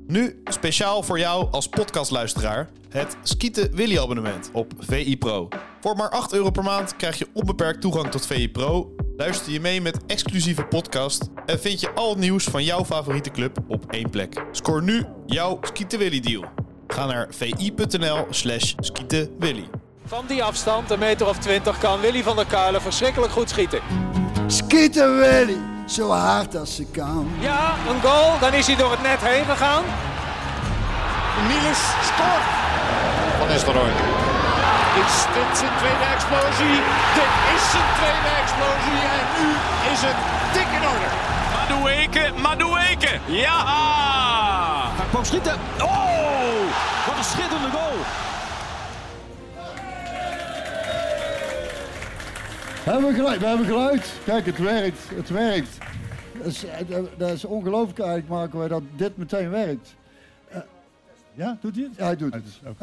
Nu speciaal voor jou als podcastluisteraar het Skieten Willy abonnement op VI Pro. Voor maar €8 per maand krijg je onbeperkt toegang tot VI Pro, luister je mee met exclusieve podcast en vind je al het nieuws van jouw favoriete club op één plek. Scoor nu jouw Skieten Willy deal. Ga naar vi.nl/skietenwilly. Van die afstand, een meter of 20, kan Willy van der Kuilen verschrikkelijk goed schieten. Skieten Willy, zo hard als ze kan. Ja, een goal, dan is hij door het net heen gegaan. Niels scoort. Van Nistelrooy. Is dit zijn tweede explosie? Dit is zijn tweede explosie en nu is het dik in orde. Madueke, ja! Hij kwam schieten. Oh, wat een schitterende goal. We hebben geluid. Kijk, het werkt. Dat is ongelooflijk eigenlijk, Marco, dat dit meteen werkt. Ja, doet hij het? Ja, hij doet het.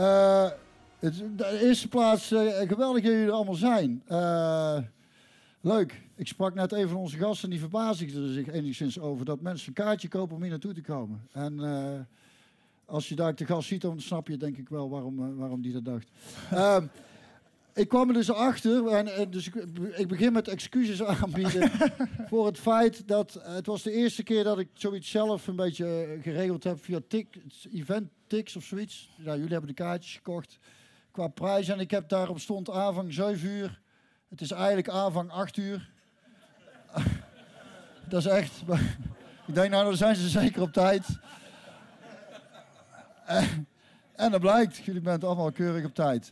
De eerste plaats, geweldig dat jullie er allemaal zijn. Leuk. Ik sprak net een van onze gasten, die verbaasde zich enigszins over dat mensen een kaartje kopen om hier naartoe te komen. En als je daar te gast ziet, dan snap je denk ik wel waarom die dat dacht. Ik kwam er dus achter, en dus ik begin met excuses aanbieden voor het feit dat het was de eerste keer dat ik zoiets zelf een beetje geregeld heb via Event-Tix of zoiets. Ja, jullie hebben de kaartjes gekocht qua prijs en ik heb daarop stond aanvang 7 uur. Het is eigenlijk aanvang 8 uur. Dat is echt... Ik denk, nou, dan zijn ze zeker op tijd. En dat blijkt, jullie bent allemaal keurig op tijd.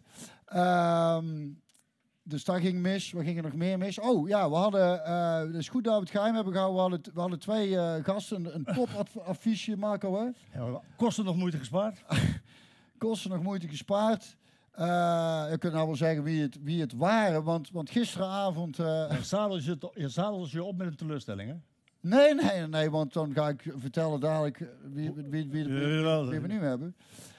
Dus dat ging mis. Wat ging er nog meer mis? Oh ja, we hadden... Het is goed dat we het geheim hebben gehouden. We hadden 2 gasten. Een topaffiche, Marco, hè? Ja, kosten nog moeite gespaard. Kosten nog moeite gespaard. Je kunt nou wel zeggen wie het waren. Want gisteravond... Je zadelt je op met een teleurstelling, hè? Nee, want dan ga ik vertellen dadelijk wie we nu hebben.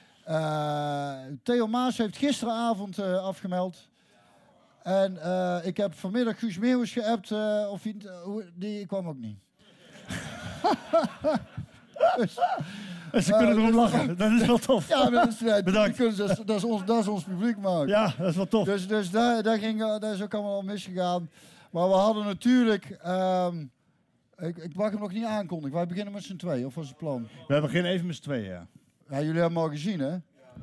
Theo Maas heeft gisteravond afgemeld. En ik heb vanmiddag Guus Meeuwis geappt. Die kwam ook niet. Ze kunnen erom lachen. Dat is wel tof. Ja, bedankt. Dat is ons publiek, Mark. Ja, dat is wel tof. Dus daar is ook allemaal al misgegaan. Maar we hadden natuurlijk... Ik mag hem nog niet aankondigen. Wij beginnen met z'n 2, of was het plan? We beginnen even met z'n 2, ja. Ja, jullie hebben hem al gezien, hè?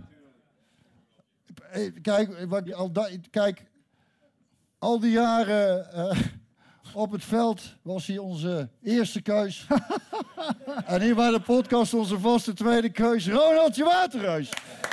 Kijk, al die jaren op het veld was hij onze eerste keus. En hier bij de podcast onze vaste tweede keus, Ronaldje Waterreus.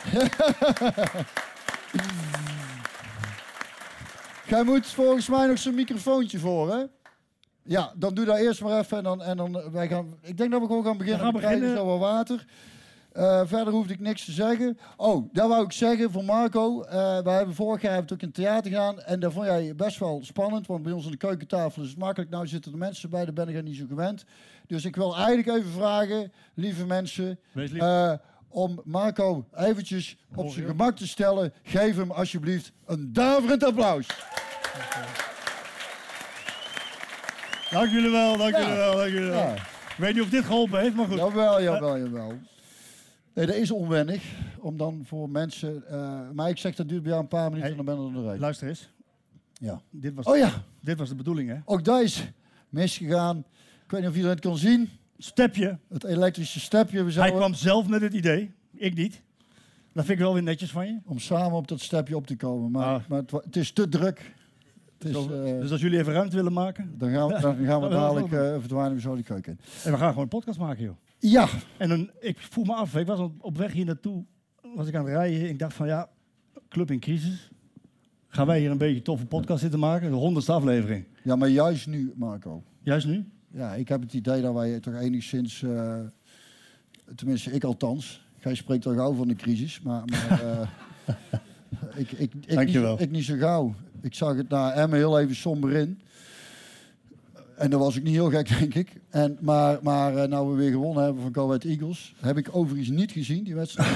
Jij moet volgens mij nog zo'n microfoontje voor, hè? Ja, dan doe dat eerst maar even en dan wij gaan... Ik denk dat we gewoon gaan beginnen. We krijgen zo wat water. Verder hoefde ik niks te zeggen. Oh, dat wou ik zeggen voor Marco. We hebben vorig jaar ook in theater gedaan. En dat vond jij best wel spannend. Want bij ons aan de keukentafel is het makkelijk. Nou zitten de mensen bij, daar ben ik niet zo gewend. Dus ik wil eigenlijk even vragen, lieve mensen... om Marco eventjes op zijn gemak te stellen. Geef hem alsjeblieft een daverend applaus. Dank jullie wel. Ja. Ik weet niet of dit geholpen heeft, maar goed. Jawel. Nee, dat is onwennig. Om dan voor mensen... maar ik zeg, dat duurt bij jou een paar minuten en dan ben je er doorheen. Luister eens. Ja. Dit was de bedoeling, hè? Ook dat is misgegaan. Ik weet niet of iedereen het kan zien. Stepje. Het elektrische stepje. Hij kwam zelf met het idee. Ik niet. Dat vind ik wel weer netjes van je. Om samen op dat stepje op te komen. Maar het is te druk. Dus als jullie even ruimte willen maken... Dan gaan we dadelijk verdwijnen we zo die keuken in. En we gaan gewoon een podcast maken, joh. Ja. En ik voel me af. Ik was op weg hier naartoe. Was ik aan het rijden. Ik dacht van ja, club in crisis. Gaan wij hier een beetje toffe podcast zitten maken? De 100ste aflevering. Ja, maar juist nu, Marco. Juist nu? Ja, ik heb het idee dat wij toch enigszins... tenminste, ik althans. Jij spreekt al gauw van de crisis. Maar ik niet zo gauw. Ik zag het na Emmen heel even somber in. En dat was ik niet heel gek, denk ik. Maar nou we weer gewonnen hebben van Go Ahead Eagles... heb ik overigens niet gezien, die wedstrijd.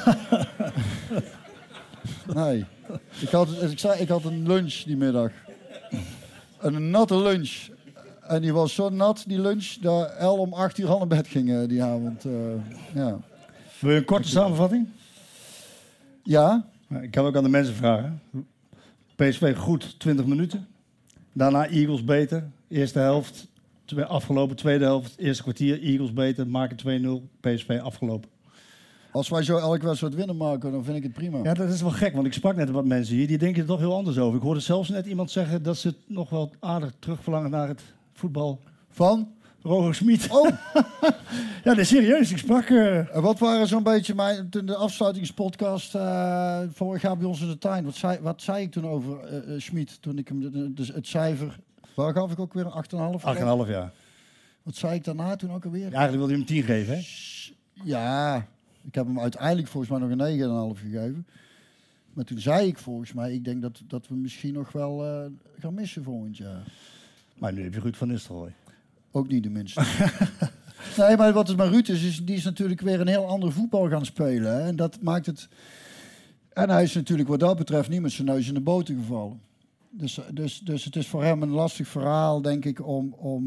Nee. Ik had een lunch die middag. Een natte lunch. En die was zo nat, die lunch, dat El om 8 uur al naar bed ging die avond. Ja. Wil je een korte samenvatting? Ja, Ik kan ook aan de mensen vragen. PSV goed, 20 minuten. Daarna Eagles beter. Eerste helft, afgelopen. Tweede helft, eerste kwartier. Eagles beter, maken 2-0. PSV afgelopen. als wij zo elke wedstrijd winnen maken, dan vind ik het prima. Ja, dat is wel gek, want ik sprak net wat mensen hier. Die denken er toch heel anders over. Ik hoorde zelfs net iemand zeggen dat ze het nog wel aardig terugverlangen naar het voetbal. Van? Roger Smit. Oh, Ja, dat is serieus. Ik sprak... wat waren zo'n beetje de afsluitingspodcast vorig jaar bij ons in de tuin? Wat zei ik toen over Schmid? Toen ik hem dus het cijfer... Waar gaf ik ook weer een 8,5? 8,5 jaar. Wat zei ik daarna toen ook alweer? Ja, eigenlijk wilde je hem 10 geven, hè? Ja, ik heb hem uiteindelijk volgens mij nog een 9,5 gegeven. Maar toen zei ik volgens mij, ik denk dat we misschien nog wel gaan missen volgend jaar. Maar nu heb je Ruud van Nistelrooy. Ook niet de minste. Nee, maar wat het met Ruud is, die is natuurlijk weer een heel ander voetbal gaan spelen. Hè? En dat maakt het... En hij is natuurlijk wat dat betreft niet met zijn neus in de boter gevallen. Dus het is voor hem een lastig verhaal, denk ik, om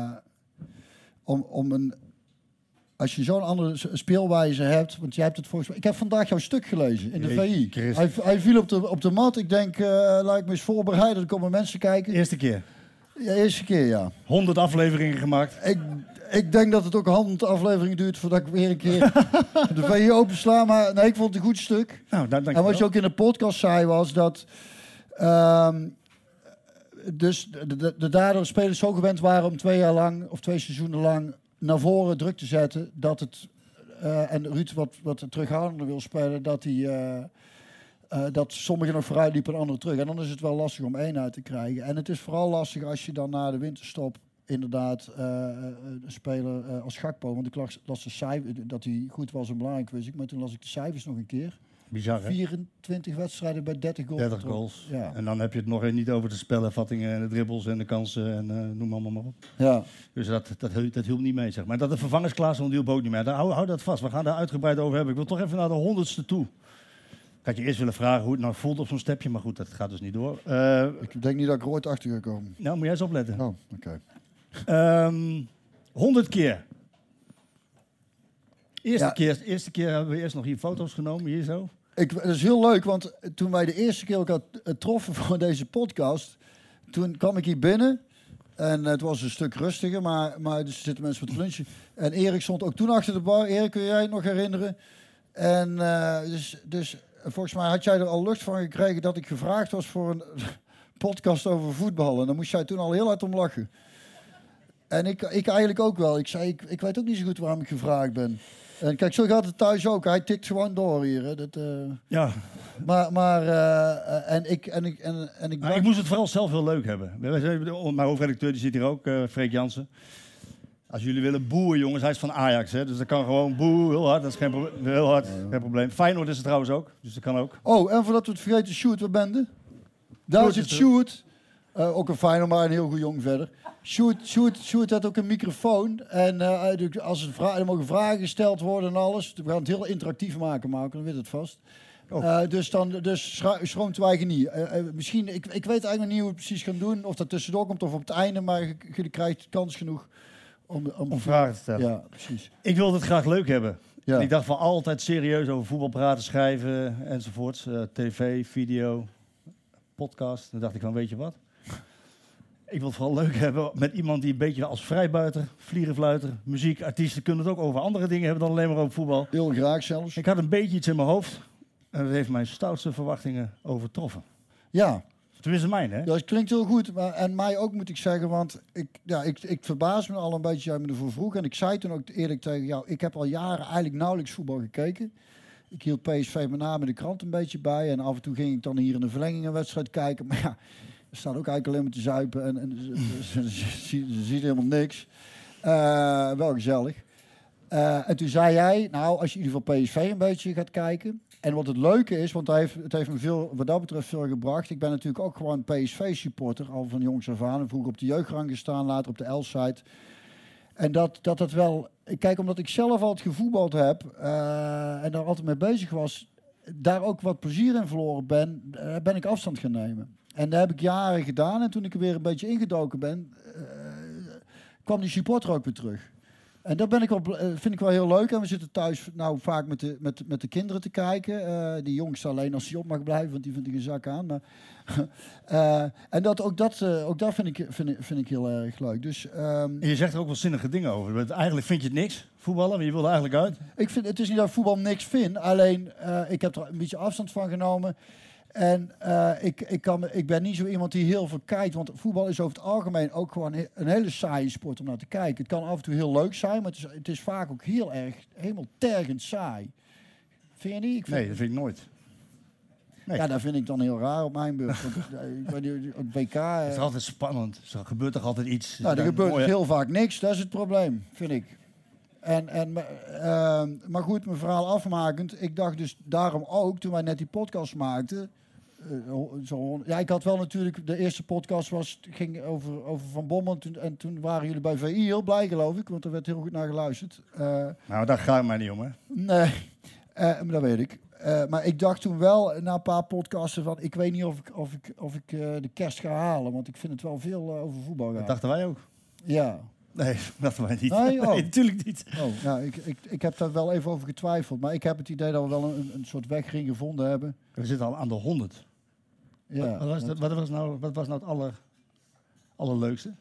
een... Als je zo'n andere speelwijze hebt, want jij hebt het volgens mij... Ik heb vandaag jouw stuk gelezen in de VI. Hij viel op de mat. Ik denk, laat ik me eens voorbereiden. Er komen mensen kijken. Eerste keer. Ja, eerste keer, ja. 100 afleveringen gemaakt. Ik denk dat het ook 100 afleveringen duurt voordat ik weer een keer de VI opensla. Maar nee, ik vond het een goed stuk. Nou, dank je En wat wel. je ook in de podcast zei was dat... dus de daardoor spelers zo gewend waren om 2 jaar lang of 2 seizoenen lang naar voren druk te zetten. Dat het... en Ruud wat terughoudender wil spelen, dat sommigen nog vooruit liepen en anderen terug. En dan is het wel lastig om eenheid te krijgen. En het is vooral lastig als je dan na de winterstop inderdaad een speler als Gakpo, want ik las de cijfer, dat hij goed was en belangrijk wist ik, maar toen las ik de cijfers nog een keer. Bizar, hè? 24 wedstrijden bij 30 goals. 30 goals. Ja. En dan heb je het nog niet over de spelervattingen en de dribbles en de kansen en noem allemaal maar op. Ja. Dus dat hielp niet mee, zeg maar. Dat de vervangers klaar stonden, hielp ook niet mee. Hou dat vast, we gaan daar uitgebreid over hebben. Ik wil toch even naar de 100ste toe. Ik had je eerst willen vragen hoe het nou voelt op zo'n stepje, maar goed, dat gaat dus niet door. Ik denk niet dat ik er ooit achter ga komen. Nou, moet jij eens opletten. Oh, oké. 100 keer. Ja. Eerste keer hebben we eerst nog hier foto's genomen, hier zo. Dat is heel leuk, want toen wij de eerste keer elkaar troffen voor deze podcast, toen kwam ik hier binnen en het was een stuk rustiger, maar dus zitten mensen met lunchen. En Erik stond ook toen achter de bar. Erik, kun jij het nog herinneren? En dus volgens mij had jij er al lucht van gekregen dat ik gevraagd was voor een podcast over voetbal. En daar moest jij toen al heel hard om lachen. En ik eigenlijk ook wel. Ik zei, ik weet ook niet zo goed waarom ik gevraagd ben. En kijk, zo gaat het thuis ook. Hij tikt gewoon door hier. Hè. Ja. Ik Ik moest het vooral zelf heel leuk hebben. Mijn hoofdredacteur die zit hier ook, Freek Jansen. Als jullie willen boeien, jongens, hij is van Ajax, hè, dus dat kan gewoon boe, heel hard. Dat is geen probleem. Heel hard, geen probleem. Feyenoord is het trouwens ook, dus dat kan ook. Oh, en voordat we het vergeten, Sjoerd, waar ben je? Daar zit Sjoerd. Ook een Feyenoord, maar een heel goed jong verder. Sjoerd had ook een microfoon. En als er mogen vragen gesteld worden en alles. We gaan het heel interactief maken, dan weet het vast. Dus schroomt wij niet. Misschien, ik weet eigenlijk nog niet hoe we het precies gaan doen. Of dat tussendoor komt of op het einde. Maar je krijgt kans genoeg om vragen te stellen. Ja, precies. Ik wilde het graag leuk hebben. Ja. Ik dacht van altijd serieus over voetbal praten, schrijven enzovoorts. TV, video, podcast. Dan dacht ik van, weet je wat? Ik wil het vooral leuk hebben met iemand die een beetje als vrijbuiter, vlierenfluiter, muziek, artiesten kunnen het ook over andere dingen hebben dan alleen maar over voetbal. Heel graag zelfs. Ik had een beetje iets in mijn hoofd en dat heeft mijn stoutste verwachtingen overtroffen. Ja. Tenminste mijn, hè? Dat klinkt heel goed. En mij ook, moet ik zeggen. Want ik verbaas me al een beetje jij me ervoor vroeg. En ik zei toen ook eerlijk tegen jou, ik heb al jaren eigenlijk nauwelijks voetbal gekeken. Ik hield PSV met name in de krant een beetje bij. En af en toe ging ik dan hier in de verlenging een wedstrijd kijken. Maar ja, er staat ook eigenlijk alleen maar te zuipen. En ze ziet helemaal niks. Wel gezellig. En toen zei jij, nou, als je in ieder geval PSV een beetje gaat kijken. En wat het leuke is, want het heeft me veel, wat dat betreft veel gebracht. Ik ben natuurlijk ook gewoon PSV-supporter, al van jongs af aan. Vroeger op de jeugdrang gestaan, later op de L-site. En dat wel... Kijk, omdat ik zelf altijd gevoetbald heb en daar altijd mee bezig was, daar ook wat plezier in verloren ben ik afstand gaan nemen. En dat heb ik jaren gedaan. En toen ik er weer een beetje ingedoken ben, kwam die supporter ook weer terug. En dat vind ik wel heel leuk. En we zitten thuis nou vaak met de kinderen te kijken. Die jongste alleen als hij op mag blijven, want die vindt er geen zak aan. Maar en ook dat vind ik heel erg leuk. Dus, En je zegt er ook wel zinnige dingen over. Want eigenlijk vind je het niks, voetballen, maar je wil er eigenlijk uit. Het is niet dat ik voetbal niks vind. Alleen, ik heb er een beetje afstand van genomen. En ik ben niet zo iemand die heel veel kijkt. Want voetbal is over het algemeen ook gewoon een hele saaie sport om naar te kijken. Het kan af en toe heel leuk zijn, maar het is vaak ook helemaal tergend saai. Vind je niet? Nee, dat vind ik nooit. Nee. Ja, dat vind ik dan heel raar op mijn beurt. Want, op WK... Het is altijd spannend. Er gebeurt toch altijd iets. Nou, er gebeurt heel vaak niks. Dat is het probleem, vind ik. Maar goed, mijn verhaal afmakend. Ik dacht dus daarom ook, toen wij net die podcast maakten... ik had wel natuurlijk... De eerste podcast ging over Van Bommel. En toen waren jullie bij VI heel blij, geloof ik. Want er werd heel goed naar geluisterd. Nou, daar gaat het mij niet om, hè? Nee, maar dat weet ik. Maar ik dacht toen wel, na een paar podcasten, van... Ik weet niet of ik de kerst ga halen. Want ik vind het wel veel over voetbal gaan. Dat dachten wij ook. Ja. Nee, dat dachten wij niet. Nee, oh. Nee, natuurlijk niet. Oh, ja, ik heb daar wel even over getwijfeld. Maar ik heb het idee dat we wel een soort wegring gevonden hebben. We zitten al aan de 100. Ja, Wat was nou het allerleukste?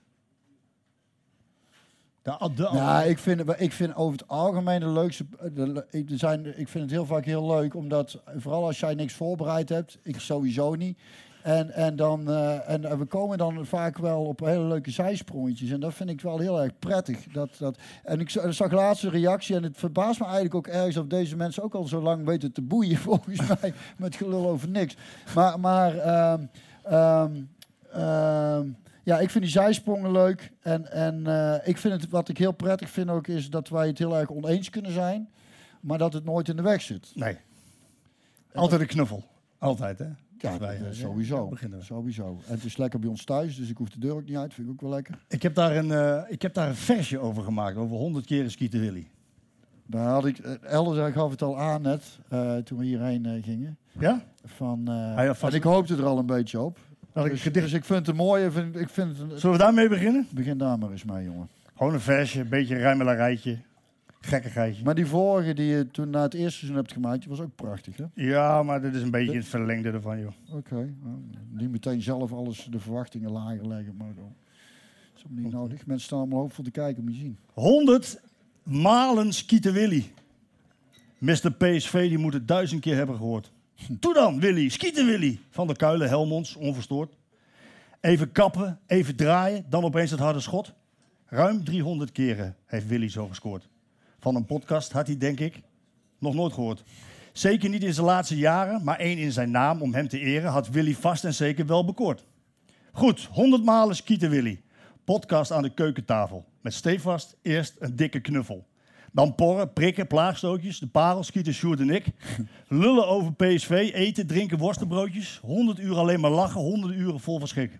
Ik vind over het algemeen de leukste... Ik vind het heel vaak heel leuk, omdat... Vooral als jij niks voorbereid hebt. Ik sowieso niet. En we komen dan vaak wel op hele leuke zijsprongetjes. En dat vind ik wel heel erg prettig. En ik zag laatst een reactie. En het verbaast me eigenlijk ook ergens... of deze mensen ook al zo lang weten te boeien... volgens mij, met gelul over niks. Ja, ik vind die zijsprongen leuk. En ik vind het, wat ik heel prettig vind ook... is dat wij het heel erg oneens kunnen zijn... maar dat het nooit in de weg zit. Nee. Altijd een knuffel. Altijd, hè? Ja, sowieso. En het is lekker bij ons thuis, dus ik hoef de deur ook niet uit. Vind ik ook wel lekker. Ik heb daar een versje over gemaakt, over 100 keer Skieten Willy. Daar had ik, Elder gaf het al aan net, toen we hierheen gingen. Ja? En ik hoopte er al een beetje op. Dus ik vind het een mooie... Zullen we daarmee beginnen? Begin daar maar eens mee, jongen. Gewoon een versje, een beetje rijmelarijtje. Gekkigheidje. Maar die vorige die je toen na het eerste seizoen hebt gemaakt, die was ook prachtig, hè? Ja, maar dit is een beetje het verlengde ervan, joh. Oké. Niet meteen zelf alles de verwachtingen lager leggen, maar dat is ook niet nodig. Mensen staan allemaal hoopvol te kijken, moet je zien. 100 malen Skieten Willy. Mr. PSV, die moet het 1000 keer hebben gehoord. Toe dan, Willy. Skieten Willy. Van der Kuilen, Helmonds, onverstoord. Even kappen, even draaien, dan opeens het harde schot. Ruim 300 keren heeft Willy zo gescoord. Van een podcast had hij, denk ik, nog nooit gehoord. Zeker niet in zijn laatste jaren, maar 1 in zijn naam om hem te eren had Willy vast en zeker wel bekoord. Goed, 100 malen Skieten Willy. Podcast aan de keukentafel. Met stevast eerst een dikke knuffel. Dan porren, prikken, plaagstootjes, de parel, Skieten, Sjoerd en ik. Lullen over PSV, eten, drinken, worstenbroodjes. 100 uur alleen maar lachen, 100 uren vol van schrik.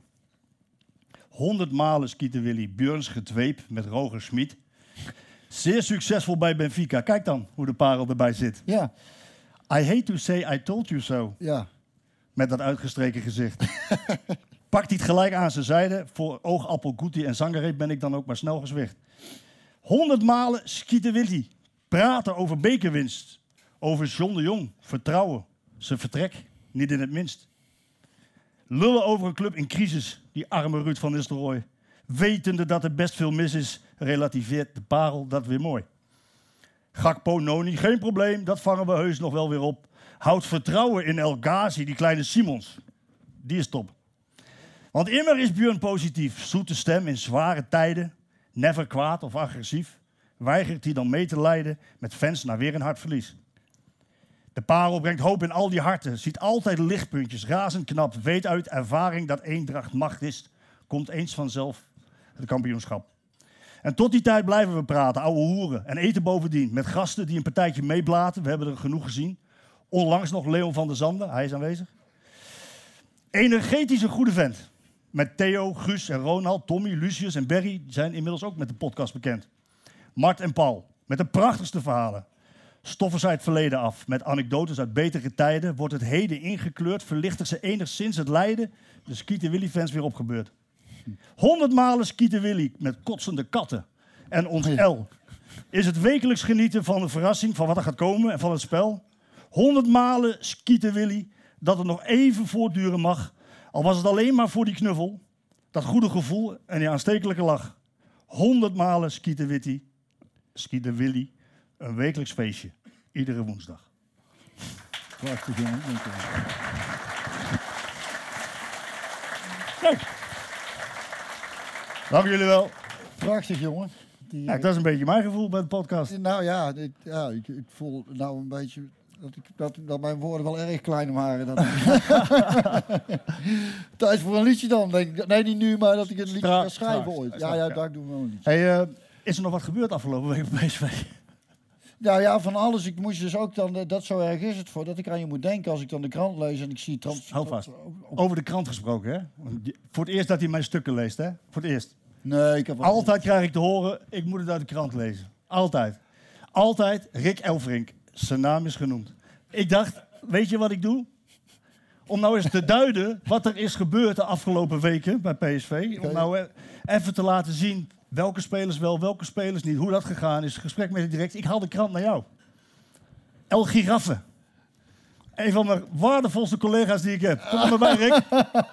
100 malen Skieten Willy. Björns gedweep met Roger Schmid. Zeer succesvol bij Benfica. Kijk dan hoe de parel erbij zit. Ja. I hate to say I told you so. Ja. Met dat uitgestreken gezicht. Pakt hij het gelijk aan zijn zijde. Voor oogappel, Guti en Zangaré ben ik dan ook maar snel gezwicht. 100 malen Skieten Willy. Praten over bekerwinst. Over John de Jong. Vertrouwen. Zijn vertrek. Niet in het minst. Lullen over een club in crisis. Die arme Ruud van Nistelrooy. Wetende dat er best veel mis is, relativeert de parel dat weer mooi. Gakpo, Noni, geen probleem, dat vangen we heus nog wel weer op. Houd vertrouwen in El Ghazi, die kleine Simons. Die is top. Want immer is Björn positief. Zoete stem in zware tijden. Never kwaad of agressief. Weigert hij dan mee te lijden met fans naar weer een hard verlies. De parel brengt hoop in al die harten. Ziet altijd lichtpuntjes, razend knap. Weet uit ervaring dat eendracht macht is. Komt eens vanzelf het kampioenschap. En tot die tijd blijven we praten, ouwe hoeren. En eten bovendien met gasten die een partijtje meeblaten. We hebben er genoeg gezien. Onlangs nog Leon van der Zanden, hij is aanwezig. Energetisch een goede vent. Met Theo, Guus en Ronald, Tommy, Lucius en Berry zijn inmiddels ook met de podcast bekend. Mart en Paul, met de prachtigste verhalen. Stoffen zij het verleden af. Met anekdotes uit betere tijden wordt het heden ingekleurd. Verlichten ze enigszins het lijden. De Skieten Willy-fans weer opgebeurd. 100 malen Skieten Willy met kotsende katten. En ons L. is het wekelijks genieten van de verrassing, van wat er gaat komen en van het spel. 100 malen skieten Willy dat het nog even voortduren mag. Al was het alleen maar voor die knuffel, dat goede gevoel en die aanstekelijke lach. 100 malen skieten Willy, een wekelijks feestje, iedere woensdag. Prachtig, jongen. Kijk. Dank jullie wel. Prachtig, jongen. Ja, dat is een beetje mijn gevoel bij de podcast. Nou ja, ik voel nou een beetje dat mijn woorden wel erg klein waren. Tijd voor een liedje dan. Nee, niet nu, maar dat ik een liedje ga schrijven ooit. Ja, daar doen we wel een liedje. Hey, is er nog wat gebeurd afgelopen week op PSV? Nou ja, van alles. Ik moest dus ook dan, dat zo erg is het voor, dat ik aan je moet denken als ik dan de krant lees en ik zie... Hou vast. Over de krant gesproken, hè? Voor het eerst dat hij mijn stukken leest, hè? Voor het eerst. Nee, ik heb Altijd krijg ik te horen, ik moet het uit de krant lezen. Altijd. Altijd Rick Elfrink. Zijn naam is genoemd. Ik dacht, weet je wat ik doe? Om nou eens te duiden wat er is gebeurd de afgelopen weken bij PSV. Om nou even te laten zien welke spelers wel, welke spelers niet. Hoe dat gegaan is. Gesprek met de direct. Ik haal de krant naar jou. El Giraffe. Een van mijn waardevolste collega's die ik heb. Kom er maar bij, Rick.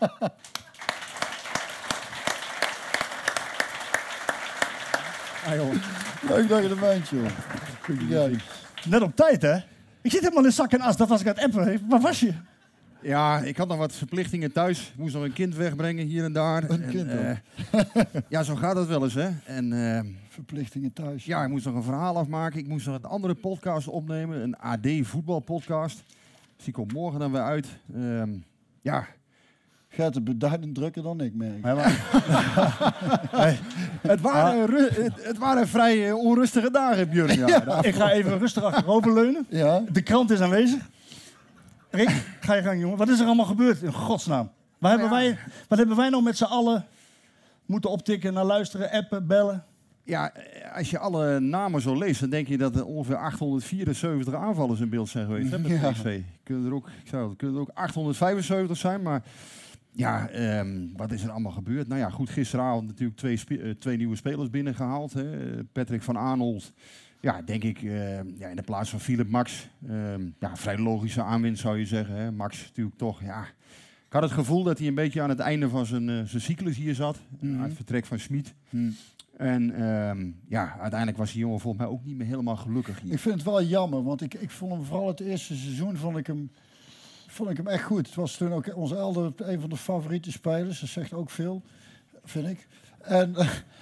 Leuk dat je er bent, joh. Ja. Net op tijd, hè? Ik zit helemaal in zak en as. Dat was ik aan het appen. Waar was je? Ja, ik had nog wat verplichtingen thuis. Ik moest nog een kind wegbrengen hier en daar. Een kind ja, zo gaat het wel eens, hè. En, verplichtingen thuis. Ja, ik moest nog een verhaal afmaken. Ik moest nog een andere podcast opnemen. Een AD voetbalpodcast. Dus die komt morgen dan weer uit. Ja... Gaat het beduidend drukker dan ik, merk. Het waren vrij onrustige dagen, Björn. Ja, ik ga even rustig achteroverleunen. Ja. De krant is aanwezig. Rick, ga je gang, jongen. Wat is er allemaal gebeurd, in godsnaam? Wat hebben wij nou met z'n allen moeten optikken, naar luisteren, appen, bellen? Ja, als je alle namen zo leest, dan denk je dat er ongeveer 874 aanvallers in beeld zijn geweest hè, met PSV. Kunnen er ook 875 zijn, maar... Ja, wat is er allemaal gebeurd? Nou ja, goed, gisteravond natuurlijk twee nieuwe spelers binnengehaald. Hè. Patrick van Aanholt, ja, denk ik, in de plaats van Philip Max. Vrij logische aanwinst zou je zeggen. Hè. Max natuurlijk toch, ja... Ik had het gevoel dat hij een beetje aan het einde van zijn cyclus hier zat. Aan het vertrek van Schmid. En uiteindelijk was die jongen volgens mij ook niet meer helemaal gelukkig hier. Ik vind het wel jammer, want ik vond hem vooral het eerste seizoen vond ik hem echt goed. Het was toen ook onze Elder een van de favoriete spelers. Dat zegt ook veel, vind ik. En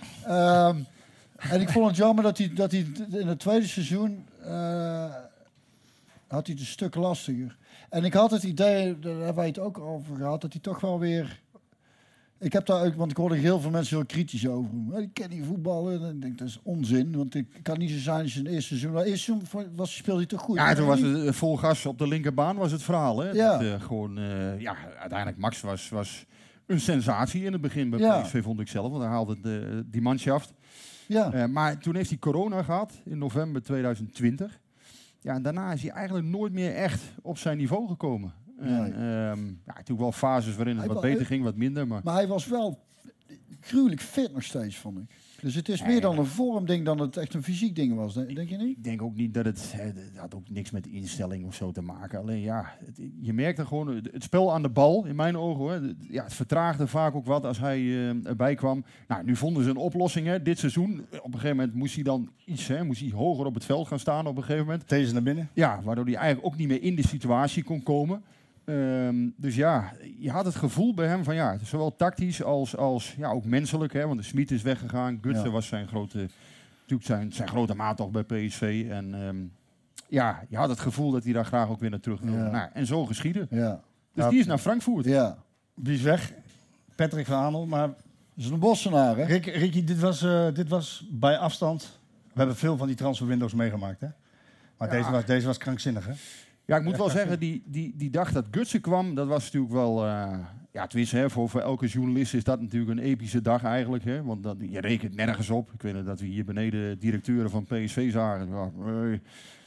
ik vond het jammer dat hij in het tweede seizoen had hij het een stuk lastiger. En ik had het idee, daar hebben wij het ook over gehad, dat hij toch wel weer... Ik heb daar ook, want ik hoorde heel veel mensen heel kritisch over hem. Ik ken die voetballen. En ik denk, dat is onzin. Want het kan niet zo zijn als je een eerste seizoen... Eerste seizoen speelde hij toch goed? Ja, toen was het vol gas op de linkerbaan was het verhaal. Hè? Ja. Dat, uiteindelijk Max was een sensatie in het begin bij PSV, vond ik zelf. Want hij haalde die manschaft. Ja. Maar toen heeft hij corona gehad in november 2020. Ja, en daarna is hij eigenlijk nooit meer echt op zijn niveau gekomen. Natuurlijk wel fases waarin het wat beter ging, wat minder. Maar hij was wel gruwelijk fit nog steeds, vond ik. Dus het is meer dan een vormding dan het echt een fysiek ding was, denk je niet? Ik denk ook niet dat het had ook niks met instelling of zo te maken. Alleen je merkte gewoon het spel aan de bal, in mijn ogen hoor. Het vertraagde vaak ook wat als hij erbij kwam. Nou, nu vonden ze een oplossing hè, dit seizoen. Op een gegeven moment moest hij dan moest hij hoger op het veld gaan staan op een gegeven moment. Deze naar binnen. Ja, waardoor hij eigenlijk ook niet meer in de situatie kon komen. Dus ja, je had het gevoel bij hem van zowel tactisch als ook menselijk. Hè, want de Schmid is weggegaan. Gutsen was zijn grote maat toch bij PSV. En je had het gevoel dat hij daar graag ook weer naar terug wilde. Nou, en zo geschiedde. Ja. Dus die is naar Frankfurt. Ja. Die is weg. Patrick van Aanholt, maar... Dat is een Bossenaar, hè? Ricky, dit was bij afstand... We hebben veel van die transferwindows meegemaakt, hè? Maar deze was krankzinnig, hè? Ja, ik moet wel zeggen, die dag dat Gutsen kwam, dat was natuurlijk wel... tenminste, voor elke journalist is dat natuurlijk een epische dag eigenlijk. Hè, want je rekent nergens op. Ik weet dat we hier beneden directeuren van PSV zagen.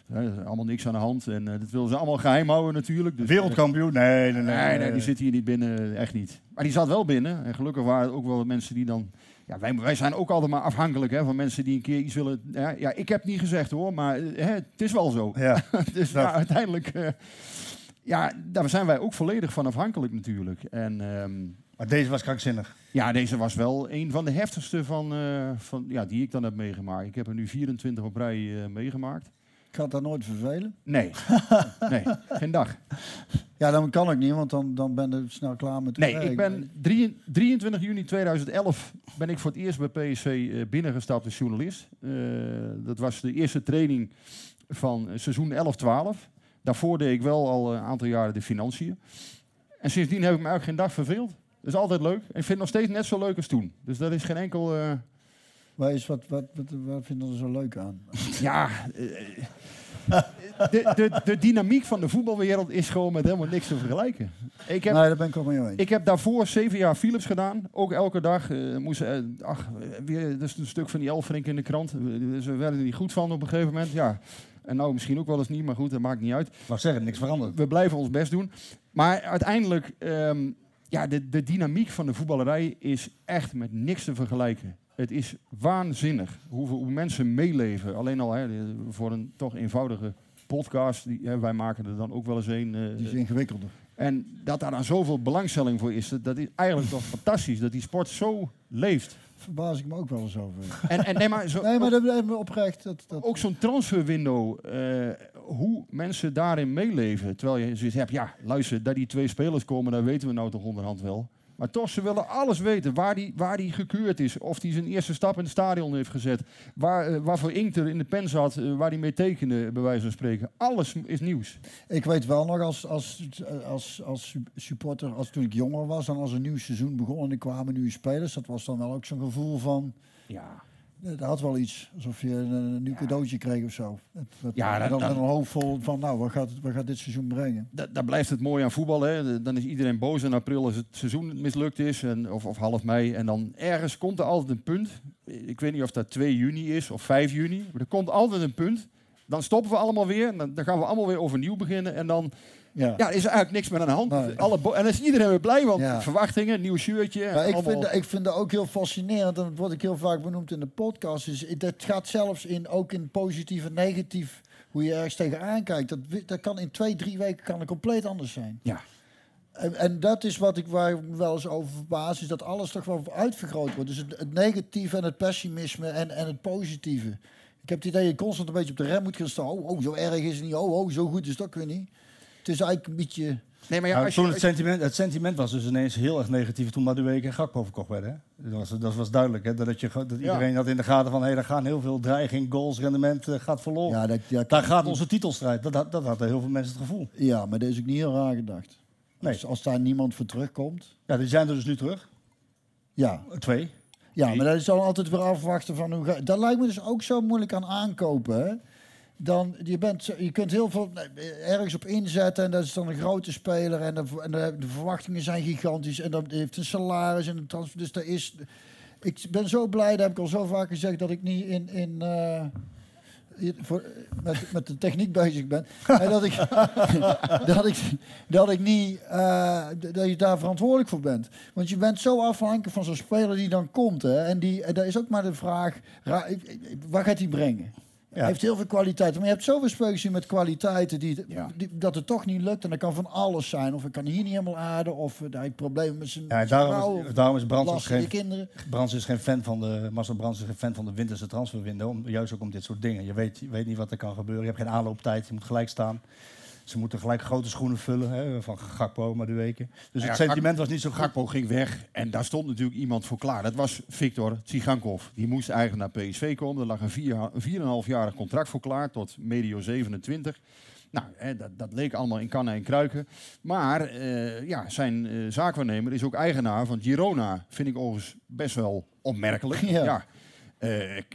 Allemaal niks aan de hand. En dat willen ze allemaal geheim houden natuurlijk. Dus, Wereldkampioen? Nee, die zit hier niet binnen. Echt niet. Maar die zat wel binnen. En gelukkig waren er ook wel mensen die dan... Ja, wij zijn ook altijd maar afhankelijk van mensen die een keer iets willen... Ja, ik heb het niet gezegd hoor, maar het is wel zo. Ja. Dus uiteindelijk... daar zijn wij ook volledig van afhankelijk natuurlijk. En, maar deze was krankzinnig. Ja, deze was wel een van de heftigste die ik dan heb meegemaakt. Ik heb er nu 24 op rij meegemaakt. Gaat dat nooit vervelen? Nee, geen dag. Ja, dan kan ik niet, want dan ben ik snel klaar met het werk. Ik ben 23 juni 2011 ben ik voor het eerst bij PSV binnengestapt als journalist. Dat was de eerste training van seizoen 11-12. Daarvoor deed ik wel al een aantal jaren de financiën. En sindsdien heb ik me eigenlijk geen dag verveeld. Dat is altijd leuk. En ik vind het nog steeds net zo leuk als toen. Dus dat is geen enkel... Wat vinden we er zo leuk aan? Ja, de dynamiek van de voetbalwereld is gewoon met helemaal niks te vergelijken. Nee, daar ben ik ook mee eens. Ik heb daarvoor 7 jaar Philips gedaan. Ook elke dag. Weer dus een stuk van die Elfrink in de krant. Ze werden er niet goed van op een gegeven moment. Ja. En nou misschien ook wel eens niet, maar goed, dat maakt niet uit. Maar zeggen, niks veranderd. We blijven ons best doen. Maar uiteindelijk, de dynamiek van de voetballerij is echt met niks te vergelijken. Het is waanzinnig hoe mensen meeleven. Alleen al voor een toch eenvoudige podcast. Wij maken er dan ook wel eens een. Die is ingewikkelder. En dat daar dan zoveel belangstelling voor is. Dat is eigenlijk toch fantastisch. Dat die sport zo leeft. Verbaas ik me ook wel eens over. Maar dat blijft me oprecht. Ook zo'n transferwindow. Hoe mensen daarin meeleven. Terwijl je zoiets hebt. Ja, luister, dat die 2 spelers komen. Dat weten we nou toch onderhand wel. Maar toch, ze willen alles weten. Waar die gekeurd is. Of die zijn eerste stap in het stadion heeft gezet. Waarvoor inkt er in de pen zat. Waar hij mee tekende, bij wijze van spreken. Alles is nieuws. Ik weet wel nog als supporter, toen ik jonger was. En als een nieuw seizoen begon en er kwamen nieuwe spelers. Dat was dan wel ook zo'n gevoel van... Ja. Dat had wel iets. Alsof je een nieuw cadeautje kreeg of zo. Dan een hoofd vol van, nou, wat gaat dit seizoen brengen? Daar blijft het mooi aan voetbal. Hè? Dan is iedereen boos in april als het seizoen mislukt is. Of half mei. En dan ergens komt er altijd een punt. Ik weet niet of dat 2 juni is of 5 juni. Maar er komt altijd een punt. Dan stoppen we allemaal weer. Dan gaan we allemaal weer overnieuw beginnen. En dan... Ja, er is eigenlijk niks meer aan de hand. Nee. En dan is iedereen weer blij, want verwachtingen, nieuw shirtje. Ja, ik vind dat ook heel fascinerend. En dat wordt ik heel vaak benoemd in de podcast. Dat gaat zelfs ook in positief en negatief, hoe je ergens tegenaan kijkt. Dat kan in 2-3 weken kan het compleet anders zijn. Ja. En dat is waar ik me wel eens over verbaas, is dat alles toch wel uitvergroot wordt. Dus het negatieve en het pessimisme en het positieve. Ik heb het idee dat je constant een beetje op de rem moet gaan staan. Oh, zo erg is het niet. Zo goed is het ook weer niet. Het is eigenlijk een beetje... Nee, maar het sentiment was dus ineens heel erg negatief toen Madueke en Gakpo verkocht werden. Hè? Dat was duidelijk. Hè? Dat iedereen had in de gaten van... er gaan heel veel dreiging, goals, rendement gaat verloren. Daar gaat onze titelstrijd. Dat hadden heel veel mensen het gevoel. Ja, maar dat is ook niet heel raar gedacht. Nee. Dus als daar niemand voor terugkomt... Ja, die zijn er dus nu terug. Ja. 2. Ja, maar dat is dan altijd weer afwachten van hoe... Dat lijkt me dus ook zo moeilijk aan aankopen, hè? Dan, je kunt heel veel ergens op inzetten en dat is dan een grote speler en de verwachtingen zijn gigantisch en dat heeft een salaris en een transfer. Dus dat is... Ik ben zo blij, dat heb ik al zo vaak gezegd, dat ik niet met de techniek bezig ben. En dat je daar verantwoordelijk voor bent. Want je bent zo afhankelijk van zo'n speler die dan komt. Hè, en daar is ook maar de vraag, wat gaat hij brengen? Ja. Hij heeft heel veel kwaliteiten. Maar je hebt zoveel spelers met kwaliteiten dat het toch niet lukt. En dat kan van alles zijn. Of ik kan hier niet helemaal aarden. Of hij heeft problemen met zijn vrouw. Daarom is Brands kinderen. Marcel Brands is geen fan van de winterse transferwindow. Juist ook om dit soort dingen. Je weet niet wat er kan gebeuren. Je hebt geen aanlooptijd. Je moet gelijk staan. Ze moeten gelijk grote schoenen vullen, hè, van Gakpo, Madueke. Dus het sentiment was niet zo goed. Gakpo ging weg en daar stond natuurlijk iemand voor klaar. Dat was Viktor Tsigankov. Die moest eigenlijk naar PSV komen. Er lag een 4,5-jarig contract voor klaar tot medio 27. Nou, dat leek allemaal in kannen en kruiken. Maar zijn zaakwaarnemer is ook eigenaar van Girona. Vind ik overigens best wel opmerkelijk. Ja.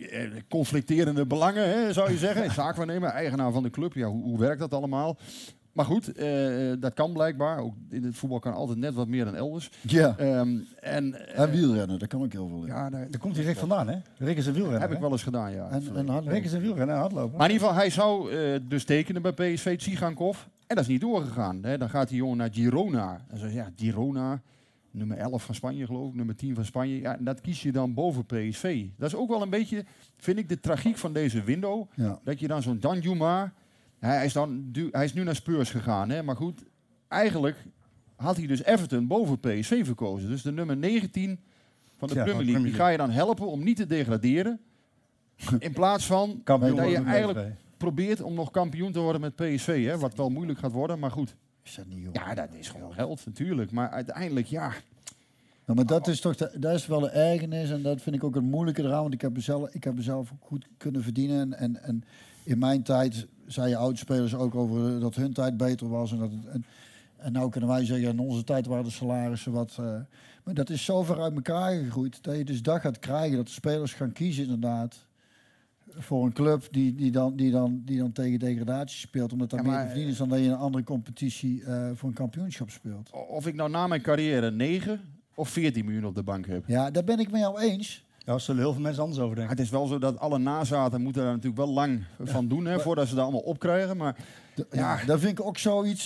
Conflicterende belangen, hè, zou je zeggen. Zaakwaarnemer, eigenaar van de club. Ja, hoe werkt dat allemaal? Maar goed, dat kan blijkbaar. Ook in het voetbal kan altijd net wat meer dan elders. Ja. En wielrennen, daar kan ik heel veel in. ja, Daar komt hij Rick vandaan, hè? Rick is een wielrenner. heb ik wel eens gedaan, ja. En hardlopen. Rick is een wielrenner en hardlopen. Maar in ieder geval, hij zou dus tekenen bij PSV Tsigankov. En dat is niet doorgegaan. Hè. Dan gaat die jongen naar Girona. En zo, ja, Girona, nummer 11 van Spanje geloof ik, nummer 10 van Spanje. Ja, en dat kies je dan boven PSV. Dat is ook wel een beetje, vind ik, de tragiek van deze window. Ja. Dat je dan zo'n Danjuma... Hij is nu naar Spurs gegaan, hè. Maar goed, eigenlijk had hij dus Everton boven PSV verkozen. Dus de nummer 19 van de Premier League. Die ga je dan helpen om niet te degraderen. In plaats van Kampioen dat je worden eigenlijk probeert om nog kampioen te worden met PSV. Hè, wat wel moeilijk gaat worden, maar goed. Is dat niet, joh? Ja, dat is gewoon geld natuurlijk. Maar uiteindelijk, ja... Nou, maar dat is toch dat is wel de ergernis en dat vind ik ook het moeilijke eraan. Want ik heb mezelf ook goed kunnen verdienen. En in mijn tijd zeiden oudspelers ook over dat hun tijd beter was. En nou kunnen wij zeggen, in onze tijd waren de salarissen wat... maar dat is zo ver uit elkaar gegroeid dat je dus dat gaat krijgen. Dat de spelers gaan kiezen inderdaad voor een club die dan tegen degradatie speelt. Omdat dat meer te verdienen is dan dat je in een andere competitie voor een kampioenschap speelt. Of ik nou na mijn carrière 9 of 14 miljoen op de bank heb. Ja, daar ben ik met jou eens. Ja, daar zullen heel veel mensen anders over denken. Het is wel zo dat alle nazaten moeten daar natuurlijk wel lang van doen, hè, voordat ze dat allemaal opkrijgen. Maar ja, dat vind ik ook zoiets.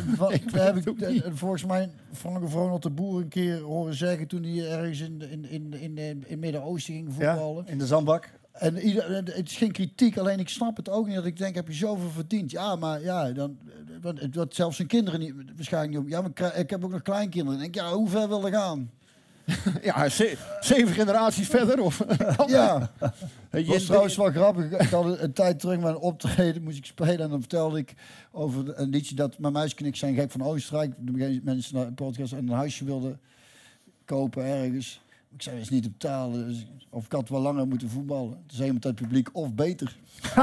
Volgens mij Frank of Ronald de Boer een keer horen zeggen toen hij ergens in het Midden-Oosten ging voetballen. Ja, in de zandbak. En het is geen kritiek, alleen ik snap het ook niet. Dat ik denk, heb je zoveel verdiend? Ja, maar ja, dan wat zelfs zijn kinderen niet waarschijnlijk niet. Ja, maar ik heb ook nog kleinkinderen. En ik denk, ja, hoe ver wil je gaan? Ja, 7 generaties verder. Of ja, het was trouwens wel grappig. Ik had een tijd terug met een optreden, moest ik spelen. En dan vertelde ik over een liedje dat mijn meisje en ik zijn gek van Oostenrijk. De mensen naar een podcast en een huisje wilden kopen ergens. Ik zei, dat is niet te betalen. Dus, of ik had wel langer moeten voetballen. Toen zei iemand uit het publiek, of beter.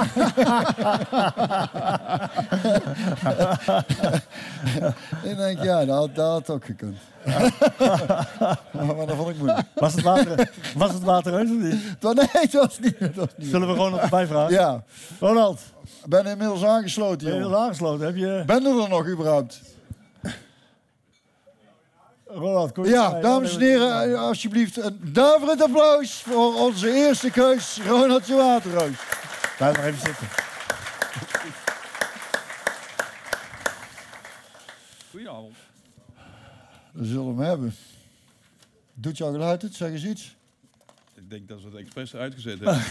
Ik denk, ja, dat had ook gekund. Maar dat vond ik moeilijk. Was het water uit of niet? Nee, het was niet. Zullen we gewoon nog erbij vragen? Ja. Ronald. Ben je inmiddels aangesloten, Ben je joh? inmiddels aangesloten? Ben er nog überhaupt? Ronald, kom je ja, bij, dames en heren, alsjeblieft een daverend applaus voor onze eerste keus, Ronald de Waterroos. Blijf nog even zitten. Goedenavond. We zullen hem hebben. Doet jouw geluid het? Zeg eens iets. Ik denk dat ze het expres uitgezet hebben.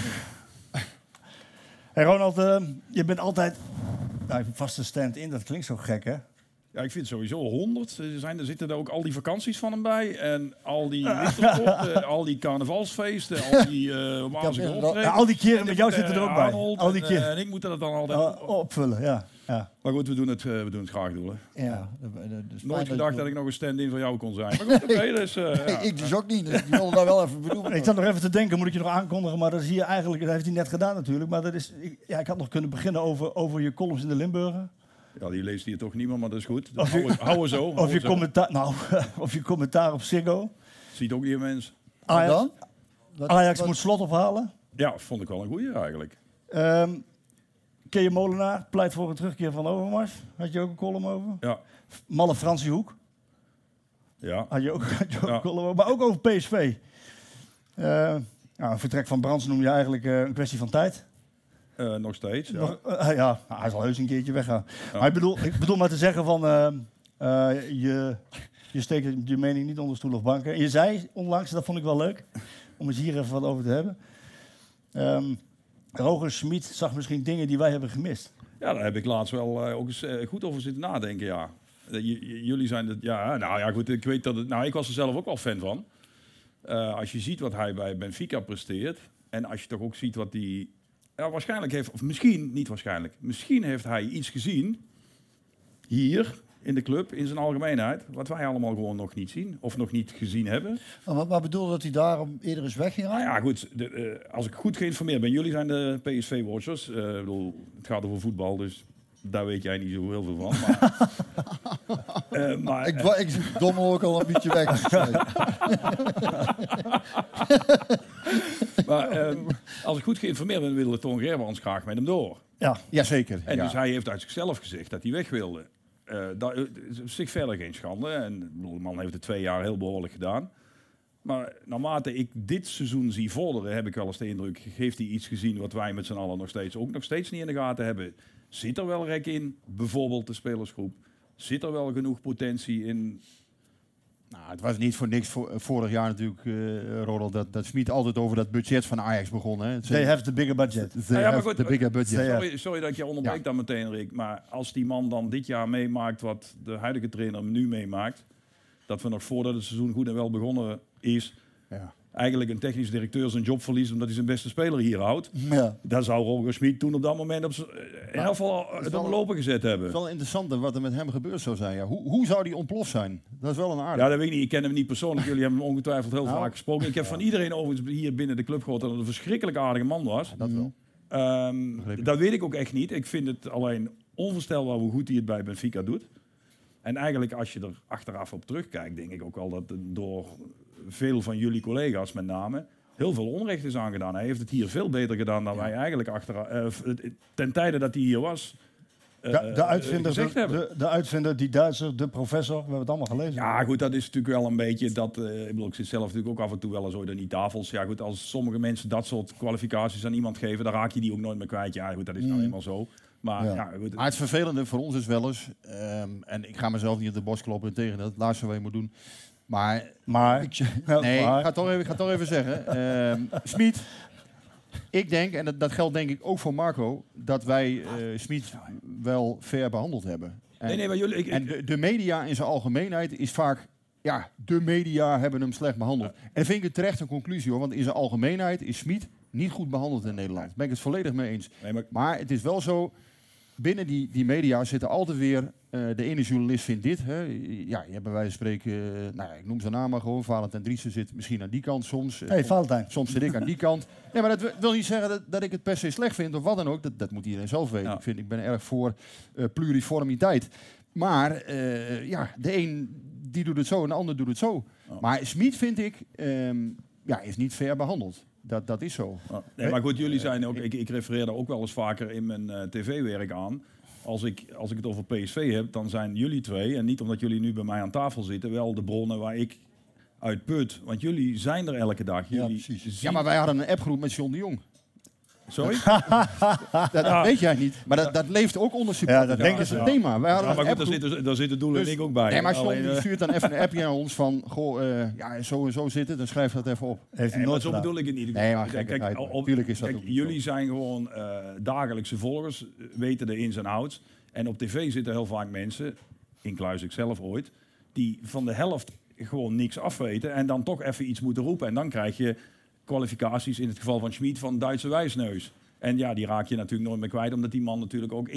Hey Ronald, je bent altijd vaste stand-in. Dat klinkt zo gek, hè? Ja, ik vind sowieso 100. Er zitten er ook al die vakanties van hem bij. En al die wintersporten, al die carnavalsfeesten, al die waanzinnige optredens. Ja, al die keren met jou zitten er ook bij. Arnold, al die keren. En ik moet dat dan altijd opvullen, ja. Maar goed, we doen het graag, doen. Ja, nooit gedacht dat ik nog een stand-in van jou kon zijn. Maar goed, oké, dus... Ik dus ook niet, dus ik wilde daar wel even benoemen. Ik zat nog even te denken, moet ik je nog aankondigen? Maar dat zie je eigenlijk, dat heeft hij net gedaan natuurlijk. Maar dat is, ik had nog kunnen beginnen over je columns in de Limburger. Ja, die leest hier toch niemand, maar dat is goed. Hou zo. Of je commentaar op Ziggo. Ziet ook hier mensen. Ajax moet Slot ophalen. Ja, vond ik wel een goeie eigenlijk. Keje Molenaar pleit voor een terugkeer van Overmars. Had je ook een column over? Ja. Malle Fransie Hoek. Ja. Had je ook een column over. Maar ook over PSV. Een vertrek van Brands noem je eigenlijk een kwestie van tijd. Nog steeds, ja. Hij zal heus een keertje weggaan. Ja. Maar ik bedoel maar te zeggen van... je steekt je mening niet onder stoel of banken. En je zei onlangs, dat vond ik wel leuk, om eens hier even wat over te hebben. Roger Schmid zag misschien dingen die wij hebben gemist. Ja, daar heb ik laatst wel ook eens goed over zitten nadenken, ja. Jullie zijn het... Ja, nou ja, goed, ik weet dat het... Nou, ik was er zelf ook wel fan van. Als je ziet wat hij bij Benfica presteert... en als je toch ook ziet wat hij... Ja, waarschijnlijk heeft... Of misschien, niet waarschijnlijk... Misschien heeft hij iets gezien... hier... in de club, in zijn algemeenheid... wat wij allemaal gewoon nog niet zien... of nog niet gezien hebben. Maar bedoel dat hij daarom eerder is weggegaan? Nou ja, goed. Als ik goed geïnformeerd ben... jullie zijn de PSV-watchers. Het gaat over voetbal, dus... daar weet jij niet zo heel veel van. Maar, ik dommel ook al een beetje weg. Maar als ik goed geïnformeerd ben... wilde Toon Gerbrands graag met hem door. Ja, zeker. En dus hij heeft uit zichzelf gezegd dat hij weg wilde. dat is op zich verder geen schande. En de man heeft het 2 jaar heel behoorlijk gedaan. Maar naarmate ik dit seizoen zie vorderen, heb ik wel eens de indruk, heeft hij iets gezien wat wij met z'n allen nog steeds niet in de gaten hebben. Zit er wel rek in, bijvoorbeeld de spelersgroep? Zit er wel genoeg potentie in? Nou, het was niet voor niks vorig jaar natuurlijk, Ronald, dat Smit altijd over dat budget van Ajax begon. Hè. They have the bigger budget. The bigger budget. Sorry dat ik je onderbreek dan meteen, Rick. Maar als die man dan dit jaar meemaakt wat de huidige trainer nu meemaakt, dat we nog voordat het seizoen goed en wel begonnen is, eigenlijk een technisch directeur zijn job verliest omdat hij zijn beste speler hier houdt. Ja. Dan zou Roger Smit toen op dat moment in ieder geval het op lopen gezet hebben. Het is wel interessant wat er met hem gebeurd zou zijn. Ja. Hoe zou die ontploft zijn? Dat is wel een aardig. Ja, dat weet ik niet. Ik ken hem niet persoonlijk. Jullie hebben hem ongetwijfeld heel vaak gesproken. Ik heb van iedereen overigens hier binnen de club gehoord dat het een verschrikkelijk aardige man was. Dat wel. Dat weet ik ook echt niet. Ik vind het alleen onvoorstelbaar hoe goed hij het bij Benfica doet. En eigenlijk als je er achteraf op terugkijkt, denk ik ook wel dat door veel van jullie collega's met name heel veel onrecht is aangedaan. Hij heeft het hier veel beter gedaan dan wij eigenlijk ten tijde dat hij hier was. De uitvinder, die Duitser, de professor, we hebben het allemaal gelezen. Ja, goed, dat is natuurlijk wel een beetje dat. Ik zit zelf natuurlijk ook af en toe wel eens ooit aan die tafels. Ja, goed, als sommige mensen dat soort kwalificaties aan iemand geven, dan raak je die ook nooit meer kwijt. Ja, goed, dat is nou eenmaal zo. Maar, goed. Maar het vervelende voor ons is wel eens, en ik ga mezelf niet op de borst kloppen tegen dat het laatste wat je moet doen. Maar ik ga toch even zeggen. Smit, ik denk, en dat geldt denk ik ook voor Marco, dat wij Smit wel fair behandeld hebben. En, maar jullie, de media in zijn algemeenheid is vaak, de media hebben hem slecht behandeld. En dat vind ik een terechte conclusie hoor, want in zijn algemeenheid is Smit niet goed behandeld in Nederland. Daar ben ik het volledig mee eens. Nee, maar het is wel zo, binnen die media zitten altijd weer, de ene journalist vindt dit. Hè. Ja, je hebt bij wijze van spreken, ik noem zijn naam maar gewoon, Valentijn Driessen zit misschien aan die kant soms. Valentijn. Soms zit ik aan die kant. Nee, maar dat wil niet zeggen dat ik het per se slecht vind of wat dan ook. Dat moet iedereen zelf weten. Ja. Ik ben erg voor pluriformiteit. Maar de een die doet het zo en de ander doet het zo. Ja. Maar Smit vind ik, is niet fair behandeld. Dat is zo. Ja. Nee, maar goed, jullie zijn ook. Ik refereer daar ook wel eens vaker in mijn tv-werk aan. Als ik het over PSV heb, dan zijn jullie twee, en niet omdat jullie nu bij mij aan tafel zitten, wel de bronnen waar ik uit put. Want jullie zijn er elke dag. Jullie ja, maar wij hadden een appgroep met John de Jong. Sorry? dat weet jij niet. Maar dat leeft ook onder support. Ja, dat denken ze. Het thema. Wij hadden maar goed, daar zit het doel en ik ook bij. Nee, maar John stuurt dan even een appje aan ons van, zo en zo zitten, dan schrijf dat even op. Maar zo bedoel ik het niet. Nee, maar natuurlijk is dat ook jullie zijn gewoon dagelijkse volgers, weten de ins en outs. En op tv zitten heel vaak mensen, inclusief ik zelf ooit, die van de helft gewoon niks afweten en dan toch even iets moeten roepen. En dan krijg je kwalificaties, in het geval van Schmid, van Duitse wijsneus. En ja, die raak je natuurlijk nooit meer kwijt, omdat die man natuurlijk ook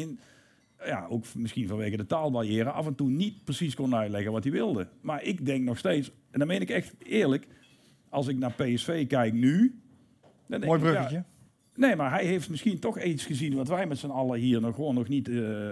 ook misschien vanwege de taalbarrière, af en toe niet precies kon uitleggen wat hij wilde. Maar ik denk nog steeds, en dan meen ik echt eerlijk, als ik naar PSV kijk nu... Dan denk mooi bruggetje. Nee, maar hij heeft misschien toch iets gezien wat wij met z'n allen hier nog niet...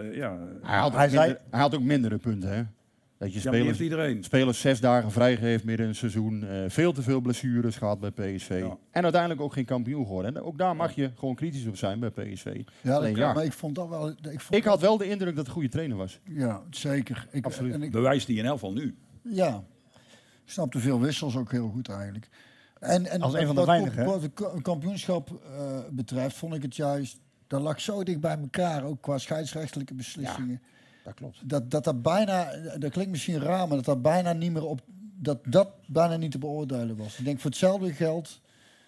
Hij had ook mindere punten, hè? Dat je spelers 6 dagen vrijgeeft midden in een seizoen. Veel te veel blessures gehad bij PSV. Ja. En uiteindelijk ook geen kampioen geworden. En ook daar mag je gewoon kritisch op zijn bij PSV. Ja, maar ik vond dat wel... Ik had wel de indruk dat het een goede trainer was. Ja, zeker. Absoluut. Bewijst hij in elk geval nu. Ja. Ik snapte veel wissels ook heel goed eigenlijk. En als een van de weinigen. Wat het kampioenschap betreft, vond ik het juist... Dat lag zo dicht bij elkaar, ook qua scheidsrechtelijke beslissingen. Ja. Dat klopt. Dat bijna, dat klinkt misschien raar, maar dat bijna niet meer dat bijna niet te beoordelen was. Ik denk voor hetzelfde geld.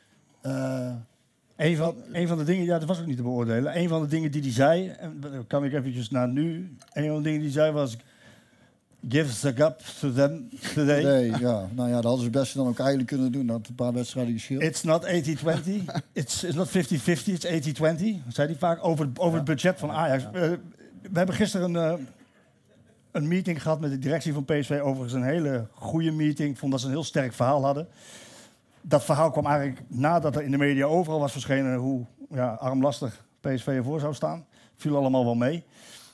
Een van de dingen, dat was ook niet te beoordelen. Een van de dingen die hij zei, en dan kan ik eventjes naar nu. Een van de dingen die hij zei was: give the cup to them today. Nee, ja. Nou ja, dat hadden ze best dan ook eigenlijk kunnen doen. Dat had een paar wedstrijden gescheeld. It's not 80-20. It's not 50-50, it's 80-20. Dat zei hij vaak over het budget van Ajax. We hebben gisteren een meeting gehad met de directie van PSV. Overigens een hele goede meeting. Ik vond dat ze een heel sterk verhaal hadden. Dat verhaal kwam eigenlijk nadat er in de media overal was verschenen hoe armlastig PSV ervoor zou staan. Viel allemaal wel mee.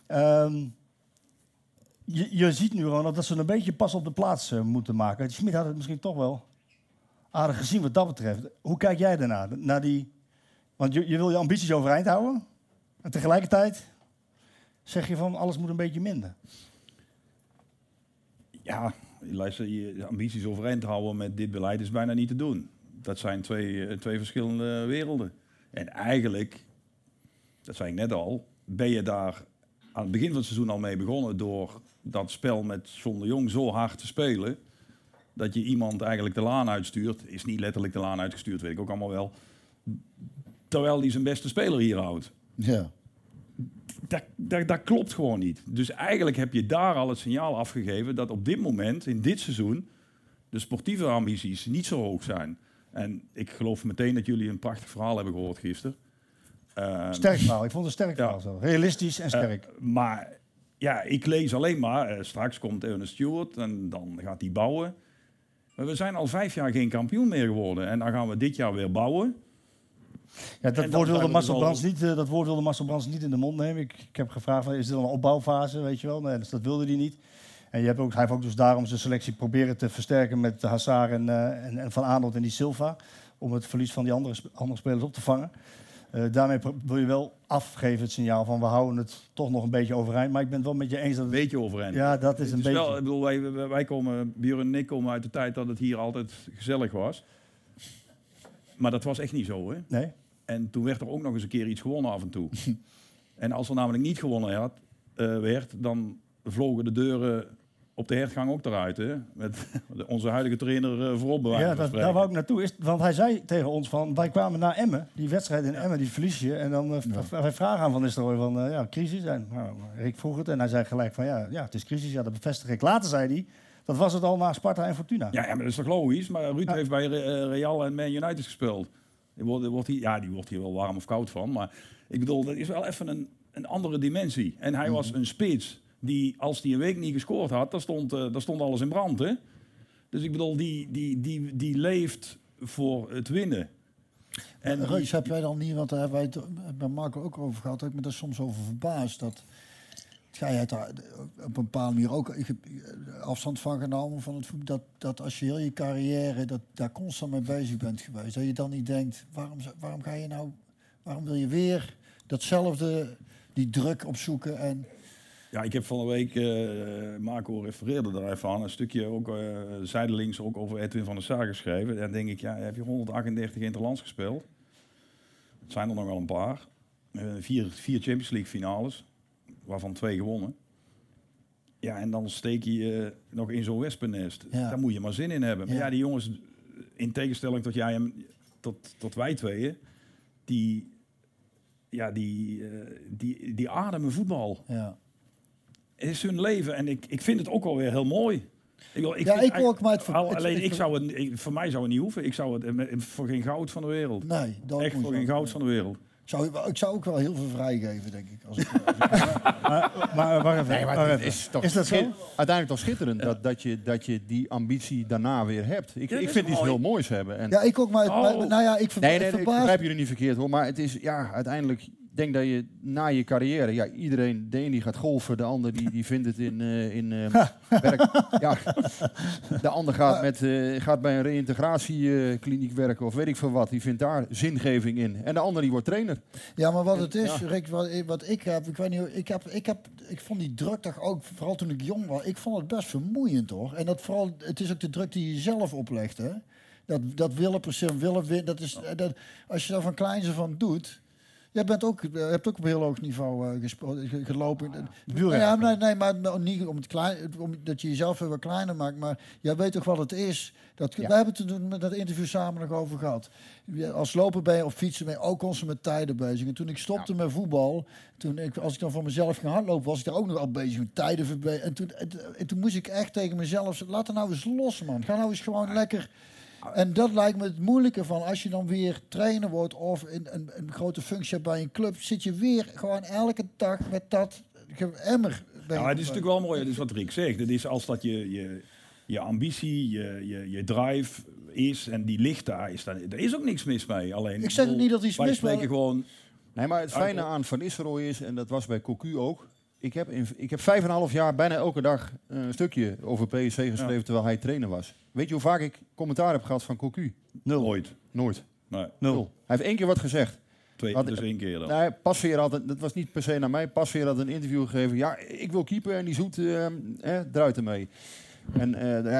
Je ziet nu gewoon dat ze een beetje pas op de plaats moeten maken. Schmid had het misschien toch wel aardig gezien wat dat betreft. Hoe kijk jij daarna? Want je wil je ambities overeind houden. En tegelijkertijd zeg je van alles moet een beetje minder. Ja, luister, je ambities overeind houden met dit beleid is bijna niet te doen. Dat zijn twee verschillende werelden. En eigenlijk, dat zei ik net al, ben je daar aan het begin van het seizoen al mee begonnen door dat spel met John de Jong zo hard te spelen, dat je iemand eigenlijk de laan uitstuurt. Is niet letterlijk de laan uitgestuurd, weet ik ook allemaal wel. Terwijl hij zijn beste speler hier houdt. Ja. Dat klopt gewoon niet. Dus eigenlijk heb je daar al het signaal afgegeven dat op dit moment, in dit seizoen, de sportieve ambities niet zo hoog zijn. En ik geloof meteen dat jullie een prachtig verhaal hebben gehoord gisteren. Sterk verhaal. Ik vond het een sterk verhaal zo. Realistisch en sterk. Maar ja, ik lees alleen maar, straks komt Ernest Stewart en dan gaat hij bouwen. Maar we zijn al 5 jaar geen kampioen meer geworden. En dan gaan we dit jaar weer bouwen. Ja, dat woord wilde Marcel Brands niet in de mond nemen. Ik heb gevraagd, is dit dan een opbouwfase, weet je wel? Nee, dus dat wilde hij niet. En hij heeft ook dus daarom zijn selectie proberen te versterken met Hazard en Van Aanholt en die Silva. Om het verlies van die andere spelers op te vangen. Daarmee wil je wel afgeven het signaal van we houden het toch nog een beetje overeind. Maar ik ben het wel met je eens dat een beetje overeind. Ja, dat is een beetje. Wel, ik bedoel, wij komen, Björn en ik komen uit de tijd dat het hier altijd gezellig was. Maar dat was echt niet zo, hè? Nee. En toen werd er ook nog eens een keer iets gewonnen af en toe. En als er namelijk niet gewonnen werd, dan vlogen de deuren op de hertgang ook eruit. Hè? Met onze huidige trainer voorop bewaard. Ja, daar wou ik naartoe. Want hij zei tegen ons van, wij kwamen naar Emmen, die wedstrijd in Emmen, die verlies je. En dan wij vragen aan Van Nistelrooy van, crisis. En Rick vroeg het en hij zei gelijk van, ja, het is crisis. Ja, dat bevestig ik. Later zei hij, dat was het al na Sparta en Fortuna. Ja, maar dat is toch logisch? Maar Ruud heeft bij Real en Man United gespeeld. Die wordt hier wel warm of koud van. Maar ik bedoel, dat is wel even een andere dimensie. En hij was een spits die, als hij een week niet gescoord had, dan stond alles in brand. Hè? Dus ik bedoel, die leeft voor het winnen. En Reus, heb jij dan niet, want daar hebben wij het bij Marco ook over gehad, dat ik me daar soms over verbaasd, dat jij daar op een bepaalde manier ook afstand van genomen van het voetbal, dat als je heel je carrière daar constant mee bezig bent geweest, dat je dan niet denkt, waarom wil je weer datzelfde, die druk opzoeken en... Ja, ik heb van de week, Marco refereerde daar even aan, een stukje ook zijdelings ook over Edwin van der Sar geschreven. Dan denk ik, heb je 138 interlands gespeeld? Het zijn er nog wel een paar. 4 Champions League finales, waarvan 2 gewonnen. Ja, en dan steek je nog in zo'n wespennest. Ja. Daar moet je maar zin in hebben. Ja. Maar ja, die jongens, in tegenstelling tot jij en tot wij tweeën, die ademen voetbal. Ja. Het is hun leven en ik vind het ook alweer heel mooi. Voor mij zou het niet hoeven. Ik zou het voor geen goud van de wereld. Nee, echt voor geen goud van de wereld. Ik zou ook wel heel veel vrijgeven, denk ik. Maar is dat zo? Uiteindelijk toch schitterend dat je die ambitie daarna weer hebt. Ik vind iets heel moois hebben. En ja, ik ook. Ik begrijp jullie niet verkeerd hoor. Maar het is uiteindelijk... Ik denk dat je na je carrière, de een die gaat golfen, de ander die vindt het in werk. Ja, de ander gaat bij een reïntegratiekliniek werken of weet ik veel wat. Die vindt daar zingeving in. En de ander die wordt trainer. Ja, maar wat het is, Rick, wat ik heb, ik weet niet, ik vond die druk toch ook, vooral toen ik jong was, ik vond het best vermoeiend hoor. En het is ook de druk die je zelf oplegt, hè. Dat willen winnen, als je daar van kleins af van doet. Jij hebt ook op een heel hoog niveau gelopen. Maar niet omdat je jezelf weer wat kleiner maakt. Maar jij weet toch wat het is. Wij hebben het toen met dat interview samen nog over gehad. Als loper ben je of fietsen ben je ook constant met tijden bezig. En toen ik stopte met voetbal, als ik dan voor mezelf ging hardlopen, was ik daar ook nog al bezig met tijden verbeteren. En toen moest ik echt tegen mezelf zeggen, laat er nou eens los, man. Ga nou eens gewoon lekker... En dat lijkt me het moeilijke van als je dan weer trainer wordt of een grote functie hebt bij een club, zit je weer gewoon elke dag met dat emmer. Ja, het is natuurlijk wel mooi, dat is wat Rick zegt. Het is als dat je ambitie, je drive is en die ligt daar, er is ook niks mis mee. Alleen, ik zeg niet dat iets mis mee. Gewoon. Nee, maar het fijne aan Van Nistelrooy is, en dat was bij Cocu ook, ik heb 5,5 jaar bijna elke dag een stukje over PSV geschreven terwijl hij trainer was. Weet je hoe vaak ik commentaar heb gehad van Cocu? 0. Nooit. Nee. 0. Hij heeft 1 keer wat gezegd. 1 keer dan. Nee, Pasveer had, dat was niet per se naar mij, Pasveer had een interview gegeven. Ja, ik wil keeper en die Zoet eruit ermee. En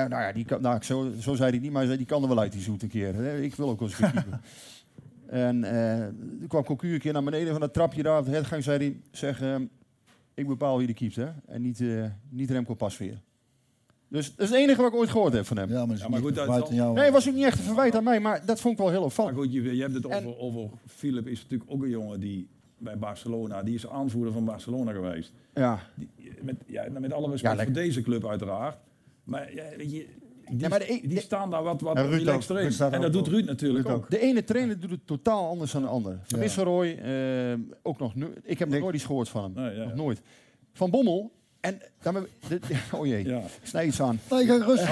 zo zei hij het niet, maar hij zei, die kan er wel uit, die Zoet een keer. Ik wil ook wel eens een keer keeper. En toen kwam Cocu een keer naar beneden van dat trapje daar op de headgang, zei hij, ik bepaal wie de keept, hè. En niet Remco Pasveer. Dus dat is het enige wat ik ooit gehoord heb van hem. Ja, maar goed, Nee, was ook niet echt een verwijt aan mij, maar dat vond ik wel heel Maar opvallend. goed, je hebt het over Philip is natuurlijk ook een jongen die bij Barcelona, die is aanvoerder van Barcelona geweest. Ja. Met alle respect voor deze club uiteraard. Maar weet je, die staan daar wat relaxed erin. En dat doet Ruud natuurlijk ook. De ene trainer doet het totaal anders dan de andere. Van Nistelrooy, ook nog ik heb nog nooit iets gehoord van hem. Nog nooit. Van Bommel. En dan oh jee, ik snij iets aan. Nee, ga rustig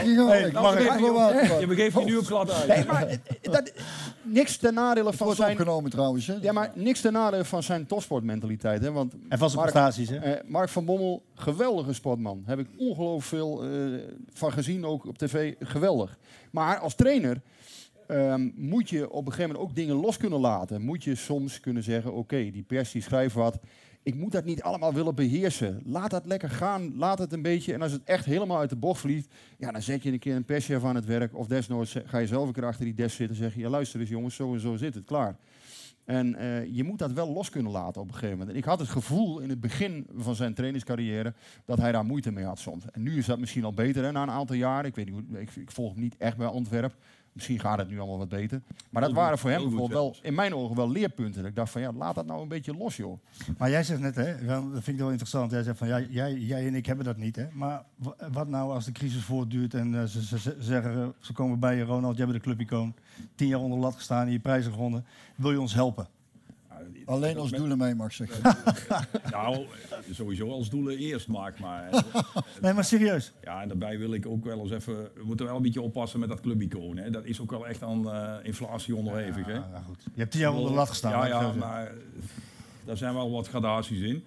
Je begeeft je nu ook glad uit. Nee, maar niks ten nadele van zijn... opgenomen trouwens. Hè? Ja, maar niks ten nadele van zijn topsportmentaliteit. Hè? Want en van zijn prestaties, hè? Mark van Bommel, geweldige sportman. Heb ik ongelooflijk veel van gezien, ook op tv. Geweldig. Maar als trainer moet je op een gegeven moment ook dingen los kunnen laten. Moet je soms kunnen zeggen, oké, die pers die schrijft wat... Ik moet dat niet allemaal willen beheersen. Laat dat lekker gaan. Laat het een beetje. En als het echt helemaal uit de bocht vliegt... Ja, dan zet je een keer een perschef aan het werk. Of desnoods ga je zelf een keer achter die desk zitten en zeg je... Ja, luister eens jongens, zo en zo zit het. Klaar. En je moet dat wel los kunnen laten op een gegeven moment. En ik had het gevoel in het begin van zijn trainingscarrière... dat hij daar moeite mee had soms. En nu is dat misschien al beter, hè, na een aantal jaren. Ik weet niet, ik volg hem niet echt bij Antwerpen. Misschien gaat het nu allemaal wat beter. Maar dat waren voor hem bijvoorbeeld wel, in mijn ogen wel leerpunten. Dat ik dacht van, ja, laat dat nou een beetje los, joh. Maar jij zegt net, hè, dat vind ik wel interessant. Jij zegt van, ja, jij en ik hebben dat niet, hè. Maar wat nou als de crisis voortduurt en ze zeggen... Ze komen bij je, Ronald, jij bent de clubicoon. 10 jaar onder lat gestaan, je prijzen gewonnen. Wil je ons helpen? Alleen als doelen mee mag zeggen. Nou, sowieso als doelen eerst maak maar. Nee, maar serieus. Ja, en daarbij wil ik ook wel eens even... We moeten wel een beetje oppassen met dat clubicoon. Hè. Dat is ook wel echt aan inflatie onderhevig. Hè. Ja, goed. Je hebt 10 jaar onder lat gestaan. Ja, maar daar zijn wel wat gradaties in.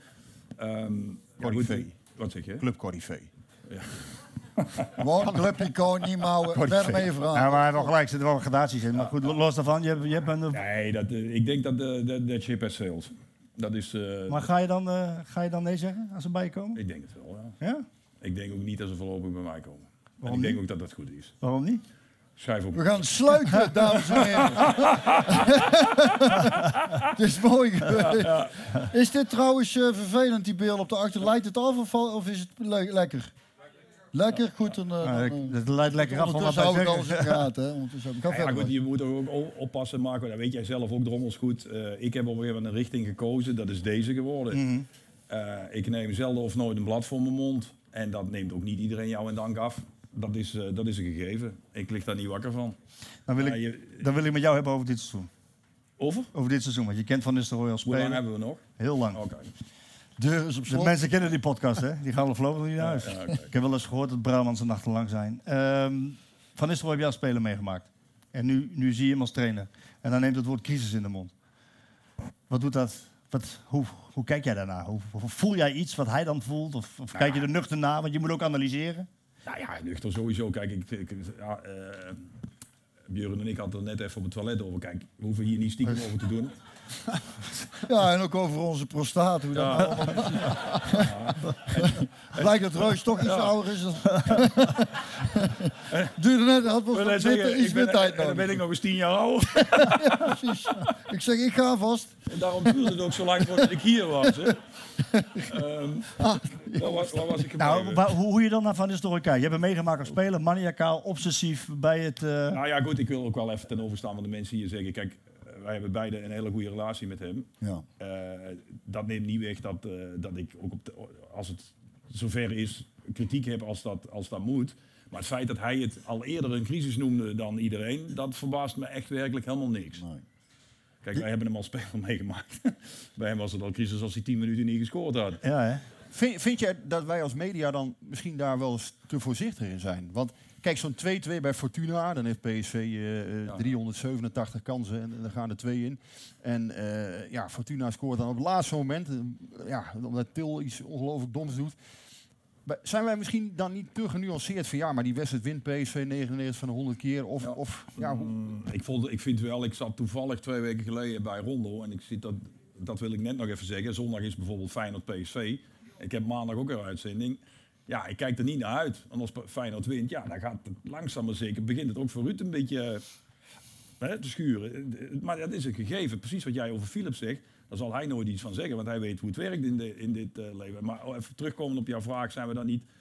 Wat zeg je? Club Corrivé. Ja. Gewoon clubicoon, niet mouwen. Verder mee vragen. Ja, maar nog gelijk zitten wel gradaties in. Maar goed, los daarvan, je hebt een... Nee, ik denk dat de chip has sales. Dat is... Maar ga je dan nee zeggen als ze bij je komen? Ik denk het wel, ja. Ja? Ik denk ook niet dat ze voorlopig bij mij komen. Waarom ik denk niet? ook dat dat goed is. Waarom niet? Schrijf op. We gaan sluiten, dames en heren. Het is mooi geweest. Is dit trouwens vervelend, die beeld op de achter? Lijkt het af of is het lekker? Lekker, goed. Het leidt lekker af van wat hij zegt. Je moet er ook oppassen, Marco. Dat weet jij zelf ook drommels goed. Ik heb op een gegeven moment een richting gekozen. Dat is deze geworden. Mm-hmm. Ik neem zelden of nooit een blad voor mijn mond. En dat neemt ook niet iedereen jou in dank af. Dat is een gegeven. Ik lig daar niet wakker van. Dan wil ik met jou hebben over dit seizoen. Over dit seizoen, want je kent Van Nistelrooy als speler. Hoe lang hebben we nog? Heel lang. Okay. Deur is op slot. De mensen kennen die podcast, hè? Die gaan voorlopig niet naar huis. Ja, okay. Ik heb wel eens gehoord dat Brabantse nachten lang zijn. Van Nistelrooy heb jij als speler meegemaakt. En nu zie je hem als trainer. En dan neemt het woord crisis in de mond. Wat doet dat? Hoe kijk jij daarnaar? Voel jij iets wat hij dan voelt? Of kijk je er nuchter naar? Want je moet ook analyseren. Nou ja, nuchter sowieso. Kijk, Björn en ik hadden er net even op het toilet over. Kijk, we hoeven hier niet stiekem over te doen. Ja, en ook over onze prostaat. Hoe dat allemaal... Blijkt dat Reus toch iets ouder is. Duurde net, had wel iets meer tijd nodig. Dan ben ik nog eens 10 jaar ouder. Ja, precies. Ik zeg, ik ga vast. En daarom duurde het ook zo lang voordat ik hier was. Hè. Waar was ik hoe je dan naar Van Nistelrooy kijkt? Je hebt hem meegemaakt als speler, maniacaal, obsessief bij het... Nou ja, goed, ik wil ook wel even ten overstaan van de mensen hier zeggen. Kijk, wij hebben beide een hele goede relatie met hem. Ja. Dat neemt niet weg dat ik ook als het zover is, kritiek heb als dat moet. Maar het feit dat hij het al eerder een crisis noemde dan iedereen, dat verbaast me echt werkelijk helemaal niks. Nee. Kijk, wij hebben hem als speler meegemaakt. Bij hem was het al crisis als hij 10 minuten niet gescoord had. Ja, hè? Vind jij dat wij als media dan misschien daar wel eens te voorzichtig in zijn? Want kijk, zo'n 2-2 bij Fortuna, dan heeft PSV 387 kansen en dan gaan er 2 in. En Fortuna scoort dan op het laatste moment, omdat Til iets ongelooflijk doms doet. Zijn wij misschien dan niet te genuanceerd van ja, maar die wedstrijd wint PSV 99 van de 100 keer? Ik zat toevallig 2 weken geleden bij Rondo en ik zie dat wil ik net nog even zeggen. Zondag is bijvoorbeeld Feyenoord PSV. Ik heb maandag ook een uitzending. Ja, ik kijk er niet naar uit. En als Feyenoord wint, ja, dan gaat het langzaam maar zeker... begint het ook voor Ruud een beetje te schuren. Maar dat is een gegeven. Precies wat jij over Philips zegt. Daar zal hij nooit iets van zeggen, want hij weet hoe het werkt in dit leven. Maar even terugkomen op jouw vraag, zijn we dan niet...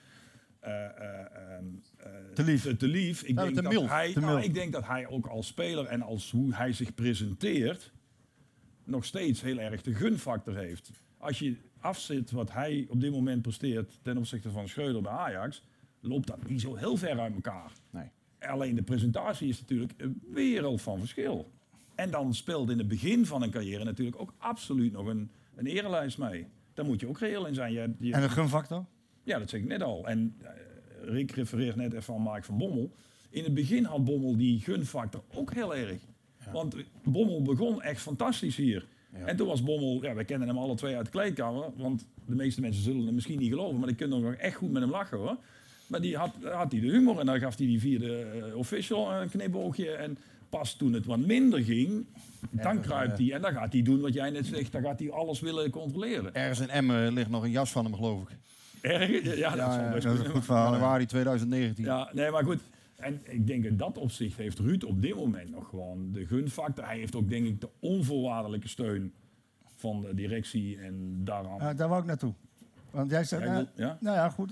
te lief. Ik denk dat hij ook als speler en als hoe hij zich presenteert nog steeds heel erg de gunfactor heeft. Als je afzet wat hij op dit moment presteert ten opzichte van Schreuder bij Ajax, loopt dat niet zo heel ver uit elkaar. Nee. Alleen de presentatie is natuurlijk een wereld van verschil. En dan speelt in het begin van een carrière natuurlijk ook absoluut nog een erelijst mee. Daar moet je ook reëel in zijn. En de gunfactor? Ja, dat zeg ik net al. En Rick refereert net even aan Mark van Bommel. In het begin had Bommel die gunfactor ook heel erg. Ja. Want Bommel begon echt fantastisch hier. Ja. En toen was Bommel, ja, wij kennen hem alle twee uit de kleedkamer. Want de meeste mensen zullen het misschien niet geloven, maar die kunnen nog echt goed met hem lachen hoor. Maar die had hij de humor en dan gaf hij die vierde official een knipoogje. En pas toen het wat minder ging, dan kruipt hij. En dan gaat hij doen wat jij net zegt, dan gaat hij alles willen controleren. Ergens in Emmen ligt nog een jas van hem, geloof ik. Ergens? Ja, dat zal best dat is een goed verhaal. Januari 2019. Ja, nee, maar goed. En ik denk in dat opzicht heeft Ruud op dit moment nog gewoon de gunfactor. Hij heeft ook denk ik de onvoorwaardelijke steun van de directie en daaraan. Daar wou ik naartoe. Want jij zei, nou ja, goed.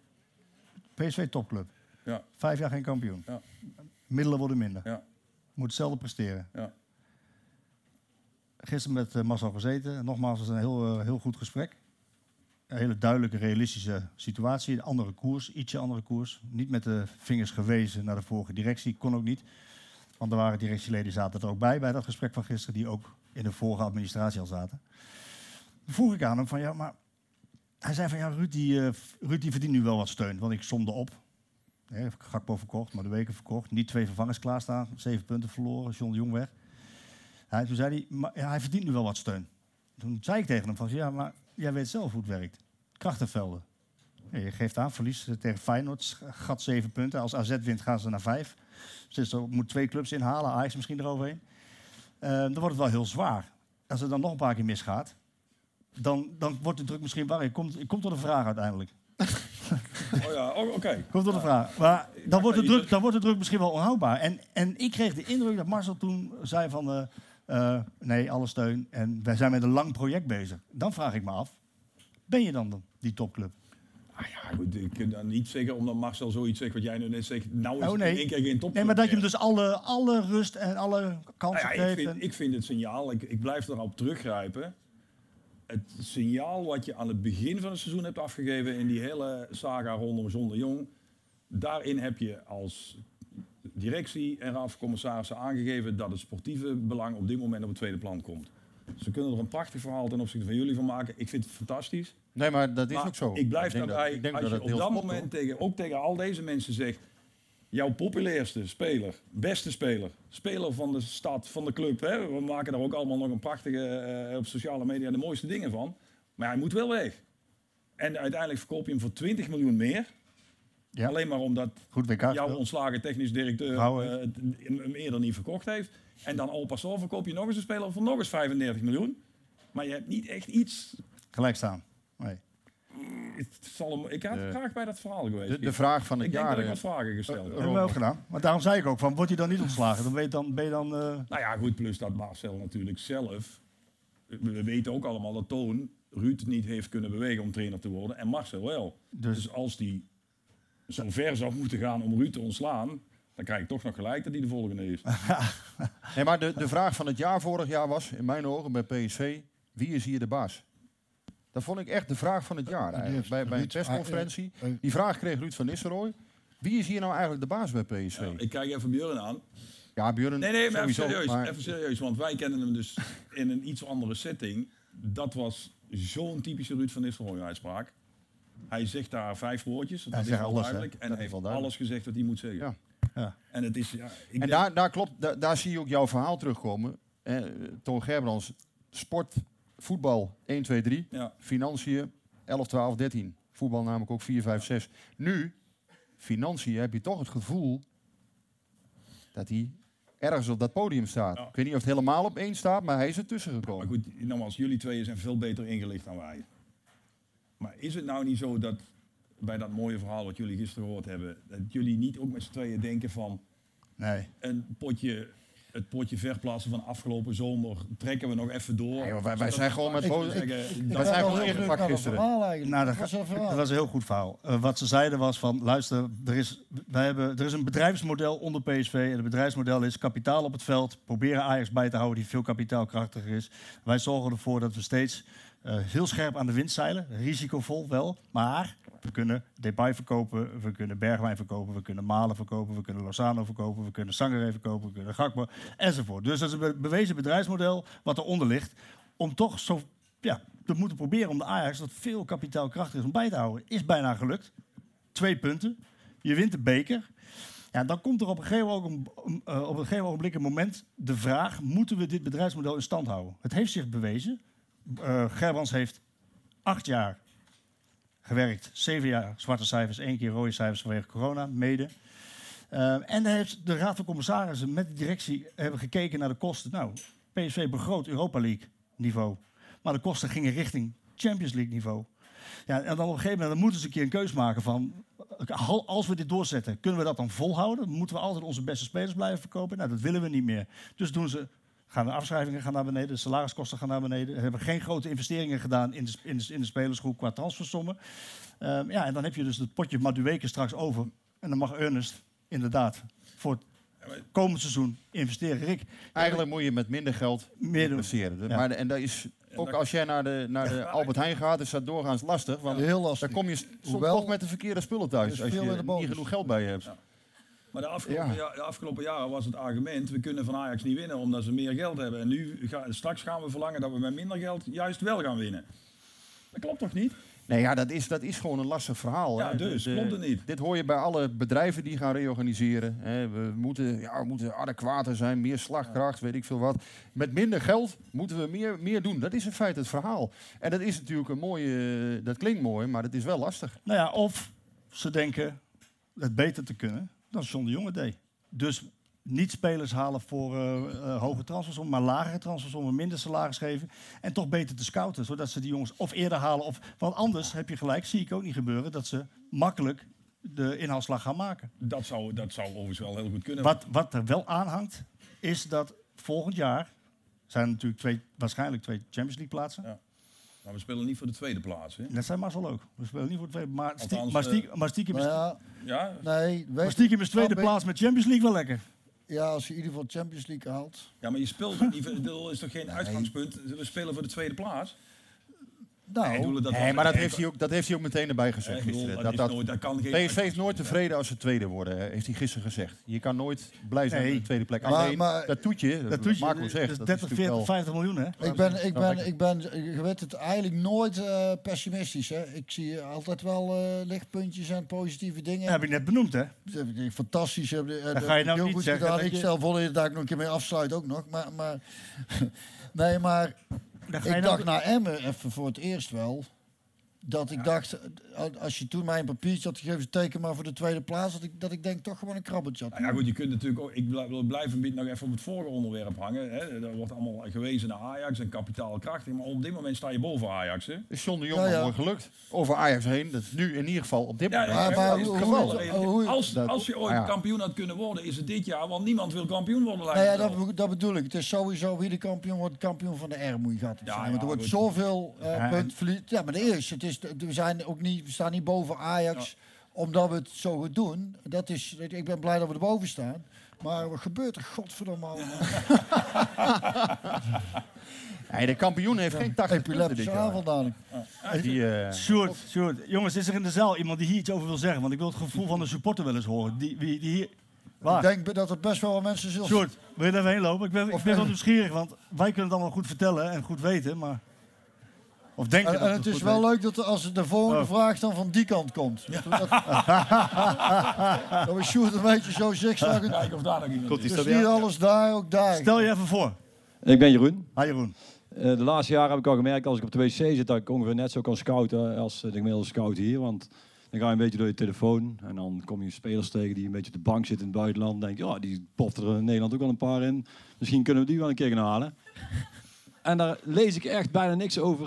PSV topclub. Ja. 5 jaar geen kampioen. Ja. Middelen worden minder. Ja. Moet hetzelfde presteren. Ja. Gisteren met Marcel gezeten. Nogmaals, het was een heel goed gesprek. Een hele duidelijke, realistische situatie. Een andere koers, ietsje andere koers. Niet met de vingers gewezen naar de vorige directie. Kon ook niet. Want er waren directieleden zaten er ook bij dat gesprek van gisteren. Die ook in de vorige administratie al zaten. Toen vroeg ik aan hem van ja, maar... Hij zei van ja, Ruud die verdient nu wel wat steun. Want ik somde op. Gakpo verkocht, maar de weken verkocht. Niet 2 vervangers klaarstaan. 7 punten verloren. John de Jong weg. Toen zei hij, maar, ja, hij verdient nu wel wat steun. Toen zei ik tegen hem van ja, maar jij weet zelf hoe het werkt. Krachtenvelden. Ja, je geeft aan, verlies tegen Feyenoord. Gat 7 punten. Als AZ wint gaan ze naar 5. Dus er moet 2 clubs inhalen. Ajax misschien eroverheen. Dan wordt het wel heel zwaar. Als het dan nog een paar keer misgaat. Dan wordt de druk misschien waar. Ik kom tot een vraag uiteindelijk. Oh ja, oké. Komt tot een vraag. Maar dan wordt de druk misschien wel onhoudbaar. En ik kreeg de indruk dat Marcel toen zei van... nee, alle steun. En wij zijn met een lang project bezig. Dan vraag ik me af, ben je dan die topclub? Ah ja, goed, ik kan dan niet zeggen omdat Marcel zoiets zegt wat jij nu net zegt. Nou is het in één keer geen topclub. Nee, maar dat je hem dus alle rust en alle kansen geeft. Ik vind het signaal, ik blijf erop teruggrijpen. Het signaal wat je aan het begin van het seizoen hebt afgegeven in die hele saga rondom John de Jong. Daarin heb je als directie en raad van commissarissen aangegeven dat het sportieve belang op dit moment op het tweede plan komt. Ze kunnen er een prachtig verhaal ten opzichte van jullie van maken. Ik vind het fantastisch. Nee, maar dat is ook zo. Ik blijf daarbij, als je op dat moment tegen al deze mensen zegt, jouw populairste speler, beste speler, speler van de stad, van de club. Hè? We maken daar ook allemaal nog een prachtige, op sociale media de mooiste dingen van. Maar hij moet wel weg. En uiteindelijk verkoop je hem voor 20 miljoen meer. Ja. Alleen maar omdat jouw ontslagen technisch directeur hem eerder niet verkocht heeft. En dan al passant verkoop je nog eens een speler voor nog eens 35 miljoen. Maar je hebt niet echt iets... Gelijk staan. Nee. Ik had graag bij dat verhaal geweest. De vraag van het jaar. Ik denk dat ik wat vragen gesteld heb. Dat hebben we ook gedaan. Maar daarom zei ik ook van, word je dan niet ontslagen? Dan ben je dan... Nou ja, goed, plus dat Marcel natuurlijk zelf... We weten ook allemaal dat Toon Ruud niet heeft kunnen bewegen om trainer te worden. En Marcel wel. Dus als die zo ver zou moeten gaan om Ruud te ontslaan... dan krijg ik toch nog gelijk dat hij de volgende is. Nee, maar de vraag van het jaar vorig jaar was, in mijn ogen bij PSV... wie is hier de baas? Dat vond ik echt de vraag van het jaar eigenlijk. Bij een persconferentie. Die vraag kreeg Ruud van Nistelrooy. Wie is hier nou eigenlijk de baas bij PSV? Ja, ik kijk even Björn aan. Ja, Björn. Nee, maar even serieus. Want wij kennen hem dus in een iets andere setting. Dat was zo'n typische Ruud van Nistelrooy uitspraak. Hij zegt daar 5 woordjes. Dat is wel duidelijk. En hij heeft alles gezegd wat hij moet zeggen. Ja. Ja. En het is... Ja, daar klopt. Daar zie je ook jouw verhaal terugkomen. Toon Gerbrands, sport... Voetbal 1, 2, 3. Ja. Financiën 11, 12, 13. Voetbal namelijk ook 4, 5, 6. Nu, financiën, heb je toch het gevoel dat hij ergens op dat podium staat. Ja. Ik weet niet of het helemaal op 1 staat, maar hij is ertussen gekomen. Maar goed, nogmaals, jullie twee zijn veel beter ingelicht dan wij. Maar is het nou niet zo dat bij dat mooie verhaal wat jullie gisteren gehoord hebben, dat jullie niet ook met z'n tweeën denken van het potje verplaatsen van afgelopen zomer trekken we nog even door. Ja, wij zijn gewoon met Wij zijn gewoon ingepakt gisteren. Dat was een heel goed verhaal. Wat ze zeiden was van, luister, er is een bedrijfsmodel onder PSV. En het bedrijfsmodel is kapitaal op het veld. Proberen Ajax bij te houden die veel kapitaalkrachtiger is. Wij zorgen ervoor dat we steeds heel scherp aan de wind zeilen. Risicovol wel, maar we kunnen Depay verkopen, we kunnen Bergwijn verkopen, we kunnen Malen verkopen, we kunnen Lozano verkopen, we kunnen Sangaré verkopen, we kunnen Gakpo enzovoort. Dus dat is een bewezen bedrijfsmodel wat eronder ligt om toch te moeten proberen om de Ajax dat veel kapitaalkrachtig is om bij te houden. Is bijna gelukt. 2 punten. Je wint de beker. Ja, dan komt er op een gegeven ogenblik een moment de vraag, moeten we dit bedrijfsmodel in stand houden? Het heeft zich bewezen. Gerbrands heeft 8 jaar gewerkt, 7 jaar zwarte cijfers, 1 keer rode cijfers vanwege corona, mede. En de Raad van Commissarissen met de directie hebben gekeken naar de kosten. Nou, PSV begroot Europa League niveau, maar de kosten gingen richting Champions League niveau. Ja, en dan op een gegeven moment moeten ze een keer een keus maken van, als we dit doorzetten, kunnen we dat dan volhouden? Moeten we altijd onze beste spelers blijven verkopen? Nou, dat willen we niet meer. Dus gaan de afschrijvingen naar beneden, de salariskosten gaan naar beneden. We hebben geen grote investeringen gedaan in de spelersgroep qua transfersommen. En dan heb je dus het potje Madueke straks over. En dan mag Ernest inderdaad voor het komend seizoen investeren. Rick, eigenlijk moet je met minder geld investeren. Ja. Maar en dat is ook als jij naar de Albert Heijn gaat, is dat doorgaans lastig. Want heel lastig. Dan kom je soms toch met de verkeerde spullen thuis als je niet genoeg geld bij je hebt. Ja. Maar de afgelopen jaren was het argument, we kunnen van Ajax niet winnen omdat ze meer geld hebben. En straks gaan we verlangen dat we met minder geld juist wel gaan winnen. Dat klopt toch niet? Nee, ja, dat is gewoon een lastig verhaal. Ja, dus klopt het niet. Dit hoor je bij alle bedrijven die gaan reorganiseren. Hè. We moeten adequater zijn, meer slagkracht, weet ik veel wat. Met minder geld moeten we meer doen. Dat is in feite het verhaal. En dat is natuurlijk een mooie, dat klinkt mooi, maar dat is wel lastig. Nou ja, of ze denken het beter te kunnen dan John de Jonge deed. Dus niet spelers halen voor hoge transfersommen, maar lagere transfersommen, minder salaris geven. En toch beter te scouten, zodat ze die jongens of eerder halen. Want anders heb je gelijk, zie ik ook niet gebeuren, dat ze makkelijk de inhaalslag gaan maken. Dat zou overigens wel heel goed kunnen. Wat er wel aan hangt, is dat volgend jaar zijn er natuurlijk waarschijnlijk 2 Champions League plaatsen. Ja. Maar we spelen niet voor de tweede plaats. Hè? Dat zijn Marcel ook. We spelen niet voor de tweede, maar stiekem is tweede plaats met Champions League wel lekker. Ja, als je in ieder geval Champions League haalt. Ja, maar je speelt niet. Dat is toch geen uitgangspunt? We spelen voor de tweede plaats. Maar dat heeft hij ook meteen erbij gezegd gisteren. PSV is nooit tevreden als ze tweede worden, heeft hij gisteren gezegd. Je kan nooit blij zijn met de tweede plek. Maar dat toetje, Marco zegt, dat is 30, 40, 50 miljoen, hè? Ik ben, je weet het, eigenlijk nooit pessimistisch. Hè? Ik zie altijd wel lichtpuntjes en positieve dingen. Dat heb ik net benoemd, hè? Fantastisch. Dat ga je nou niet zeggen. Gedaan. Ik stel voor dat je daar ook nog een keer mee afsluit ook nog. Maar ik dacht naar Emmen even voor het eerst wel. Dat ik dacht, als je toen mij een papiertje had gegeven, teken maar voor de tweede plaats, dat ik denk toch gewoon een krabbeltje had. Nou ja, goed, je kunt natuurlijk ook, ik blijf een beetje nog even op het vorige onderwerp hangen. Hè. Er wordt allemaal gewezen naar Ajax en kapitaalkrachtig, maar op dit moment sta je boven Ajax. Hè. Is John de Jong mooi gelukt. Over Ajax heen, dat is nu in ieder geval op dit moment. Als je ooit kampioen had kunnen worden, is het dit jaar, want niemand wil kampioen worden. Dat bedoel ik. Het is sowieso wie de kampioen wordt, kampioen van de R moet je gaan zijn. Want er wordt zoveel punten verliezen. Ja, maar de eerste, we staan niet boven Ajax omdat we het zo goed doen. Ik ben blij dat we erboven staan. Maar wat gebeurt er godverdomme allemaal? De kampioen heeft geen 80 epileptische aanval dadelijk. Sjoerd, jongens, is er in de zaal iemand die hier iets over wil zeggen? Want ik wil het gevoel van de supporter wel eens horen. Die hier... Ik denk dat er best wel wat mensen zullen... Sjoerd, wil je er even heen lopen? Ik ben wel nieuwsgierig, want wij kunnen het allemaal goed vertellen en goed weten, maar... En het is wel leuk dat als de volgende vraag dan van die kant komt. Dat we Sjoerd een beetje zo zigzaggen. Kijken of daar nog iemand is. Dus niet alles daar, ook daar. Stel je even voor. Ik ben Jeroen. Hi Jeroen. De laatste jaren heb ik al gemerkt, als ik op de wc zit, dat ik ongeveer net zo kan scouten als de gemiddelde scout hier. Want dan ga je een beetje door je telefoon en dan kom je spelers tegen die een beetje op de bank zitten in het buitenland. Dan denk je, die poft er in Nederland ook wel een paar in. Misschien kunnen we die wel een keer gaan halen. En daar lees ik echt bijna niks over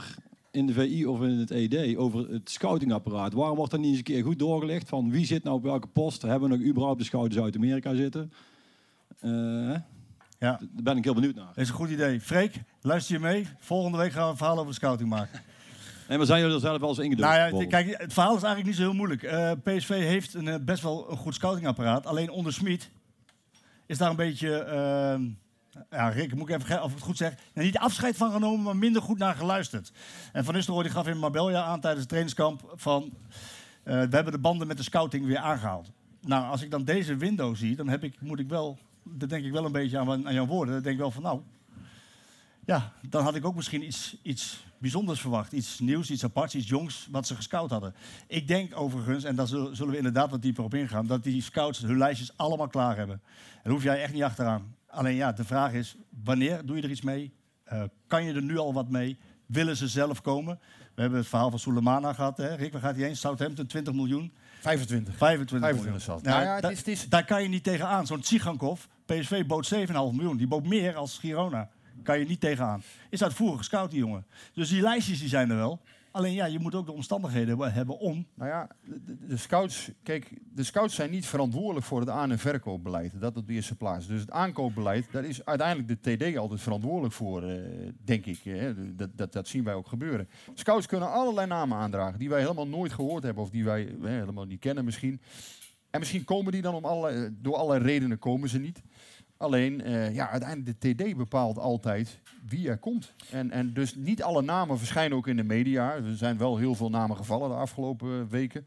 in de VI of in het ED over het scoutingapparaat. Waarom wordt dat niet eens een keer goed doorgelegd? Van wie zit nou op welke post? Hebben we nog überhaupt de scouts uit Amerika zitten? Ja. Daar ben ik heel benieuwd naar. Dat is een goed idee. Freek, luister je mee? Volgende week gaan we een verhaal over de scouting maken. Nee, maar zijn jullie er zelf wel eens ingedoken? Nou ja, kijk, het verhaal is eigenlijk niet zo heel moeilijk. PSV heeft best wel een goed scoutingapparaat. Alleen onder Smit is daar een beetje... Rick, moet ik even of ik het goed zeg. Niet afscheid van genomen, maar minder goed naar geluisterd. En Van Nistelrooy die gaf in Marbella aan tijdens het trainingskamp van... we hebben de banden met de scouting weer aangehaald. Nou, als ik dan deze window zie, dan dan denk ik wel een beetje aan jouw woorden. Dan denk ik wel van, nou... Ja, dan had ik ook misschien iets bijzonders verwacht. Iets nieuws, iets aparts, iets jongs, wat ze gescout hadden. Ik denk overigens, en daar zullen we inderdaad wat dieper op ingaan... dat die scouts hun lijstjes allemaal klaar hebben. Daar hoef jij echt niet achteraan. Alleen ja, de vraag is, wanneer doe je er iets mee? Kan je er nu al wat mee? Willen ze zelf komen? We hebben het verhaal van Soulemana gehad. Hè? Rick, waar gaat hij heen? Southampton, 20 miljoen? 25 miljoen. Zat. Nou, ja, daar kan je niet tegenaan. Zo'n Tsigankov, PSV bood 7,5 miljoen. Die bood meer als Girona. Kan je niet tegenaan. Is uitvoerig gescout, die jongen. Dus die lijstjes die zijn er wel. Alleen ja, je moet ook de omstandigheden hebben om... Nou ja, de scouts zijn niet verantwoordelijk voor het aan- en verkoopbeleid. Dat op de eerste plaats. Dus het aankoopbeleid, daar is uiteindelijk de TD altijd verantwoordelijk voor, denk ik. Dat zien wij ook gebeuren. Scouts kunnen allerlei namen aandragen die wij helemaal nooit gehoord hebben. Of die wij helemaal niet kennen misschien. En misschien komen die dan door allerlei redenen komen ze niet. Alleen, uiteindelijk de TD bepaalt altijd wie er komt. En dus niet alle namen verschijnen ook in de media. Er zijn wel heel veel namen gevallen de afgelopen weken.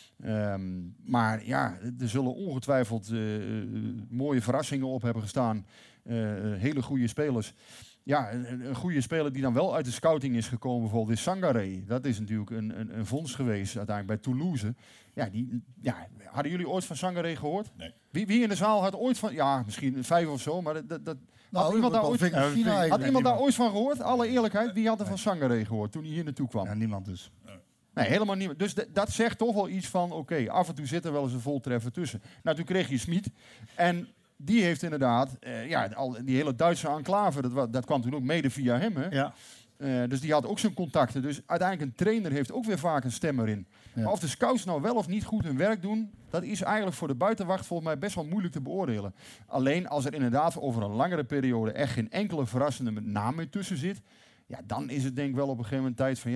Maar ja, er zullen ongetwijfeld mooie verrassingen op hebben gestaan. Hele goede spelers. Ja, een goede speler die dan wel uit de scouting is gekomen, bijvoorbeeld is Sangaré. Dat is natuurlijk een vondst geweest uiteindelijk bij Toulouse. Hadden jullie ooit van Sangaré gehoord? Nee. Wie in de zaal had ooit van... Ja, misschien 5 of zo, maar had iemand daar ooit van gehoord? Alle eerlijkheid, wie had er van Sangaré gehoord toen hij hier naartoe kwam? Ja, niemand dus. Nee, helemaal niemand. Dus dat zegt toch wel iets van, oké, af en toe zit er wel eens een voltreffer tussen. Nou, toen kreeg je Smit en... Die heeft inderdaad, die hele Duitse enclave, dat kwam toen ook mede via hem. Hè? Ja. Dus die had ook zijn contacten. Dus uiteindelijk een trainer heeft ook weer vaak een stem erin. Ja. Maar of de scouts nou wel of niet goed hun werk doen, dat is eigenlijk voor de buitenwacht volgens mij best wel moeilijk te beoordelen. Alleen als er inderdaad over een langere periode echt geen enkele verrassende naam meer tussen zit, ja, dan is het denk ik wel op een gegeven moment tijd van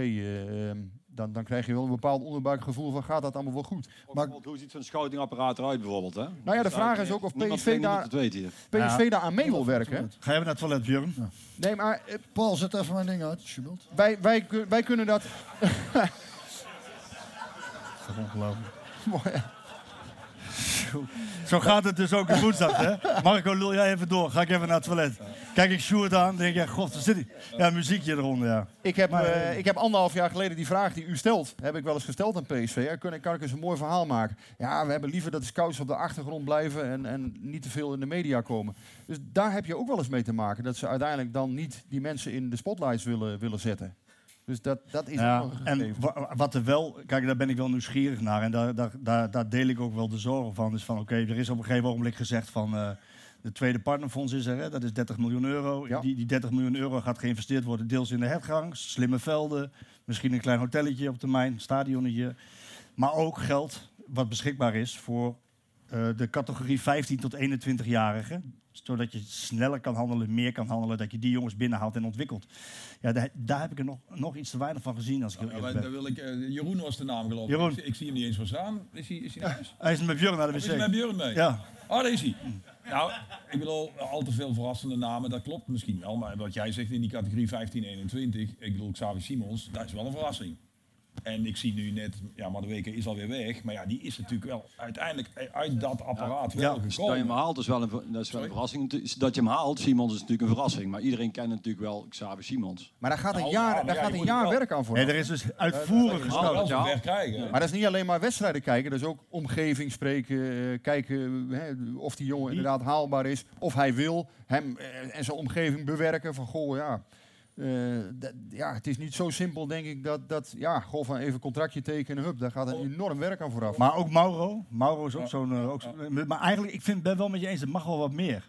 dan krijg je wel een bepaald onderbuikgevoel van gaat dat allemaal wel goed. Maar hoe ziet zo'n scoutingapparaat eruit bijvoorbeeld? Hè? Nou ja, de vraag is ook of PSV daar aan mee wil werken. Ga je naar het toilet, Björn? Ja. Nee, maar... Paul, zet even mijn ding uit, alsjeblieft. Wij kunnen dat... Dat is ongelooflijk. Mooi. Zo gaat het dus ook in woensdag, hè? Marco, lul jij even door. Ga ik even naar het toilet. Kijk ik Sjoerd aan, denk ik, god, waar zit hij? Ja, muziekje eronder, ja. Ik heb 1,5 jaar geleden die vraag die u stelt, heb ik wel eens gesteld aan PSV. Kan ik eens een mooi verhaal maken? Ja, we hebben liever dat de scouts op de achtergrond blijven en niet te veel in de media komen. Dus daar heb je ook wel eens mee te maken, dat ze uiteindelijk dan niet die mensen in de spotlights willen zetten. Dus dat is ook nog een gegeven. En wat er wel, kijk, daar ben ik wel nieuwsgierig naar en daar deel ik ook wel de zorgen van. Is van oké, er is op een gegeven ogenblik gezegd van de tweede partnerfonds is er, hè, dat is 30 miljoen euro. Ja. Die 30 miljoen euro gaat geïnvesteerd worden, deels in de hertgang, slimme velden, misschien een klein hotelletje op termijn, stadionnetje. Maar ook geld wat beschikbaar is voor de categorie 15 tot 21-jarigen. Zodat je sneller kan handelen, meer kan handelen, dat je die jongens binnenhaalt en ontwikkelt. Ja, daar heb ik er nog iets te weinig van gezien. Als ik daar wil ik, Jeroen was de naam geloof ik. Jeroen. Ik zie hem niet eens verstaan. Is hij naar huis? Hij is met Björn naar de wc. Is hij met Björn mee? Ja. Oh, daar is hij. Nou, ik bedoel, al te veel verrassende namen, dat klopt misschien wel. Maar wat jij zegt in die categorie 15-21, ik bedoel Xavi Simons, dat is wel een verrassing. En ik zie nu net, ja, maar de week is alweer weg. Maar ja, die is natuurlijk wel uiteindelijk uit dat apparaat wel gekomen. Dat je hem haalt is wel een verrassing. Dat je hem haalt, Simons is natuurlijk een verrassing. Maar iedereen kent natuurlijk wel Xavi Simons. Maar daar gaat een jaar werk aan voor. Nee, er is dus uitvoerig gesproken. Maar dat is niet alleen maar wedstrijden kijken. Dat is ook omgeving spreken. Kijken of die jongen inderdaad haalbaar is. Of hij wil hem en zijn omgeving bewerken. Van goh, ja, het is niet zo simpel, denk ik, dat van even een contractje tekenen, hup, daar gaat een enorm werk aan vooraf. Maar ook Mauro is ook zo'n... maar eigenlijk, ik ben wel met je eens, het mag wel wat meer.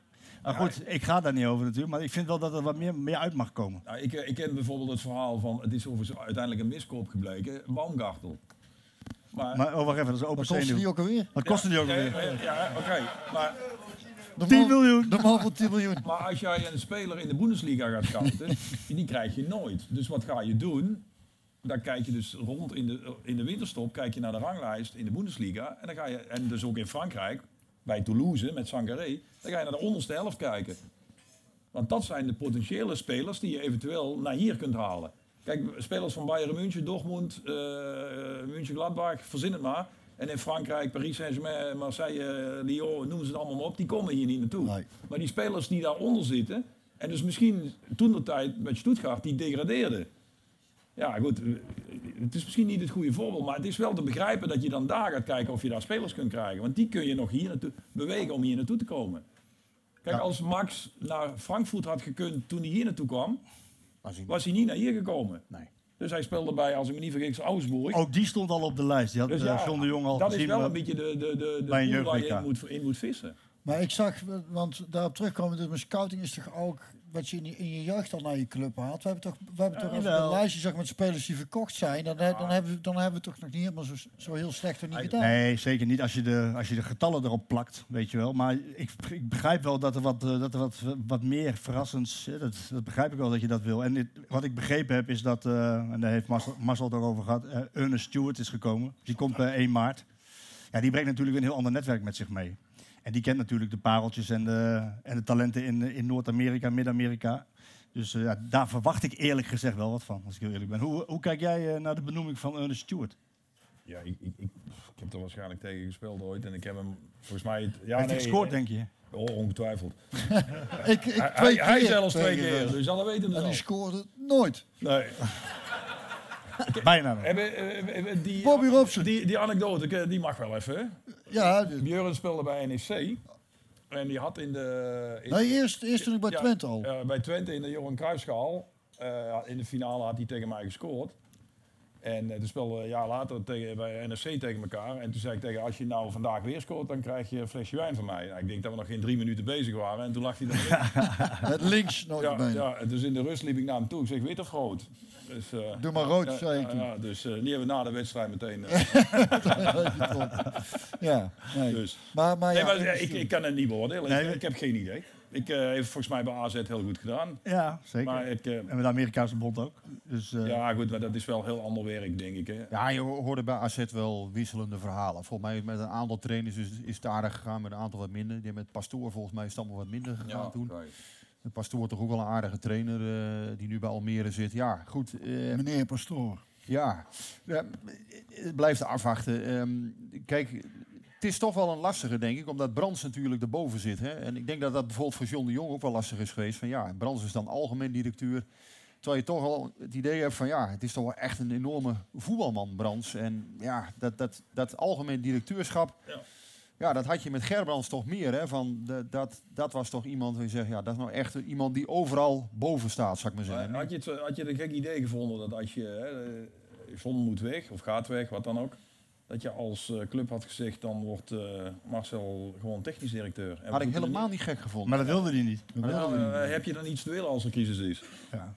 Maar goed, ik ga daar niet over natuurlijk, maar ik vind wel dat er wat meer uit mag komen. Nou, ik ken bijvoorbeeld het verhaal van, het is overigens uiteindelijk een miskoop gebleken, Baumgartel. Maar wacht even, dat is open Wat kostte die ook alweer? Wat kostte die ook alweer? Ja, oké. Maar 10 miljoen. De man van 10 miljoen. Maar als jij een speler in de Bundesliga gaat scouten, die krijg je nooit. Dus wat ga je doen? Dan kijk je dus rond in de winterstop, kijk je naar de ranglijst in de Bundesliga. En dan ga je, en dus ook in Frankrijk, bij Toulouse met Sangaré, dan ga je naar de onderste helft kijken. Want dat zijn de potentiële spelers die je eventueel naar hier kunt halen. Kijk, spelers van Bayern München, Dortmund, München-Gladbach, verzin het maar. En in Frankrijk, Paris Saint-Germain, Marseille, Lyon, noemen ze het allemaal maar op, die komen hier niet naartoe. Nee. Maar die spelers die daaronder zitten, en dus misschien toen de tijd met Stuttgart, die degradeerden. Ja goed, het is misschien niet het goede voorbeeld, maar het is wel te begrijpen dat je dan daar gaat kijken of je daar spelers kunt krijgen. Want die kun je nog hier naartoe bewegen om hier naartoe te komen. Kijk, als Max naar Frankfurt had gekund toen hij hier naartoe kwam, was hij niet naar hier gekomen. Nee. Dus hij speelde bij, als ik me niet vergis, Augsburg. Ook die stond al op de lijst. Die had dus John de Jong al dat gezien. Dat is wel een beetje de pool waar je in moet vissen. Maar ik zag, want daarop terugkomen, dus mijn scouting is toch ook wat je in je jeugd al naar je club haalt. We hebben toch als we een lijstje zeg, met spelers die verkocht zijn, dan hebben we toch nog niet helemaal zo heel slecht er niet gedaan. Nee, zeker niet als je de getallen erop plakt, weet je wel. Maar ik begrijp wel dat er wat meer verrassends, dat begrijp ik wel dat je dat wil. En wat ik begrepen heb is dat, en daar heeft Marcel het ook over gehad, Ernest Stewart is gekomen. Die komt bij 1 maart. Ja, die brengt natuurlijk een heel ander netwerk met zich mee. En die kent natuurlijk de pareltjes en de talenten in Noord-Amerika, Midden-Amerika. Dus daar verwacht ik eerlijk gezegd wel wat van, als ik heel eerlijk ben. Hoe kijk jij naar de benoeming van Ernest Stewart? Ja, ik heb er waarschijnlijk tegen gespeeld ooit en ik heb hem volgens mij... Heeft hij gescoord, denk je? Oh, ongetwijfeld. Hij zelfs 2 keer, dus alle weten het al. En die scoorde nooit. Nee. Bijna. Bobby Robson. Die anekdote, die mag wel even. Ja. Björn speelde bij NEC. En die had eerst toen ik bij Twente al. Bij Twente in de Johan Cruijffschaal. In de finale had hij tegen mij gescoord. En toen speelden we een jaar later bij NEC tegen elkaar. En toen zei ik tegen als je nou vandaag weer scoort, dan krijg je een flesje wijn van mij. Nou, ik denk dat we nog geen 3 minuten bezig waren. En toen lag hij erin. Met links nooit mee. Ja, dus in de rust liep ik naar hem toe. Ik zeg, wit of rood? Dus, doe maar rood, zei ik. Dus die hebben we na de wedstrijd meteen... ja, nee. Dus. Maar ik kan het niet beoordelen. Nee, ik heb geen idee. Ik heeft volgens mij bij AZ heel goed gedaan. Ja, zeker. Maar en met de Amerikaanse bond ook. Dus, ja, goed, maar dat is wel heel ander werk, denk ik. Hè. Ja, je hoorde bij AZ wel wisselende verhalen. Volgens mij met een aantal trainers is het aardig gegaan, met een aantal wat minder. Die met Pastoor volgens mij is het allemaal wat minder gegaan toen. Okay. De Pastoor toch ook wel een aardige trainer die nu bij Almere zit. Ja, goed. Meneer Pastoor. Ja, het blijft afwachten. Kijk, het is toch wel een lastige, denk ik, omdat Brands natuurlijk erboven zit. Hè? En ik denk dat dat bijvoorbeeld voor John de Jong ook wel lastig is geweest. Van ja, Brands is dan algemeen directeur. Terwijl je toch al het idee hebt van ja, het is toch wel echt een enorme voetbalman, Brands. En ja, dat algemeen directeurschap... Ja. Ja, dat had je met Gerbrands toch meer. Hè? Van dat was toch iemand waar je zegt, ja, dat is nou echt iemand die overal boven staat, zou ik maar zeggen. Had je een gek idee gevonden dat als je John moet weg of gaat weg, wat dan ook, dat je als club had gezegd, dan wordt Marcel gewoon technisch directeur. En had ik helemaal niet gek gevonden. Maar dat wilde hij niet. Heb je dan iets te willen als er crisis is? Ja.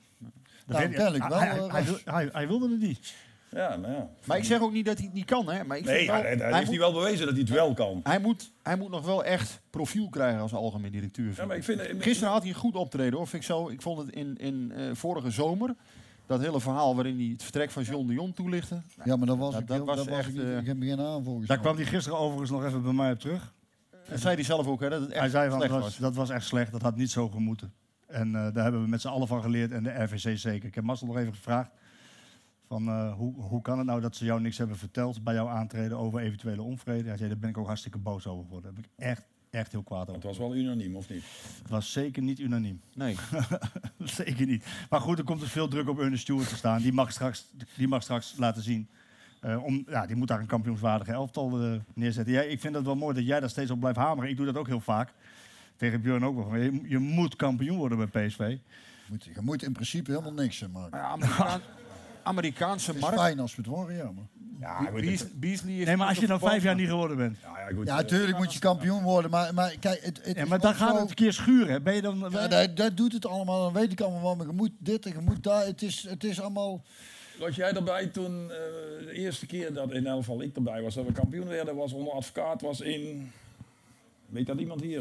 Hij wilde het niet. Ja, nou ja. Maar ik zeg ook niet dat hij het niet kan, hè? Maar ik nee, hij heeft wel bewezen dat hij het wel kan. Hij moet nog wel echt profiel krijgen als algemeen directeur. Ja, maar gisteren had hij een goed optreden, hoor. Ik vond het in vorige zomer, dat hele verhaal waarin hij het vertrek van John de Jong toelichtte. Ja, maar dat was echt... Ik heb geen aan volgens Daar kwam hij gisteren overigens nog even bij mij op terug. Dat zei hij zelf ook, hè? Dat het echt hij zei slecht was. Dat was echt slecht, dat had niet zo gemoeten. En daar hebben we met z'n allen van geleerd en de RVC zeker. Ik heb Marcel nog even gevraagd. Van hoe kan het nou dat ze jou niks hebben verteld bij jouw aantreden over eventuele onvrede? Hij zei, daar ben ik ook hartstikke boos over geworden. Daar ben ik echt heel kwaad over. Het was wel unaniem, of niet? Het was zeker niet unaniem. Nee. Zeker niet. Maar goed, er komt dus veel druk op Ernest Stewart te staan. Die mag straks laten zien. Die moet daar een kampioenswaardige elftal neerzetten. Ik vind het wel mooi dat jij daar steeds op blijft hameren. Ik doe dat ook heel vaak. Tegen Björn ook wel. Je moet kampioen worden bij PSV. Je moet in principe helemaal niks maken. Ja, Amerikaanse Het is markt. fijn als we het worden, ja. Maar. Ja, Beasley is... Nee, maar als je dan 5 jaar niet geworden bent. Goed. Ja, natuurlijk moet je kampioen worden, maar kijk... Maar dan gaat het een keer schuren. Ben je dan... Ja, dat doet het allemaal, dan weet ik allemaal wel, maar je moet dit en je moet daar. Het is allemaal... Was jij erbij toen de eerste keer dat in elk geval ik erbij was, dat we kampioen werden, was onder advocaat, was in... Weet dat iemand hier?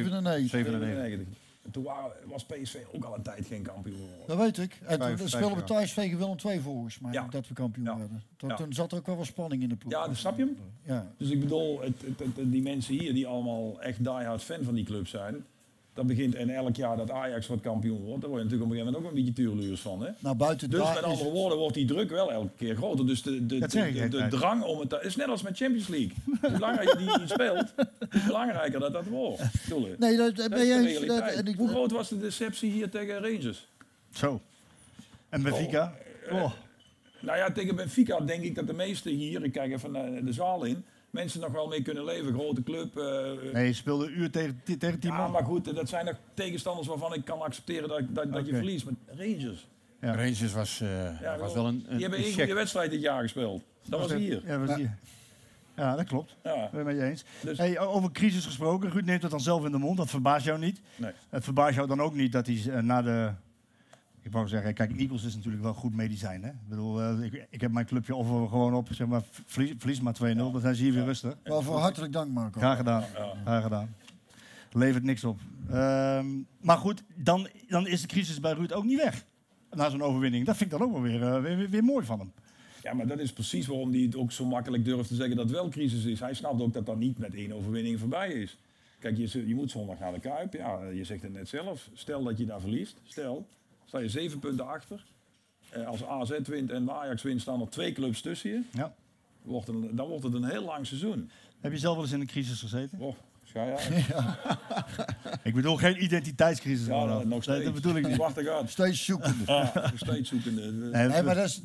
97. En toen was PSV ook al een tijd geen kampioen. Dat weet ik. En toen 5 speelden we jaar. thuis tegen Willem II volgens mij, Ja. dat we kampioen Ja. werden. Ja. Toen zat er ook wel wat spanning in de ploeg. Ja, snap je hem? Ja. Dus ik bedoel, die mensen hier die allemaal echt diehard fan van die club zijn, dat begint en elk jaar dat Ajax wat kampioen wordt, daar word je natuurlijk op een gegeven moment ook een beetje tuurluurs van. Hè? Nou, buiten Dus daar met is andere woorden wordt die druk wel elke keer groter. Dus de drang om het... is net als met Champions League. Hoe belangrijker die speelt, hoe belangrijker dat wordt. Nee, dat Dat ben is je de eens. realiteit. Hoe groot was de deceptie hier tegen Rangers? Zo. En Benfica? Nou ja, tegen Benfica denk ik dat de meesten hier, ik kijk even de zaal in, mensen nog wel mee kunnen leven. Grote club. Nee, je speelde een uur tegen 10 ja, man. maar goed, dat zijn nog tegenstanders waarvan ik kan accepteren dat je verliest. Maar Rangers. Ja. Rangers was wel een die hebben één goede wedstrijd dit jaar gespeeld. Dat was hier. Ja, dat was hier. Ja, dat klopt. Ja. Ben je met je eens. Dus- Hey, over crisis gesproken, Ruud neemt het dan zelf in de mond. Dat verbaast jou niet. Nee. Het verbaast jou dan ook niet dat hij na de... Ik wou zeggen, kijk, Eagles is natuurlijk wel goed medicijn. Hè? Ik bedoel, ik heb mijn clubje offeren gewoon op. Zeg maar, verlies maar 2-0, dan zijn ze hier weer rustig. Waarvoor hartelijk dank, Marco. Graag gedaan. Graag gedaan. Levert niks op. Maar goed, dan is de crisis bij Ruud ook niet weg. Na zo'n overwinning. Dat vind ik dan ook wel weer mooi van hem. Ja, maar dat is precies waarom hij het ook zo makkelijk durft te zeggen dat het wel crisis is. Hij snapt ook dat dat niet met 1 overwinning voorbij is. Kijk, je moet zondag naar de Kuip. Ja, je zegt het net zelf. Stel dat je daar verliest. Sta je 7 punten achter. Als AZ wint en Ajax wint, staan er 2 clubs tussen je. Ja. Dan wordt het een heel lang seizoen. Heb je zelf wel eens in een crisis gezeten? Oh, ga je? Ik bedoel geen identiteitscrisis. Ja, maar nog steeds. Nee, dat bedoel ik niet. Zwarte gaat. Steeds zoekende. Ja, nog steeds zoekende. Nee, maar dat is...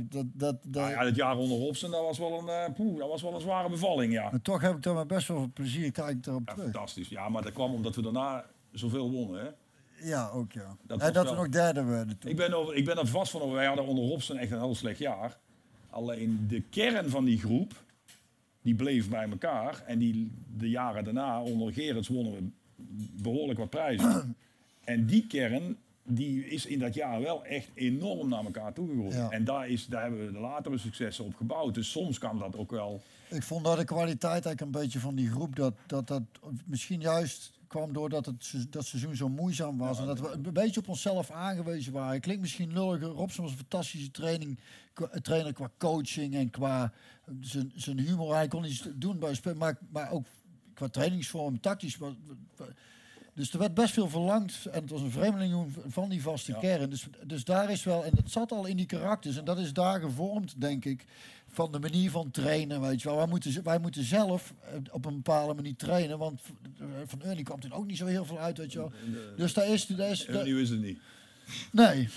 Het jaar onder Robson, dat was wel een zware bevalling, ja. Maar toch heb ik daar met best wel veel plezier kijk erop Ja, terug. fantastisch. Ja, maar dat kwam omdat we daarna zoveel wonnen, hè. Ja, ook ja. Dat En was dat wel- we nog derde werden toen. Ik ben er vast van over. Wij hadden onder Robson echt een heel slecht jaar. Alleen de kern van die groep, die bleef bij elkaar. En de jaren daarna, onder Gerrits, wonnen we behoorlijk wat prijzen. En die kern, die is in dat jaar wel echt enorm naar elkaar toegegroeid. Ja. En daar hebben we de latere successen op gebouwd. Dus soms kan dat ook wel... Ik vond dat de kwaliteit eigenlijk een beetje van die groep, dat misschien juist kwam doordat dat seizoen zo moeizaam was. En dat we een beetje op onszelf aangewezen waren. Klinkt misschien lulliger. Robson was een fantastische trainer qua coaching en qua zijn humor. Hij kon iets doen bij spelen, maar ook qua trainingsvorm, tactisch. Dus er werd best veel verlangd en het was een vreemdeling van die vaste kern. Dus daar is wel, en het zat al in die karakters en dat is daar gevormd, denk ik, van de manier van trainen, weet je wel. Wij moeten zelf op een bepaalde manier trainen, want van Ernie kwam er ook niet zo heel veel uit, weet je wel. Dus daar is Nu is het niet. Nee.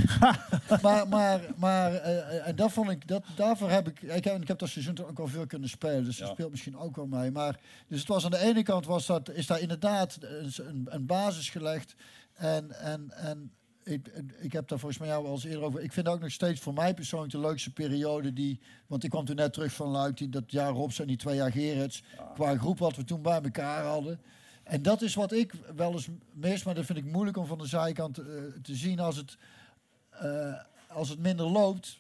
maar en dat vond ik, daarvoor heb ik heb dat seizoen ook al veel kunnen spelen, dus dat speelt misschien ook wel mee. Maar dus het was aan de ene kant is daar inderdaad een basis gelegd en ik heb daar volgens mij jou al eens eerder over. Ik vind ook nog steeds voor mij persoonlijk de leukste periode want ik kwam toen net terug van Luik, dat jaar Robson en die 2 jaar Gerrits, qua groep wat we toen bij elkaar hadden. En dat is wat ik wel eens mis, maar dat vind ik moeilijk om van de zijkant te zien als het minder loopt.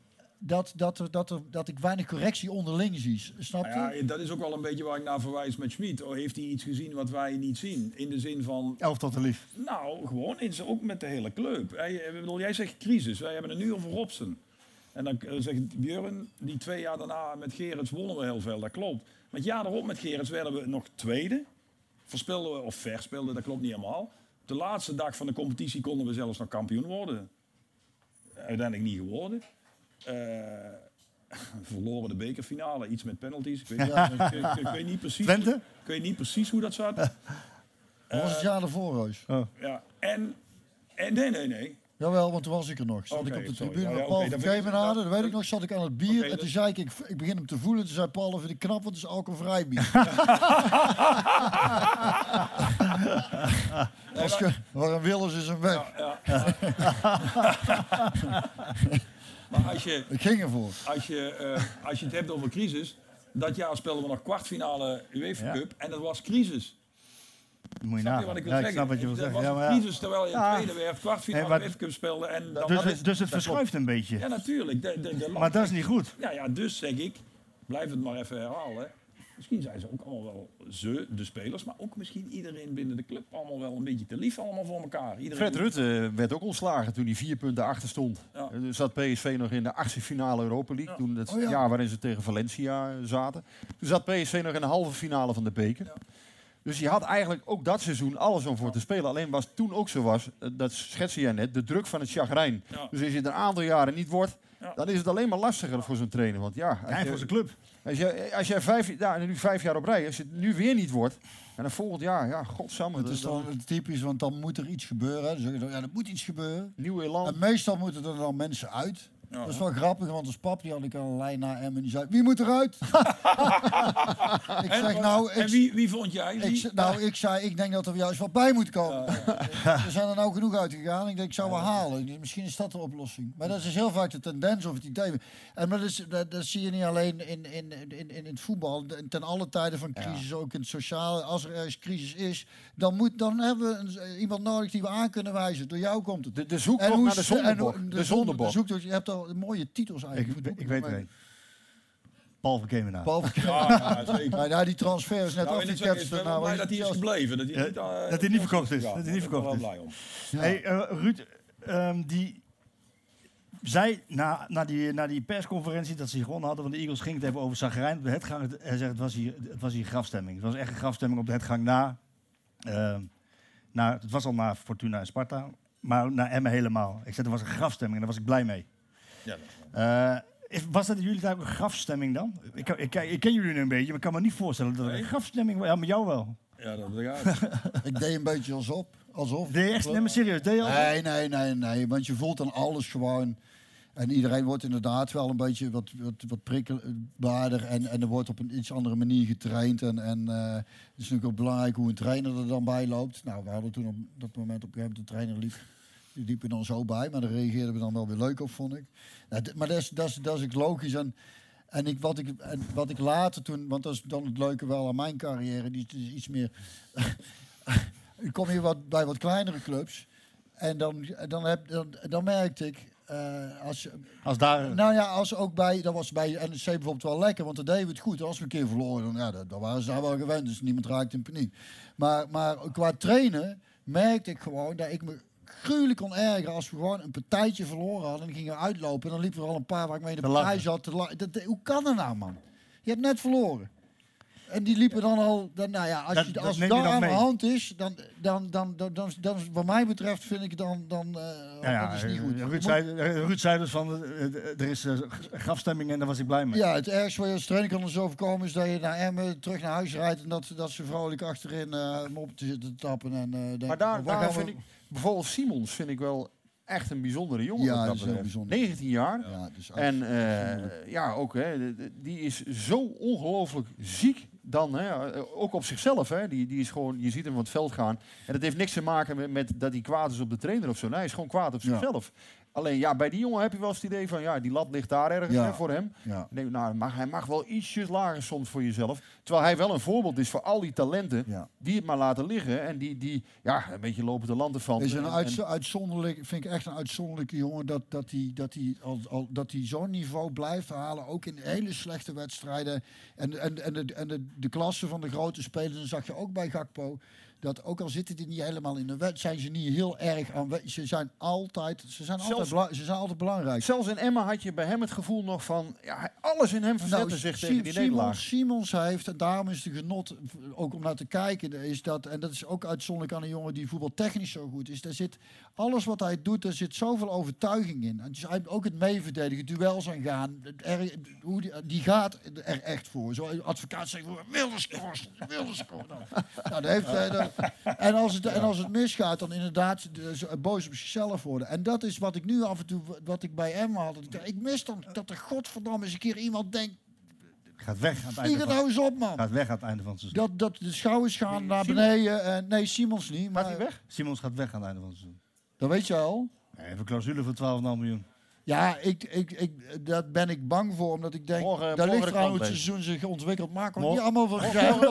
Dat ik weinig correctie onderling zie. Snap je? Ja, dat is ook wel een beetje waar ik naar verwijs met Schmid. Heeft hij iets gezien wat wij niet zien? In de zin van... Elftal te lief. Nou, gewoon ook met de hele club. Jij zegt crisis. Wij hebben het nu over Robson. En dan zegt Björn, die 2 jaar daarna met Gerrits wonnen we heel veel. Dat klopt. Maar het jaar daarop met Gerrits werden we nog tweede. Verspeelden we, of verspeelden, dat klopt niet helemaal. De laatste dag van de competitie konden we zelfs nog kampioen worden. Uiteindelijk niet geworden. Verloren de bekerfinale, iets met penalties. Ik weet niet precies. Twente? Ik weet niet precies hoe dat zat. Dat was het jaar ervoor, Roos. Ja, en nee. Jawel, want toen was ik er nog. Zat ik op de tribune met Paul van Kemenade. Dat weet ik nog, zat ik aan het bier. En toen zei ik begin hem te voelen. Toen zei Paul, vind ik knap, want het is alcoholvrij bier. Waar een Willens is een weg. Maar als je, Ik ging ervoor. als je het hebt over crisis, dat jaar speelden we nog kwartfinale UEFA Cup en dat was crisis. Moet je Snap je wat ik wil zeggen? Ik snap wat je wil Dat zeggen. was Ja, een crisis terwijl je tweede werd, kwartfinale maar- UEFA Cup speelde. En dan Dus het verschuift een beetje. Ja, natuurlijk. Maar dat is niet goed. Ja, dus zeg ik, blijf het maar even herhalen. Misschien zijn ze ook allemaal wel de spelers, maar ook misschien iedereen binnen de club allemaal wel een beetje te lief allemaal voor elkaar. Iedereen Fred Rutte werd ook ontslagen toen hij 4 punten achter stond. Ja. Toen zat PSV nog in de 8e finale Europa League. Toen het jaar waarin ze tegen Valencia zaten. Toen zat PSV nog in de halve finale van de beker. Ja. Dus je had eigenlijk ook dat seizoen alles om voor te spelen. Alleen was toen ook zo was, dat schetste jij net, de druk van het chagrijn. Ja. Dus als je er een aantal jaren niet wordt, Ja. dan is het alleen maar lastiger voor zo'n trainer. Want ja, En voor zijn club. als jij nu 5 jaar op rij, als je het nu weer niet wordt, en dan volgend jaar, ja, godsamme. Het is dan typisch, want dan moet er iets gebeuren. Dan zeg je, ja, er moet iets gebeuren. Nieuw elan. En meestal moeten er dan mensen uit. Ja. Dat is wel grappig, want als pap die had ik al een lijn naar hem en die zei, wie moet eruit? Ik zeg, nou... En wie vond jij? Ik zei, ik denk dat er juist wat bij moet komen. Er zijn er nou genoeg uitgegaan. Ik denk, ik zou wel halen. Misschien is dat de oplossing. Maar dat is heel vaak de tendens of het idee. En dat zie je niet alleen in het voetbal. Ten alle tijden van crisis, ook in het sociale. Als er ergens crisis is, dan hebben we iemand nodig die we aan kunnen wijzen. Door jou komt het. De zoektocht naar de zondebok. De zondebok. Je hebt al mooie titels eigenlijk. Ik weet er een. Paul van Kemenaar. Paul van Ja, zeker. ja, die transfer is net Nou, afgeketst. ik ben wel blij dat hij is gebleven. Dat hij niet verkocht is. Ja, Dat hij niet verkocht ik ben is. er wel blij om. Hey, Ruud, die zei na die persconferentie dat ze gewonnen hadden van de Eagles, ging het even over Zagrijn op de Hetgang. Hij zegt, het was hier grafstemming. Het was echt een grafstemming op de Hetgang het was al na Fortuna en Sparta, maar na Emmen helemaal. Ik zei, er was een grafstemming en daar was ik blij mee. Ja, Was dat in jullie tijd ook een grafstemming dan? Ik ken jullie nu een beetje, maar ik kan me niet voorstellen dat er een grafstemming was. Ja, met jou wel. Ja, dat gaat. Ik deed een beetje alsof. Deed je echt? Nee, maar serieus, deed je al? Nee. Want je voelt dan alles gewoon. En iedereen wordt inderdaad wel een beetje wat prikkelbaarder. En er wordt op een iets andere manier getraind. En het is natuurlijk ook belangrijk hoe een trainer er dan bij loopt. Nou, we hadden toen op dat moment op een gegeven moment de trainer liep. Die liep er dan zo bij, maar daar reageerden we dan wel weer leuk op, vond ik. Nou, maar dat is ook logisch. En wat ik later toen, want dat is dan het leuke wel aan mijn carrière, die is iets meer. Ik kom hier bij wat kleinere clubs. En dan merkte ik. Als ook bij, dat was bij NEC bijvoorbeeld wel lekker, want dan deden we het goed. Als we een keer verloren, dan waren ze daar wel gewend, dus niemand raakte in paniek. Maar qua trainen merkte ik gewoon dat ik me gruwelijk kon ergeren als we gewoon een partijtje verloren hadden en dan gingen we uitlopen en dan liepen er al een paar waar ik mee in de prijs zat. Hoe kan dat nou, man? Je hebt net verloren. En die liepen dan al, als het daar aan de hand is, dan wat mij betreft vind ik dan dat is niet goed. Ruud zei dus van, er is grafstemming en daar was ik blij mee. Ja, het ergste wat je als trainer kan eens overkomen is dat je naar Emmen terug naar huis rijdt en dat ze vrolijk achterin op te zitten tappen. Maar daar vind ik, bijvoorbeeld Simons vind ik wel echt een bijzondere jongen. Ja, dat is heel bijzonder. 19 jaar. Ja, dus en ook, die is zo ongelooflijk ziek dan, ook op zichzelf. Die is gewoon, je ziet hem van het veld gaan. En dat heeft niks te maken met dat hij kwaad is op de trainer of zo. Nee, hij is gewoon kwaad op zichzelf. Alleen bij die jongen heb je wel eens het idee van, die lat ligt daar ergens voor hem. Ja. Nee, hij mag wel ietsjes lager soms voor jezelf. Terwijl hij wel een voorbeeld is voor al die talenten die het maar laten liggen. En die een beetje lopen te landen van. Is uitzonderlijk, vind ik echt een uitzonderlijke jongen dat hij zo'n niveau blijft halen. Ook in hele slechte wedstrijden. En de klasse van de grote spelers, dan zag je ook bij Gakpo. Dat ook al zitten die niet helemaal in de wedstrijd, zijn ze niet heel erg aanwezig. Ze zijn altijd belangrijk. Zelfs in Emma had je bij hem het gevoel nog van, alles in hem verzette zich tegen die nederlaag. Simons heeft, en daarom is het genot ook om naar te kijken, is dat, en dat is ook uitzonderlijk aan een jongen die voetbaltechnisch zo goed is. Daar zit alles wat hij doet, daar zit zoveel overtuiging in. En dus ook het meeverdedigen, duels aangaan, die gaat er echt voor. Zo advocaat zegt, wilde scoren. Nou, dat heeft en als het misgaat, dan inderdaad boos op zichzelf worden. En dat is wat ik nu af en toe, wat ik bij Emma had. Ik mis dan dat er godverdamme eens een keer iemand denkt. Gaat weg aan het einde. Vlieg het nou eens op, man. Gaat weg aan het einde van het seizoen. Dat de schouders gaan naar beneden. Nee, Simons niet. Maar gaat hij weg? Simons gaat weg aan het einde van het seizoen. Dat weet je al. Nee, even clausule voor 12,5 miljoen. Ja, dat ben ik bang voor, omdat ik denk, daar ligt eraan hoe het seizoen zich ontwikkelt. Maken we niet allemaal van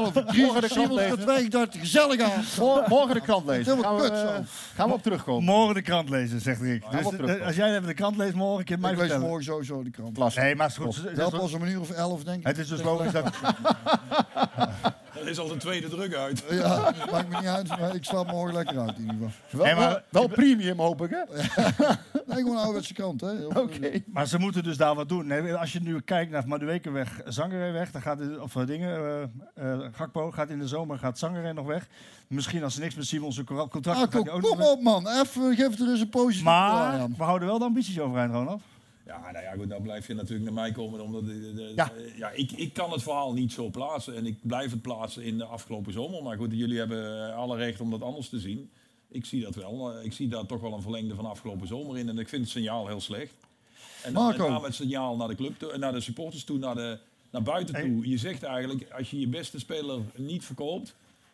dat gezellig aan. Morgen de krant lezen. Gaan we op terugkomen. Morgen de krant lezen, zegt Rick. Dus als jij even de krant leest morgen, kun je mij vertellen. Ik lees morgen sowieso de krant. Klasse. Nee, maar goed. Dat was om 11:00, denk ik. Het is dus logisch dat... Er is al een tweede druk uit. Ja, dat maakt me niet uit, maar ik sta morgen lekker uit in ieder geval. Wel premium, hoop ik, hè? Nee, gewoon een ouderwetse krant, hè? Oké. Maar ze moeten dus daar wat doen. Nee, als je nu kijkt naar Maduekenweg, Zangeré weg, dan gaat het, of Gakpo gaat in de zomer, gaat Zangeré nog weg. Misschien als ze niks met Simons contract... Kom op, man. Even, geef het er eens een positief maar we houden wel de ambities overeind, Ronald. Ja, nou ja, goed, dan blijf je natuurlijk naar mij komen. Omdat ik kan het verhaal niet zo plaatsen. En ik blijf het plaatsen in de afgelopen zomer. Maar goed, jullie hebben alle recht om dat anders te zien. Ik zie dat wel. Ik zie daar toch wel een verlengde van afgelopen zomer in. En ik vind het signaal heel slecht. En dan met name het signaal naar de club toe, naar de supporters toe, naar buiten toe. Je zegt eigenlijk, als je je beste speler niet verkoopt...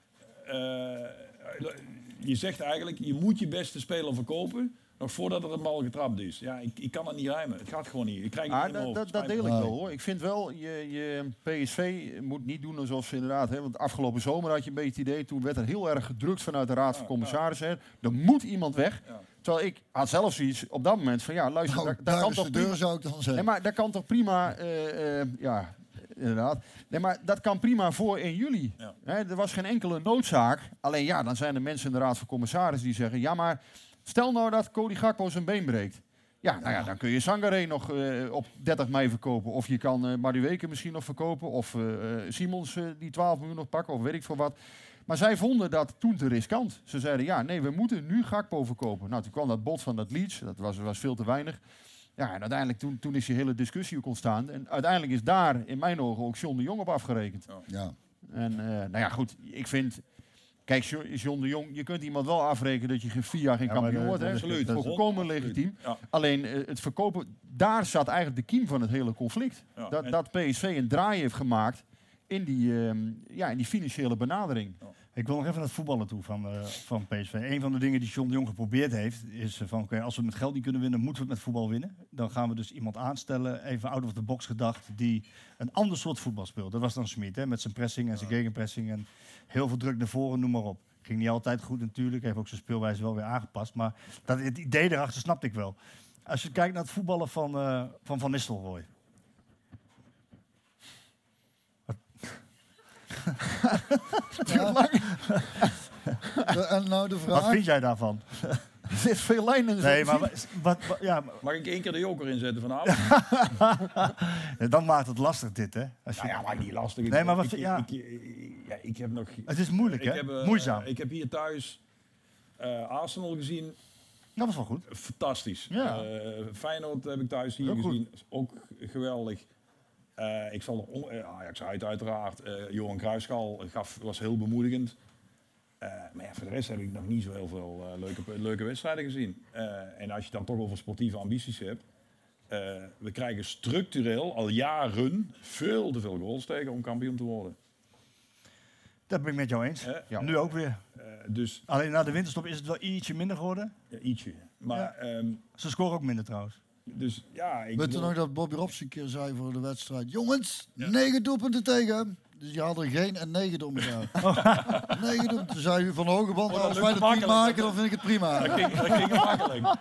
je zegt eigenlijk, je moet je beste speler verkopen... nog voordat er een bal getrapt is. Ja, ik kan dat niet rijmen. Het gaat gewoon niet. Ik krijg het niet over. Dat deel ik wel, hoor. Ik vind wel, je PSV moet niet doen alsof ze inderdaad... Hè, want afgelopen zomer had je een beetje het idee... toen werd er heel erg gedrukt vanuit de Raad van Commissarissen. Er moet iemand weg. Ja. Terwijl ik had zelf zoiets op dat moment van... ja, luister, daar kan toch prima... zou ik dan zeggen. Nee, maar daar kan toch prima... ja, inderdaad. Nee, maar dat kan prima voor 1 juli. Ja. Hè, er was geen enkele noodzaak. Alleen ja, dan zijn er mensen in de Raad van Commissarissen die zeggen... ja, maar... Stel nou dat Cody Gakpo zijn been breekt. Ja, nou ja, dan kun je Sangaré nog op 30 mei verkopen. Of je kan Madueke misschien nog verkopen. Of Simons die 12 miljoen nog pakken. Of weet ik veel wat. Maar zij vonden dat toen te riskant. Ze zeiden, ja, nee, we moeten nu Gakpo verkopen. Nou, toen kwam dat bod van dat Leeds. Dat was veel te weinig. Ja, en uiteindelijk toen is die hele discussie ook ontstaan. En uiteindelijk is daar in mijn ogen ook John de Jong op afgerekend. Ja. En nou ja, goed, ik vind... Kijk, John de Jong, je kunt iemand wel afrekenen dat je geen 4 jaar geen kampioen wordt. Absoluut. Dat is volkomen legitiem. Ja. Alleen het verkopen, daar zat eigenlijk de kiem van het hele conflict. Ja, dat PSV een draai heeft gemaakt in die financiële benadering. Ja. Ik wil nog even naar het voetballen toe van PSV. Een van de dingen die John de Jong geprobeerd heeft, is van oké, als we met geld niet kunnen winnen, moeten we het met voetbal winnen. Dan gaan we dus iemand aanstellen, even out of the box gedacht, die een ander soort voetbal speelt. Dat was dan Schmid, met zijn pressing en zijn gegenpressing en heel veel druk naar voren, noem maar op. Ging niet altijd goed natuurlijk, heeft ook zijn speelwijze wel weer aangepast. Maar het idee erachter snapte ik wel. Als je kijkt naar het voetballen van Nistelrooy. Ja. En nou de vraag... Wat vind jij daarvan? Er zit veel lijnen in. Nee, maar mag ik 1 keer de joker inzetten vanavond? Dan maakt het lastig dit, hè? Ja, maar niet lastig. Nee, maar ik heb nog... Het is moeilijk, hè? Moeizaam. Ik heb hier thuis Arsenal gezien. Dat was wel goed. Fantastisch. Ja. Feyenoord heb ik thuis hier gezien. Ook geweldig. Ik zal Ajax uit uiteraard. Johan Cruijffschal was heel bemoedigend. Maar ja, voor de rest heb ik nog niet zo heel veel leuke wedstrijden gezien. En als je dan toch over sportieve ambities hebt. We krijgen structureel al jaren veel te veel goals tegen om kampioen te worden. Dat ben ik met jou eens. Ja. Nu ook weer. Dus alleen na de winterstop is het wel ietsje minder geworden. Ja, ietsje. Maar, ze scoren ook minder trouwens. Dus, ja, weet je nog dat Bobby Robson een keer zei voor de wedstrijd... Jongens, 9 doelpunten tegen. Dus die hadden geen en 9 door elkaar. 9 doelpunten. Toen zei u van Hogeband, als wij dat 10 maken, dan vind ik het prima. Dat ging makkelijk.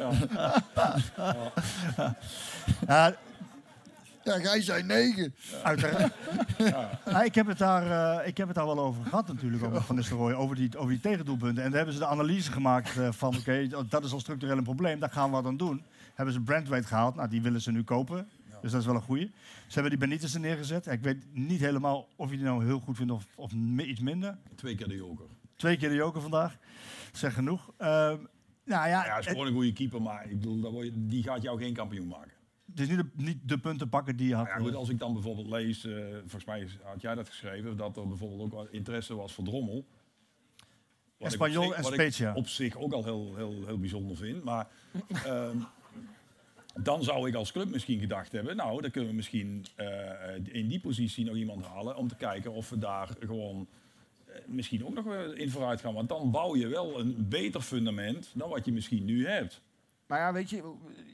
Ja, jij zei 9. Uiteraard. Ja, ik heb het daar wel over gehad natuurlijk, over Van Nistelrooy, over die tegendoelpunten. En daar hebben ze de analyse gemaakt van, oké, dat is al structureel een probleem, daar gaan we wat aan doen. Hebben ze Brandweight gehaald, nou die willen ze nu kopen. Ja. Dus dat is wel een goeie. Ze hebben die Benitez er neergezet. Ik weet niet helemaal of je die nou heel goed vindt of iets minder. 2 keer de joker. 2 keer de joker vandaag. Zeg genoeg. Het is gewoon een goede keeper, maar ik bedoel, die gaat jou geen kampioen maken. Het is niet de punten pakken die je had. Ja, goed, als ik dan bijvoorbeeld lees, volgens mij had jij dat geschreven, dat er bijvoorbeeld ook interesse was voor Drommel. Espanyol en Spezia. Op zich ook al heel bijzonder vind. Maar dan zou ik als club misschien gedacht hebben, nou, dan kunnen we misschien in die positie nog iemand halen om te kijken of we daar gewoon misschien ook nog in vooruit gaan. Want dan bouw je wel een beter fundament dan wat je misschien nu hebt. Maar ja, weet je,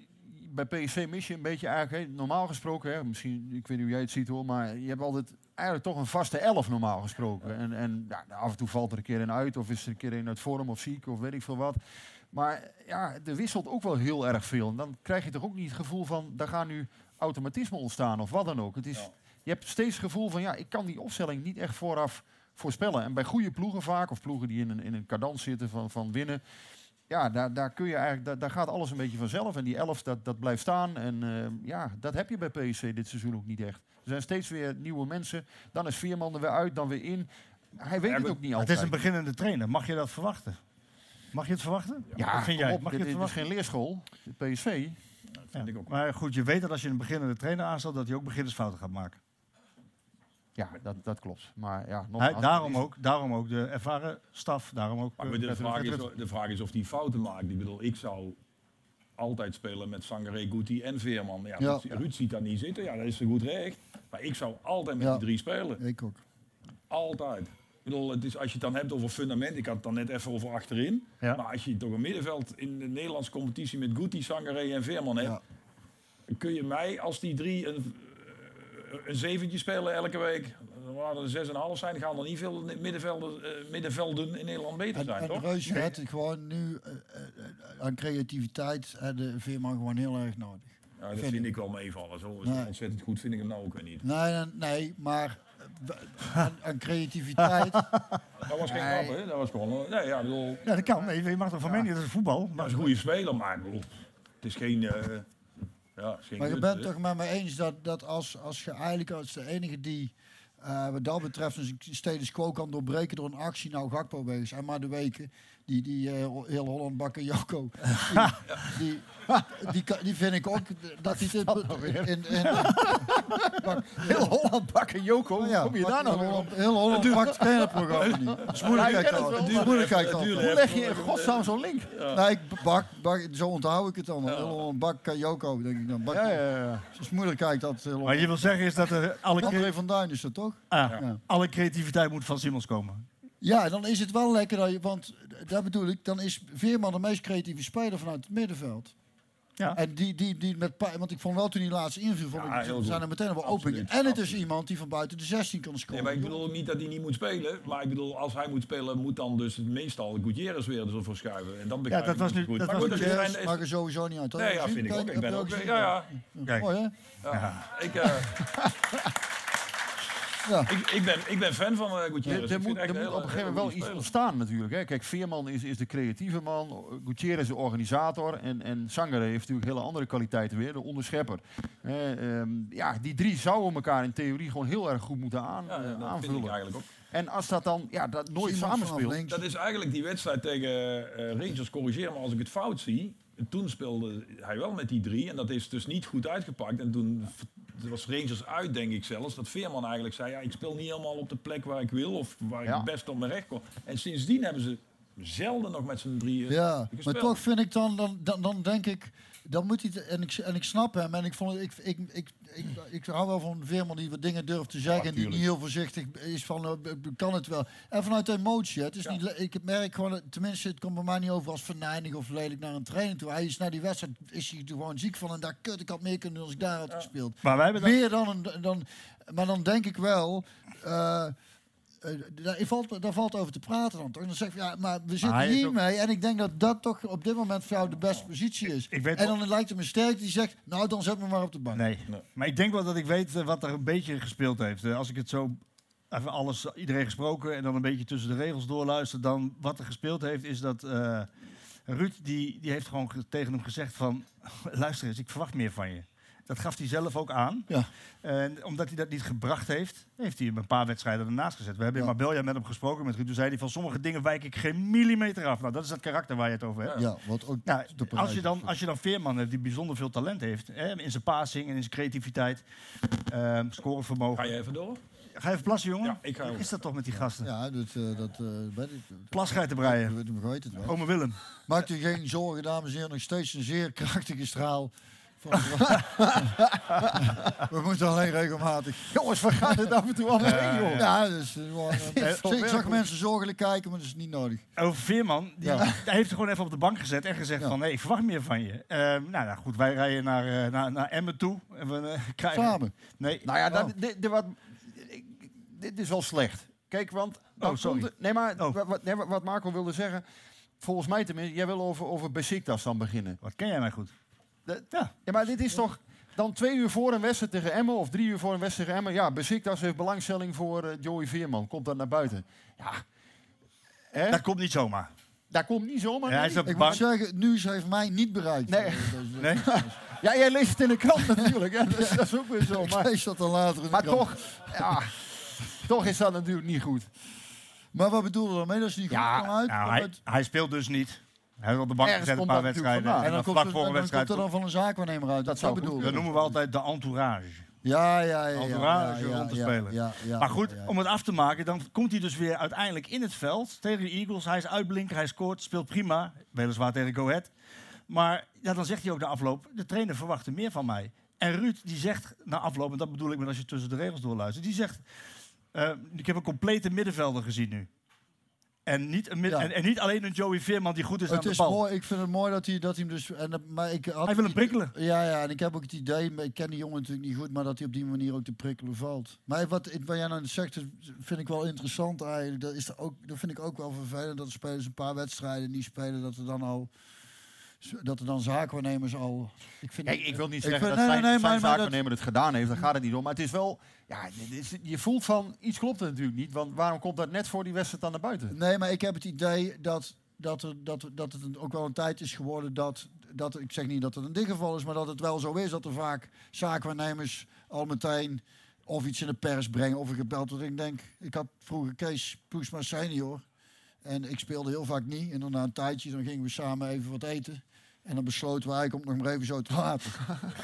bij PSV mis je een beetje eigenlijk, normaal gesproken, hè, misschien, ik weet niet hoe jij het ziet hoor, maar je hebt altijd eigenlijk toch een vaste 11 normaal gesproken. En af en toe valt er een keer in uit, of is er een keer in uit vorm of ziek, of weet ik veel wat. Maar ja, er wisselt ook wel heel erg veel. En dan krijg je toch ook niet het gevoel van, daar gaan nu automatisme ontstaan of wat dan ook. Het is, je hebt steeds het gevoel van, ik kan die opstelling niet echt vooraf voorspellen. En bij goede ploegen vaak, of ploegen die in een cadans zitten van winnen, daar kun je eigenlijk, daar gaat alles een beetje vanzelf. En die 11, dat blijft staan. En dat heb je bij PSV dit seizoen ook niet echt. Er zijn steeds weer nieuwe mensen. Dan is Veerman er weer uit, dan weer in. Hij weet het ook niet altijd. Het is een beginnende trainer. Mag je dat verwachten? Mag je het verwachten? Ja, wat vind jij? Mag je het dit is verwachten? geen leerschool. De PSV. Dat vind ik ook. Maar goed, je weet dat als je een beginnende trainer aanstelt, dat hij ook beginnersfouten gaat maken. Ja, dat klopt. Maar ja, daarom ook de ervaren staf. Daarom ook, maar de vraag is of hij fouten maakt. Ik bedoel, ik zou altijd spelen met Sangaré, Guti en Veerman. Ruud ziet dat niet zitten. Ja, dat is een goed recht. Maar ik zou altijd met die 3 spelen. Ik ook. Altijd. Ik bedoel, het is, als je het dan hebt over fundament, ik had het dan net even over achterin. Ja. Maar als je toch een middenveld in de Nederlandse competitie met Guti, Sangaré en Veerman hebt, kun je mij als die 3 een zeventje spelen elke week. Waar er 6,5 zijn, gaan er niet veel middenvelden in Nederland beter zijn, toch? En Reus heeft gewoon nu aan creativiteit en de Veerman gewoon heel erg nodig. Ja, dat vind ik wel meevallen. Zo ontzettend goed vind ik hem nou ook weer niet. Nee, maar aan creativiteit. Dat was geen grap, hè? Dat was gewoon... Ja, dat kan. Je mag toch van mening, dat is voetbal. Dat is een goede speler, maar het is geen... maar je bent toch met me eens dat als je eigenlijk als de enige die wat dat betreft een status quo kan doorbreken door een actie, nou Gakpo wegens en maar de weken, die heel Holland bakken Joko, die vind ik ook dat hij dit heel Holland bakken Joko, kom je daar nou op? Heel Holland bakt ken je het programma niet. Dat is moeilijkheid al. Hoe leg je in godsnaam zo'n link? Nee, bak, zo onthoud ik het dan. Heel Holland bakken Joko, denk ik dan. Het is moeilijkheid dat. Maar je wil zeggen is dat er André van Duin is dat toch? Alle creativiteit moet van Simons komen. Ja, dan is het wel lekker, want dat bedoel ik, dan is Veerman de meest creatieve speler vanuit het middenveld. Ja. En die met, want ik vond wel toen die laatste inviel, zijn er meteen wel open. En het is iemand die van buiten de 16 kan scoren. Nee, maar ik bedoel ook niet dat hij niet moet spelen. Maar ik bedoel, als hij moet spelen, moet dan dus meestal Gutierrez weer ervoor verschuiven. En dan begrijp ik het goed. Dat maar Gutierrez mag er sowieso niet uit. Nee, vind ik ook. Ik ben ook. Kijk. Mooi, hè? Ja. Ik ben fan van Gutierrez. Er moet op een gegeven moment wel iets ontstaan natuurlijk. Hè. Kijk, Veerman is de creatieve man. Gutierrez is de organisator. En Sangaré heeft natuurlijk hele andere kwaliteiten weer. De onderschepper. Die 3 zouden elkaar in theorie gewoon heel erg goed moeten aanvullen. Vind ik eigenlijk ook. En als dat dan dat nooit samenspeelt. Dat is eigenlijk die wedstrijd tegen Rangers, corrigeer me als ik het fout zie. Toen speelde hij wel met die 3 en dat is dus niet goed uitgepakt. En toen was Rangers uit, denk ik zelfs, dat Veerman eigenlijk zei, ik speel niet helemaal op de plek waar ik wil of waar ik het best op mijn recht kom. En sindsdien hebben ze zelden nog met z'n 3 gespeeld. Maar toch vind ik dan denk ik, dan moet hij, en ik snap hem en ik hou wel van Veerman die wat dingen durft te zeggen en die niet heel voorzichtig is van, kan het wel. En vanuit de emotie, het is niet, ik merk gewoon, tenminste het komt bij mij niet over als venijnig of lelijk naar een training toe. Hij is naar die wedstrijd, is hij er gewoon ziek van en daar ik had meer kunnen doen als ik daar had gespeeld. Maar wij hebben meer maar dan denk ik wel... Daar valt over te praten dan toch? Dan zeg je, maar we zitten hiermee en ik denk dat toch op dit moment voor jou de beste positie is. En dan lijkt het me sterk die zegt, nou dan zet me maar op de bank. Nee. Maar ik denk wel dat ik weet wat er een beetje gespeeld heeft. Als ik het zo, even iedereen gesproken en dan een beetje tussen de regels doorluister, dan wat er gespeeld heeft is dat Ruud die heeft gewoon tegen hem gezegd van, luister eens, ik verwacht meer van je. Dat gaf hij zelf ook aan. Ja. En omdat hij dat niet gebracht heeft, heeft hij een paar wedstrijden ernaast gezet. We hebben in Marbella met hem gesproken, met Ruud. Toen zei hij van sommige dingen wijk ik geen millimeter af. Nou, dat is het karakter waar je het over hebt. Ja, wat ook als je dan Veerman hebt die bijzonder veel talent heeft, in zijn passing en in zijn creativiteit, scorevermogen. Ga je even door? Ga je even plassen, jongen? Ja, ik ga Is dat toch met die gasten? Ja, dat weet ik. Plasgeitenbreien. Ik weet het wel. Ome Willem. Maakt u geen zorgen, dames en heren. Nog steeds een zeer krachtige straal We moeten alleen regelmatig. Jongens, waar gaat het af en toe allemaal heen, joh? Ja, dus ik zag mensen zorgelijk kijken, maar dat is niet nodig. Over Veerman, hij heeft er gewoon even op de bank gezet en gezegd van nee, ik verwacht meer van je. Nou goed, wij rijden naar Emmen toe. En we krijgen... Samen? Nee. Nou ja, dit is wel slecht. Kijk, want... Wat Marco wilde zeggen... Volgens mij tenminste, jij wil over Besiktas dan beginnen. Wat ken jij mij goed? Ja, maar dit is toch... Dan 2 uur voor een wedstrijd tegen Emmen of 3 uur voor een wedstrijd tegen Emmen. Ja, Besiktas heeft belangstelling voor Joey Veerman. Komt dat naar buiten? Ja. Dat komt niet zomaar. Dat komt niet zomaar. Ja, ik moet zeggen, Nieuws heeft mij niet bereikt. Nee. Nee. Ja, jij leest het in de krant natuurlijk. Ja, dat is ook weer zo. Ik lees dat dan later in de krant. toch, ja, toch is dat natuurlijk niet goed. Maar wat bedoelde er mee? Dat is niet goed hij speelt dus niet. Hij wil op de bank gezet een paar wedstrijden. En dan komt er dan van een zaakwaarnemer uit. Dat zou bedoelen. Dat noemen we altijd de entourage. Ja. Entourage rond te spelen. Ja, maar goed, om het af te maken, dan komt hij dus weer uiteindelijk in het veld tegen de Eagles. Hij is uitblinker, hij scoort, speelt prima. Weliswaar tegen Go Ahead. Maar ja, dan zegt hij ook na afloop, de trainer verwachtte meer van mij. En Ruud die zegt na afloop, en dat bedoel ik met als je tussen de regels doorluistert, die zegt, ik heb een complete middenvelder gezien nu. En niet alleen een Joey Veerman die goed is aan de bal. Mooi, ik vind het mooi dat hij hem dus... Hij wil hem prikkelen. Ja, en ik heb ook het idee, ik ken die jongen natuurlijk niet goed, maar dat hij op die manier ook te prikkelen valt. Maar wat jij nou zegt, vind ik wel interessant eigenlijk. Dat vind ik ook wel vervelend, dat de spelers een paar wedstrijden niet spelen, dat er dan zaakwaarnemers al... Ik wil niet zeggen dat zijn zaakwaarnemer het gedaan heeft, daar gaat het niet om. Maar het is wel... Ja, je voelt van, iets klopt er natuurlijk niet. Want waarom komt dat net voor die wedstrijd dan naar buiten? Nee, maar ik heb het idee dat het ook wel een tijd is geworden dat... Ik zeg niet dat het een dichtgeval is, maar dat het wel zo is dat er vaak zaakwaarnemers al meteen of iets in de pers brengen of een gebeld wordt. Ik denk, ik had vroeger Kees Ploegsma senior en ik speelde heel vaak niet. En dan na een tijdje dan gingen we samen even wat eten. En dan besloten we eigenlijk om het nog maar even zo te laten.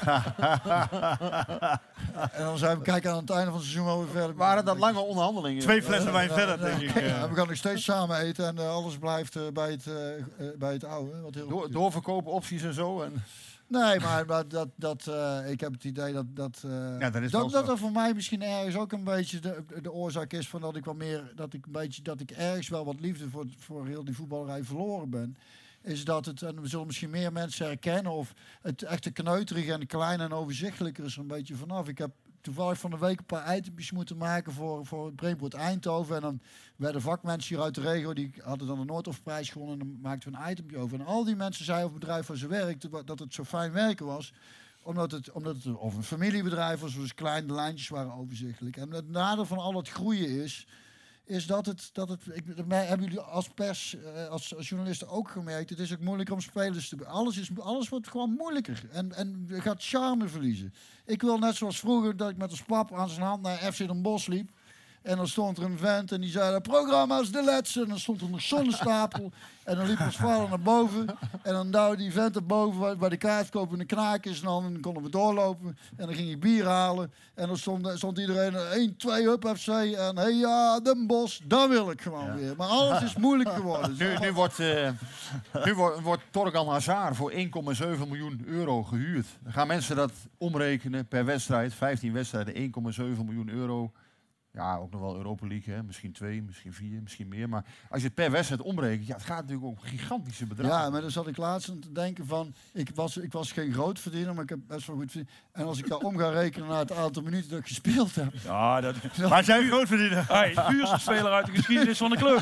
En dan zijn we kijken aan het einde van het seizoen wel weer verder. Waren dat lange onderhandelingen? 2 flessen wijn verder, denk ik. We gaan nog steeds samen eten en alles blijft bij het oude. Wat heel doorverkopen opties en zo. En... Nee, maar ik heb het idee dat er voor mij misschien ergens ook een beetje de oorzaak is van dat ik ergens wel wat liefde voor heel die voetballerij verloren ben. Is dat het, en we zullen misschien meer mensen herkennen, of het echte kneuterige en klein en overzichtelijker is er een beetje vanaf. Ik heb toevallig van de week een paar items moeten maken voor het Brainport Eindhoven. En dan werden vakmensen hier uit de regio, die hadden dan de Noordhofprijs gewonnen en dan maakten we een itempje over. En al die mensen zeiden over het bedrijf waar ze werkten, dat het zo fijn werken was. Omdat het of een familiebedrijf was, dus klein, de lijntjes waren overzichtelijk. En het nadeel van al het groeien is dat het hebben jullie als pers, als journalisten ook gemerkt, het is ook moeilijker om spelers te... Alles wordt gewoon moeilijker en je gaat charme verliezen. Ik wil net zoals vroeger dat ik met een pap aan zijn hand naar FC Den Bosch liep. En dan stond er een vent en die zei, dat programma is de laatste. En dan stond er een zonnestapel. En dan liep ons vader naar boven. En dan duwde die vent erboven waar de kaartkoop in de knaak is. En dan konden we doorlopen. En dan ging je bier halen. En dan stond iedereen 1, 2, hup FC. En hey ja, Den Bosch, daar wil ik gewoon weer. Maar alles is moeilijk geworden. Nu wordt Torgan Hazard voor 1,7 miljoen euro gehuurd. Dan gaan mensen dat omrekenen per wedstrijd. 15 wedstrijden, 1,7 miljoen euro. Ja, ook nog wel Europa League, hè? Misschien 2, misschien 4, misschien meer. Maar als je het per wedstrijd omrekent, ja, het gaat natuurlijk om gigantische bedragen. Ja, maar dan zat ik laatst aan te denken van, ik was geen groot verdiener, maar ik heb best wel goed verdiend. En als ik daar om ga rekenen naar het aantal minuten dat ik gespeeld heb. Ja, maar zijn groot verdiener? Hey, duurste speler uit de geschiedenis van de club.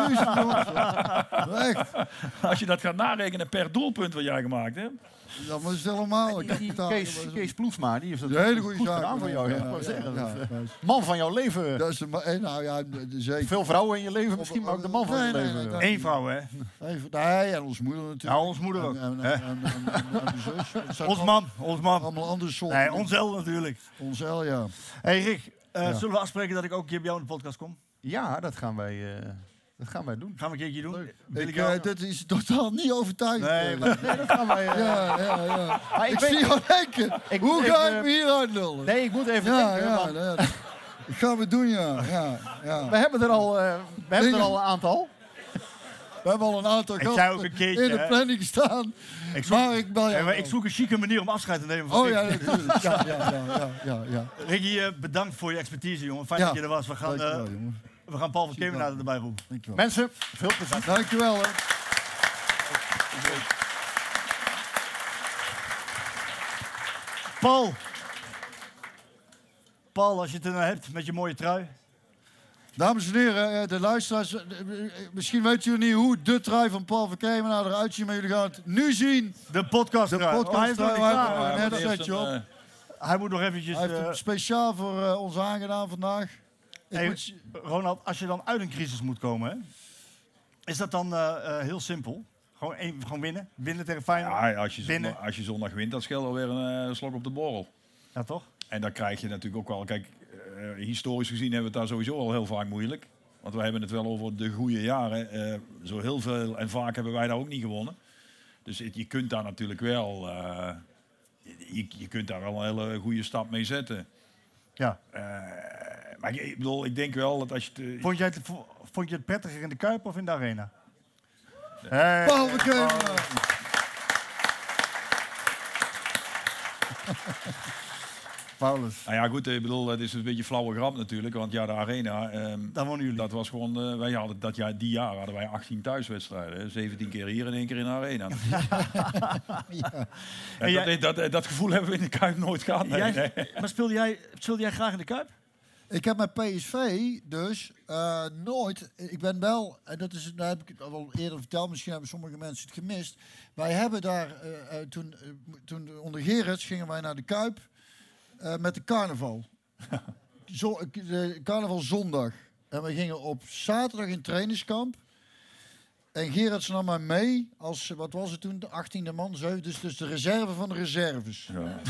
Echt. Als je dat gaat narekenen per doelpunt wat jij gemaakt hebt. Dat was het helemaal. Kees Ploegsma, die heeft het hele goede goed zaak gedaan voor jou. Man van jouw leven. Dat is zeker. Veel vrouwen in je leven misschien, maar ook de man van je leven. Eén vrouw, hè? Nee, en onze moeder natuurlijk. Ja, onze moeder ook. En de zus. Ons man. Allemaal andere soorten. Nee, ons El natuurlijk. Ons El, ja. Hey Rick, zullen we afspreken dat ik ook een keer bij jou in de podcast kom? Ja, dat gaan wij doen. Gaan we een keertje doen? Dit is totaal niet overtuigend. Nee, maar dat gaan wij... Ja. Ik zie jou denken. Hoe ga ik me hier uitlullen? Nee, ik moet even denken. Dat gaan we doen, ja. We hebben er al een aantal. We hebben al een aantal Ik zei ook gasten een keertje, in de planning staan. Ik ik zoek een chique manier om afscheid te nemen van Oh ja, natuurlijk. Ja. Ricky, bedankt voor je expertise, jongen. Fijn dat je er was. We gaan Paul van Kemenade erbij roepen. Dankjewel. Mensen, veel plezier. Dankjewel. Hè. Paul, als je het er nou hebt met je mooie trui. Dames en heren, de luisteraars, misschien weten jullie niet hoe de trui van Paul van Kemenade eruit ziet, maar jullie gaan het nu zien. De podcast trui. Hij moet nog eventjes... Hij heeft het speciaal voor ons aangedaan vandaag. Ronald, als je dan uit een crisis moet komen, hè, is dat dan heel simpel? Gewoon winnen? Winnen tegen Feyenoord? Ja, als je zondag wint, dan scheelt alweer een slok op de borrel. Ja, toch? En dan krijg je natuurlijk ook wel... Kijk, historisch gezien hebben we het daar sowieso al heel vaak moeilijk. Want wij hebben het wel over de goede jaren. Zo heel veel en vaak hebben wij daar ook niet gewonnen. Dus je kunt daar natuurlijk wel... Je kunt daar wel een hele goede stap mee zetten. Ja. Maar ik bedoel, ik denk wel dat als je... Vond je het prettiger in de Kuip of in de Arena? Paul van Kemenade. Paulus. Nou ja, goed, ik bedoel, het is een beetje flauwe grap natuurlijk. Want ja, de Arena, daar wonen jullie. Dat was gewoon, wij hadden die jaar hadden wij 18 thuiswedstrijden. 17 keer hier en 1 keer in de Arena. Dat gevoel hebben we in de Kuip nooit gehad. Nee. Maar speelde jij graag in de Kuip? Ik heb met PSV dus nooit... Ik ben wel... En dat heb ik al eerder verteld. Misschien hebben sommige mensen het gemist. Wij hebben daar... Toen onder Gerrits gingen wij naar de Kuip... met de carnaval. De carnaval zondag. En we gingen op zaterdag in trainingskamp. En Gerrits nam mij mee als... Wat was het toen? De 18e man. Dus de reserve van de reserves. Ja.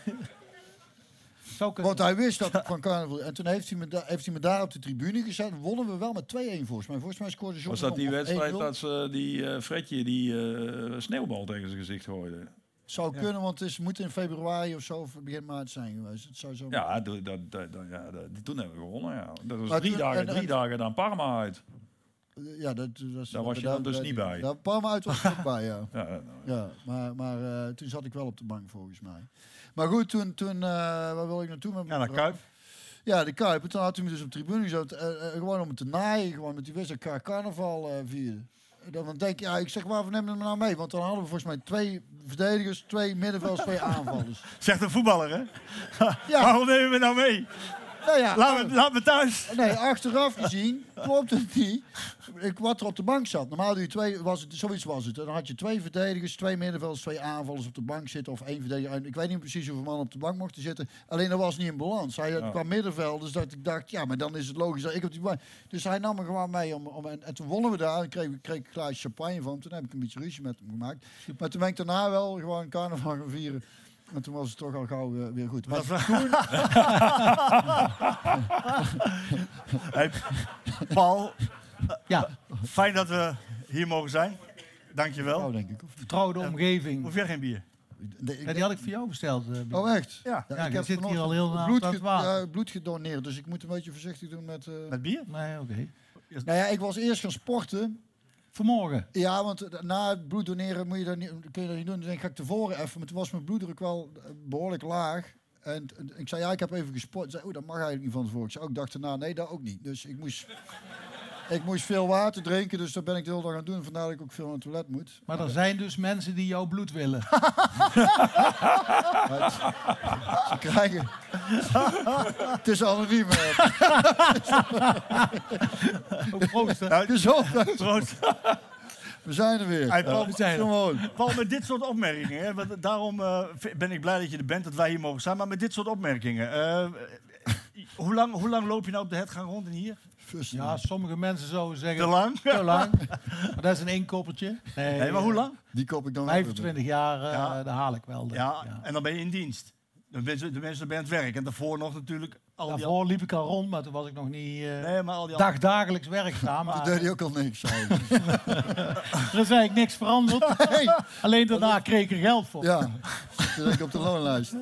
Want hij wist dat ik van carnaval... En toen heeft hij me daar op de tribune gezet. Wonnen we wel met 2-1 volgens mij. Volgens mij scoorde John. Was dat die wedstrijd dat ze die Fredje die sneeuwbal tegen zijn gezicht gooide? Zou kunnen, want het moet in februari of zo of begin maart zijn geweest. Het zou zo ja, toen hebben we gewonnen. Ja. Dat was 3 dagen dan Parma uit. Ja, daar was je dan dus niet bij. Daar Parma uit was ik ook bij, ja. Ja, maar toen zat ik wel op de bank volgens mij. Maar goed, toen waar wil ik naartoe? Naar Kuip. Ja, de Kuip. En toen had hij me dus op de tribune gezet. Gewoon om het te naaien, gewoon met die wedstrijd carnaval vieren. Dan denk je, ik zeg, waarvoor nemen we hem nou mee? Want dan hadden we volgens mij 2 verdedigers, 2 middenvelders, 2 aanvallers. Zegt een voetballer, hè? Ja. Waarom nemen we nou mee? Nou ja, laat me thuis. Nee, achteraf gezien klopt het niet. Wat er op de bank zat. Normaal doe je zoiets was het. Dan had je 2 verdedigers, 2 middenvelders, 2 aanvallers op de bank zitten. Of 1 verdediger. Ik weet niet precies hoeveel man op de bank mochten zitten. Alleen dat was niet in balans. Hij kwam middenvelders dat ik dacht, ja, maar dan is het logisch dat ik op die bank... Dus hij nam me gewoon mee. En toen wonnen we daar. En kreeg ik een glaasje champagne van hem. Toen heb ik een beetje ruzie met hem gemaakt. Maar toen ben ik daarna wel gewoon carnaval gaan vieren. En toen was het toch al gauw weer goed. Maar toen... Hey, Paul, fijn dat we hier mogen zijn. Dankjewel. Denk ik. Vertrouwde omgeving. Hoef jij geen bier? Die had ik voor jou besteld. Oh, echt? Ja, ik zit hier al heel lang bloed gedoneerd, dus ik moet een beetje voorzichtig doen met... Met bier? Nee, oké. Nou ja, ik was eerst gaan sporten. Vanmorgen? Ja, want na het bloed doneren kun je dat niet doen. Dus dan ga ik tevoren even. Maar toen was mijn bloeddruk wel behoorlijk laag. En ik zei, ik heb even gesport. Zei, dat mag eigenlijk niet van tevoren. Ik zei, ik dacht erna, nee, dat ook niet. Dus ik moest veel water drinken. Dus dat ben ik de hele dag aan het doen. Vandaar dat ik ook veel naar het toilet moet. Maar er zijn dus mensen die jouw bloed willen. Ze krijgen... Het is anoniem. Proost. We zijn er weer. Hey, Paul, met dit soort opmerkingen. Hè, daarom ben ik blij dat je er bent, dat wij hier mogen zijn. Maar met dit soort opmerkingen. Hoe lang loop je nou op de Hetgang rond en hier? Ja, sommige mensen zouden zeggen... Te lang? Te lang. Maar dat is een inkoppertje. Nee, maar hoe lang? Die kop ik dan 25 jaar, daar haal ik wel. Ja, en dan ben je in dienst. De mensen ben je aan het werk. En daarvoor nog natuurlijk Daarvoor liep ik al rond, maar toen was ik nog niet maar al die dagdagelijks werkzaam. Toen deed hij ook al niks eigenlijk. Er is eigenlijk niks veranderd. Nee. Alleen daarna kreeg ik er geld voor. Ja, toen ben ik op de loonlijst.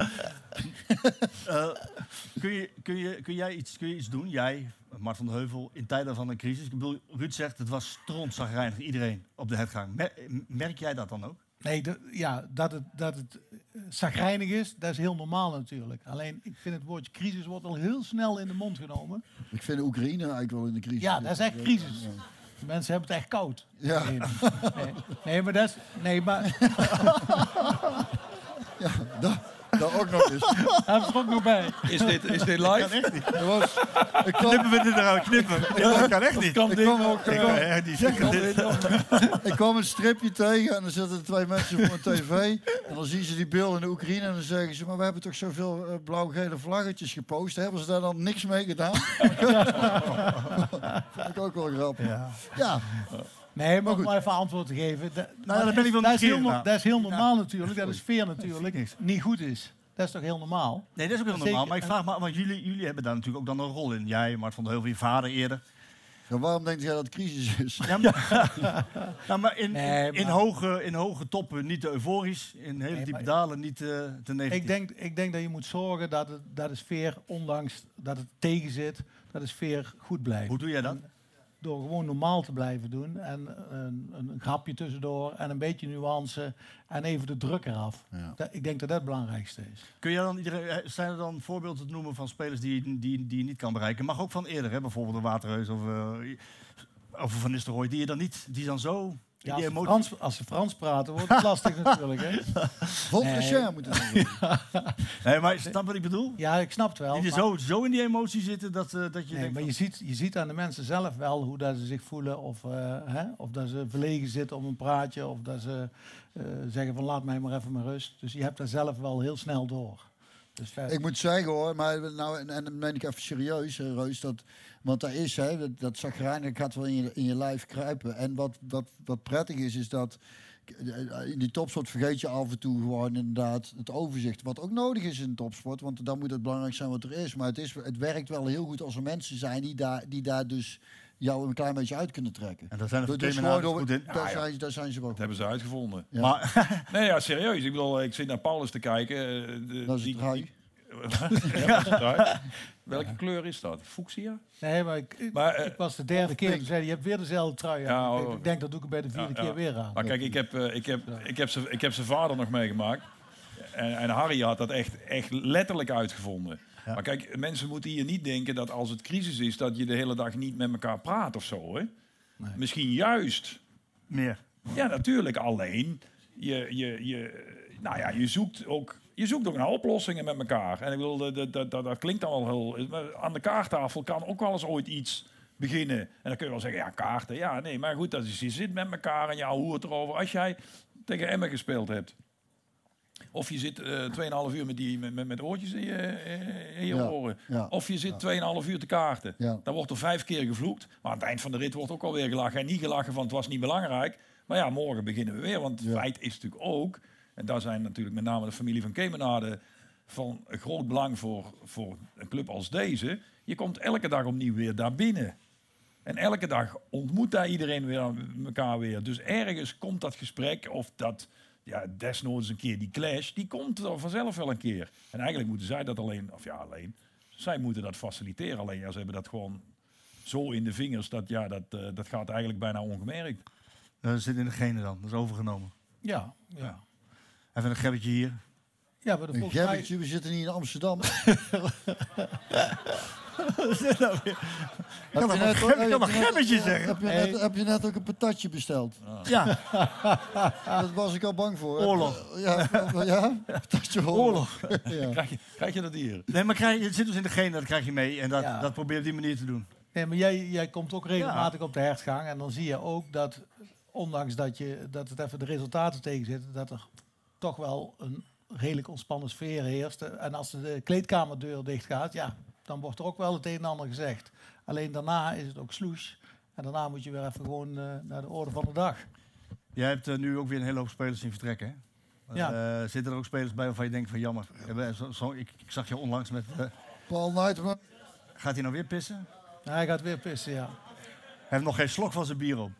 Kun je iets doen, jij, Mart van der Heuvel, in tijden van een crisis? Ik bedoel, Ruud zegt, het was strontzagrijnig, iedereen op de headgang. Merk jij dat dan ook? Nee, dat het chagrijnig is, dat is heel normaal natuurlijk. Alleen, ik vind het woordje crisis wordt al heel snel in de mond genomen. Ik vind de Oekraïne eigenlijk wel in de crisis. Ja, dat is echt crisis. De mensen hebben het echt koud. Ja. Nee, maar dat is... Nee, maar... Ja, daar ook nog eens. Hebben ze er ook nog bij. Is dit live? Kan echt niet. Knippen we dit eruit, knippen. Ja, dat kan echt niet. Ik kwam een stripje tegen en dan zitten er 2 mensen voor een tv. En dan zien ze die beelden in de Oekraïne en dan zeggen ze... maar we hebben toch zoveel blauw-gele vlaggetjes gepost. Hebben ze daar dan niks mee gedaan? Vond ik ook wel grappig. Ja. Nee, maar om even antwoord te geven. daar ben ik wel nieuwsgierig naar. Dat is heel normaal natuurlijk. Dat de sfeer natuurlijk niet goed is. Dat is toch heel normaal? Nee, dat is ook heel normaal. Maar ik vraag me, want jullie hebben daar natuurlijk ook dan een rol in. Jij, Mart van der Heuvel, je vader eerder. Ja, waarom denk jij dat het crisis is? Ja, maar in hoge toppen niet te euforisch. In hele diepe dalen niet te negatief. Ik denk dat je moet zorgen dat de sfeer, ondanks dat het tegen zit, dat de sfeer goed blijft. Hoe doe jij dat? Door gewoon normaal te blijven doen en een grapje tussendoor en een beetje nuance en even de druk eraf. Ja. Ik denk dat dat het belangrijkste is. Kun je dan zijn er dan voorbeelden te noemen van spelers die je niet kan bereiken? Mag ook van eerder, hè? Bijvoorbeeld de Waterreus of Van Nistelrooy, die dan zo... Ja, als ze Frans praten, wordt het lastig natuurlijk. Hè? Volksrecherche moeten doen. Nee, maar snap wat ik bedoel? Ja, ik snap het wel. Die er zo in die emotie zitten dat je denkt... Maar je ziet aan de mensen zelf wel hoe dat ze zich voelen. Of dat ze verlegen zitten om een praatje. Of dat ze zeggen van laat mij maar even met rust. Dus je hebt daar zelf wel heel snel door. Dus ik moet zeggen hoor, maar nou, en dan meen ik even serieus, Reus, want daar is, dat chagrijnig gaat wel in je lijf kruipen. En wat prettig is dat in die topsport vergeet je af en toe gewoon inderdaad het overzicht. Wat ook nodig is in topsport, want dan moet het belangrijk zijn wat er is. Maar het werkt wel heel goed als er mensen zijn die daar dus jou een klein beetje uit kunnen trekken. En daar zijn de terminalen goed in. Daar zijn ze wel. Dat hebben ze uitgevonden. Ja. Maar, nee, ja, serieus. Ik bedoel, ik zit naar Paulus te kijken. Dat is het trui. Welke kleur is dat? Fuchsia? Nee, maar ik was de derde keer. Toen zei hij, je hebt weer dezelfde trui. Ik denk, dat doe ik bij de vierde keer weer aan. Maar kijk, ik heb zijn vader nog meegemaakt. En Harry had dat echt letterlijk uitgevonden. Ja. Maar kijk, mensen moeten hier niet denken dat als het crisis is, dat je de hele dag niet met elkaar praat of zo. Hè? Nee. Misschien juist. Meer. Ja, natuurlijk. Alleen, je zoekt ook naar oplossingen met elkaar. En ik bedoel, dat klinkt dan wel heel... Aan de kaarttafel kan ook wel eens ooit iets beginnen. En dan kun je wel zeggen, ja, kaarten. Ja, nee, maar goed, je zit met elkaar en ja, hoe het erover. Als jij tegen Emmen gespeeld hebt. Of je zit 2,5 uur met oortjes in je oren. Ja. Of je zit 2,5 uur te kaarten. Ja. Dan wordt er 5 keer gevloekt. Maar aan het eind van de rit wordt ook alweer gelachen. En niet gelachen van het was niet belangrijk. Maar ja, morgen beginnen we weer. Want het feit is natuurlijk ook... En daar zijn natuurlijk met name de familie van Kemenade van groot belang voor een club als deze. Je komt elke dag opnieuw weer daar binnen. En elke dag ontmoet daar iedereen weer elkaar weer. Dus ergens komt dat gesprek of dat... Ja, desnoods een keer die clash, die komt er vanzelf wel een keer. En eigenlijk moeten zij dat zij moeten dat faciliteren. Alleen ja, ze hebben dat gewoon zo in de vingers dat gaat eigenlijk bijna ongemerkt. Dat zit in de genen dan, dat is overgenomen. Ja. Even een gebbetje hier. Ja, maar een gebbetje, we zitten niet in Amsterdam. Ik kan nog gebbetje zeggen. Heb je net ook een patatje besteld? Ja. Dat was ik al bang voor. Oorlog. Ja? Patatje oorlog. Ja. Krijg je dat hier? Nee, maar je zit dus in de genen, dat krijg je mee. En dat probeer je op die manier te doen. Nee, maar jij komt ook regelmatig op de hertgang. En dan zie je ook dat, ondanks dat het even de resultaten tegen zitten, dat er toch wel een redelijk ontspannen sfeer heerst. En als de kleedkamerdeur dicht gaat, dan wordt er ook wel het een en ander gezegd. Alleen daarna is het ook sloes. En daarna moet je weer even gewoon naar de orde van de dag. Jij hebt nu ook weer een hele hoop spelers zien vertrekken, hè? Ja. Zitten er ook spelers bij waarvan je denkt van jammer? Ik zag je onlangs met Paul Nuytman. Gaat hij nou weer pissen? Hij gaat weer pissen, ja. Hij heeft nog geen slok van zijn bier op.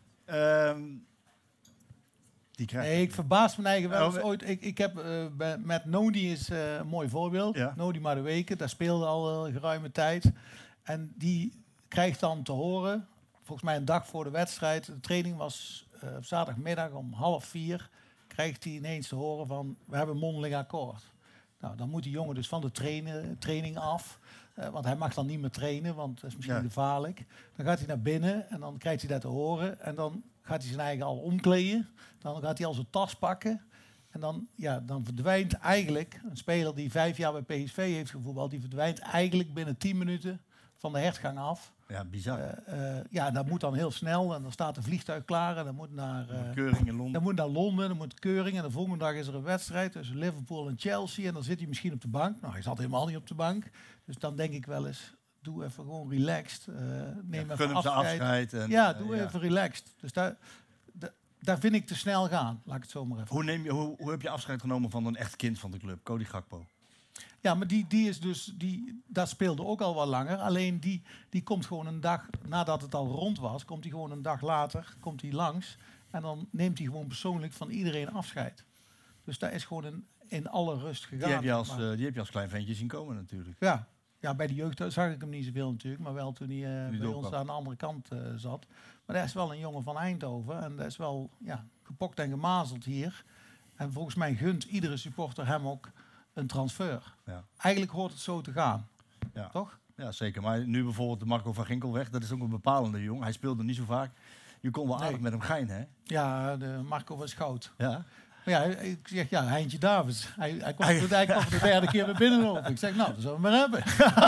Die krijgt... Nee, ik verbaas me eigen wel eens ooit. Ik heb met Nodi is een mooi voorbeeld. Ja. Nodi Madueke, daar speelde al geruime tijd. En die krijgt dan te horen, volgens mij een dag voor de wedstrijd. De training was op zaterdagmiddag om 3:30. Krijgt hij ineens te horen van, we hebben een mondeling akkoord. Nou, dan moet die jongen dus van de training af. Want hij mag dan niet meer trainen, want dat is misschien gevaarlijk. Dan gaat hij naar binnen en dan krijgt hij dat te horen. En dan gaat hij zijn eigen al omkleden. Dan gaat hij al zijn tas pakken. En dan verdwijnt eigenlijk een speler die 5 jaar bij PSV heeft gevoetbald. Die verdwijnt eigenlijk binnen 10 minuten van de hertgang af. Ja, bizar. Dat moet dan heel snel. En dan staat een vliegtuig klaar. En dan moet naar Keuring in Londen. Dan moet naar Londen, dan moet Keuring. En de volgende dag is er een wedstrijd tussen Liverpool en Chelsea. En dan zit hij misschien op de bank. Nou, hij zat helemaal niet op de bank. Dus dan denk ik wel eens, doe even gewoon relaxed. Neem even afscheid. Doe even relaxed. Dus daar vind ik te snel gaan. Laat ik het zo maar even. Hoe heb je afscheid genomen van een echt kind van de club, Cody Gakpo? Ja, maar die is dus, dat speelde ook al wat langer. Alleen die komt gewoon een dag nadat het al rond was, komt hij gewoon een dag later, komt hij langs. En dan neemt hij gewoon persoonlijk van iedereen afscheid. Dus dat is gewoon in alle rust gegaan. Die heb je als klein ventje zien komen natuurlijk. Ja, bij de jeugd zag ik hem niet zoveel natuurlijk. Maar wel toen hij bij ons aan de andere kant zat. Maar dat is wel een jongen van Eindhoven. En dat is wel gepokt en gemazeld hier. En volgens mij gunt iedere supporter hem ook een transfer. Ja. Eigenlijk hoort het zo te gaan. Ja. Toch? Ja, zeker. Maar nu bijvoorbeeld de Marco van Ginkel weg. Dat is ook een bepalende jongen. Hij speelde niet zo vaak. Je kon wel aardig met hem geinen, hè? Ja, de Marco was goud. Ja. Maar ja, ik zeg, Heintje Davids. Hij kwam voor de derde keer weer binnenlopen. Ik zeg, nou, dat zullen we maar hebben.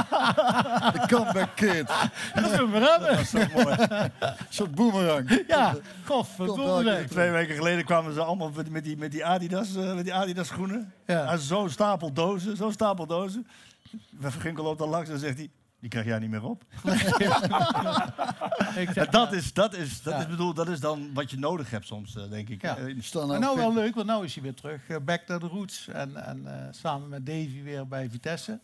De comeback kid. Dat zullen we maar hebben. Dat was zo mooi. Een soort boemerang. Ja, godverdomme. 2 weken geleden kwamen ze allemaal met die Adidas schoenen. Ja. En zo'n stapel dozen. Van Ginkel loopt dan langs en zegt hij, die krijg jij niet meer op. Dat is dan wat je nodig hebt soms, denk ik. Ja. Maar nou wel leuk, want nou is hij weer terug. Back to the roots. En samen met Davy weer bij Vitesse.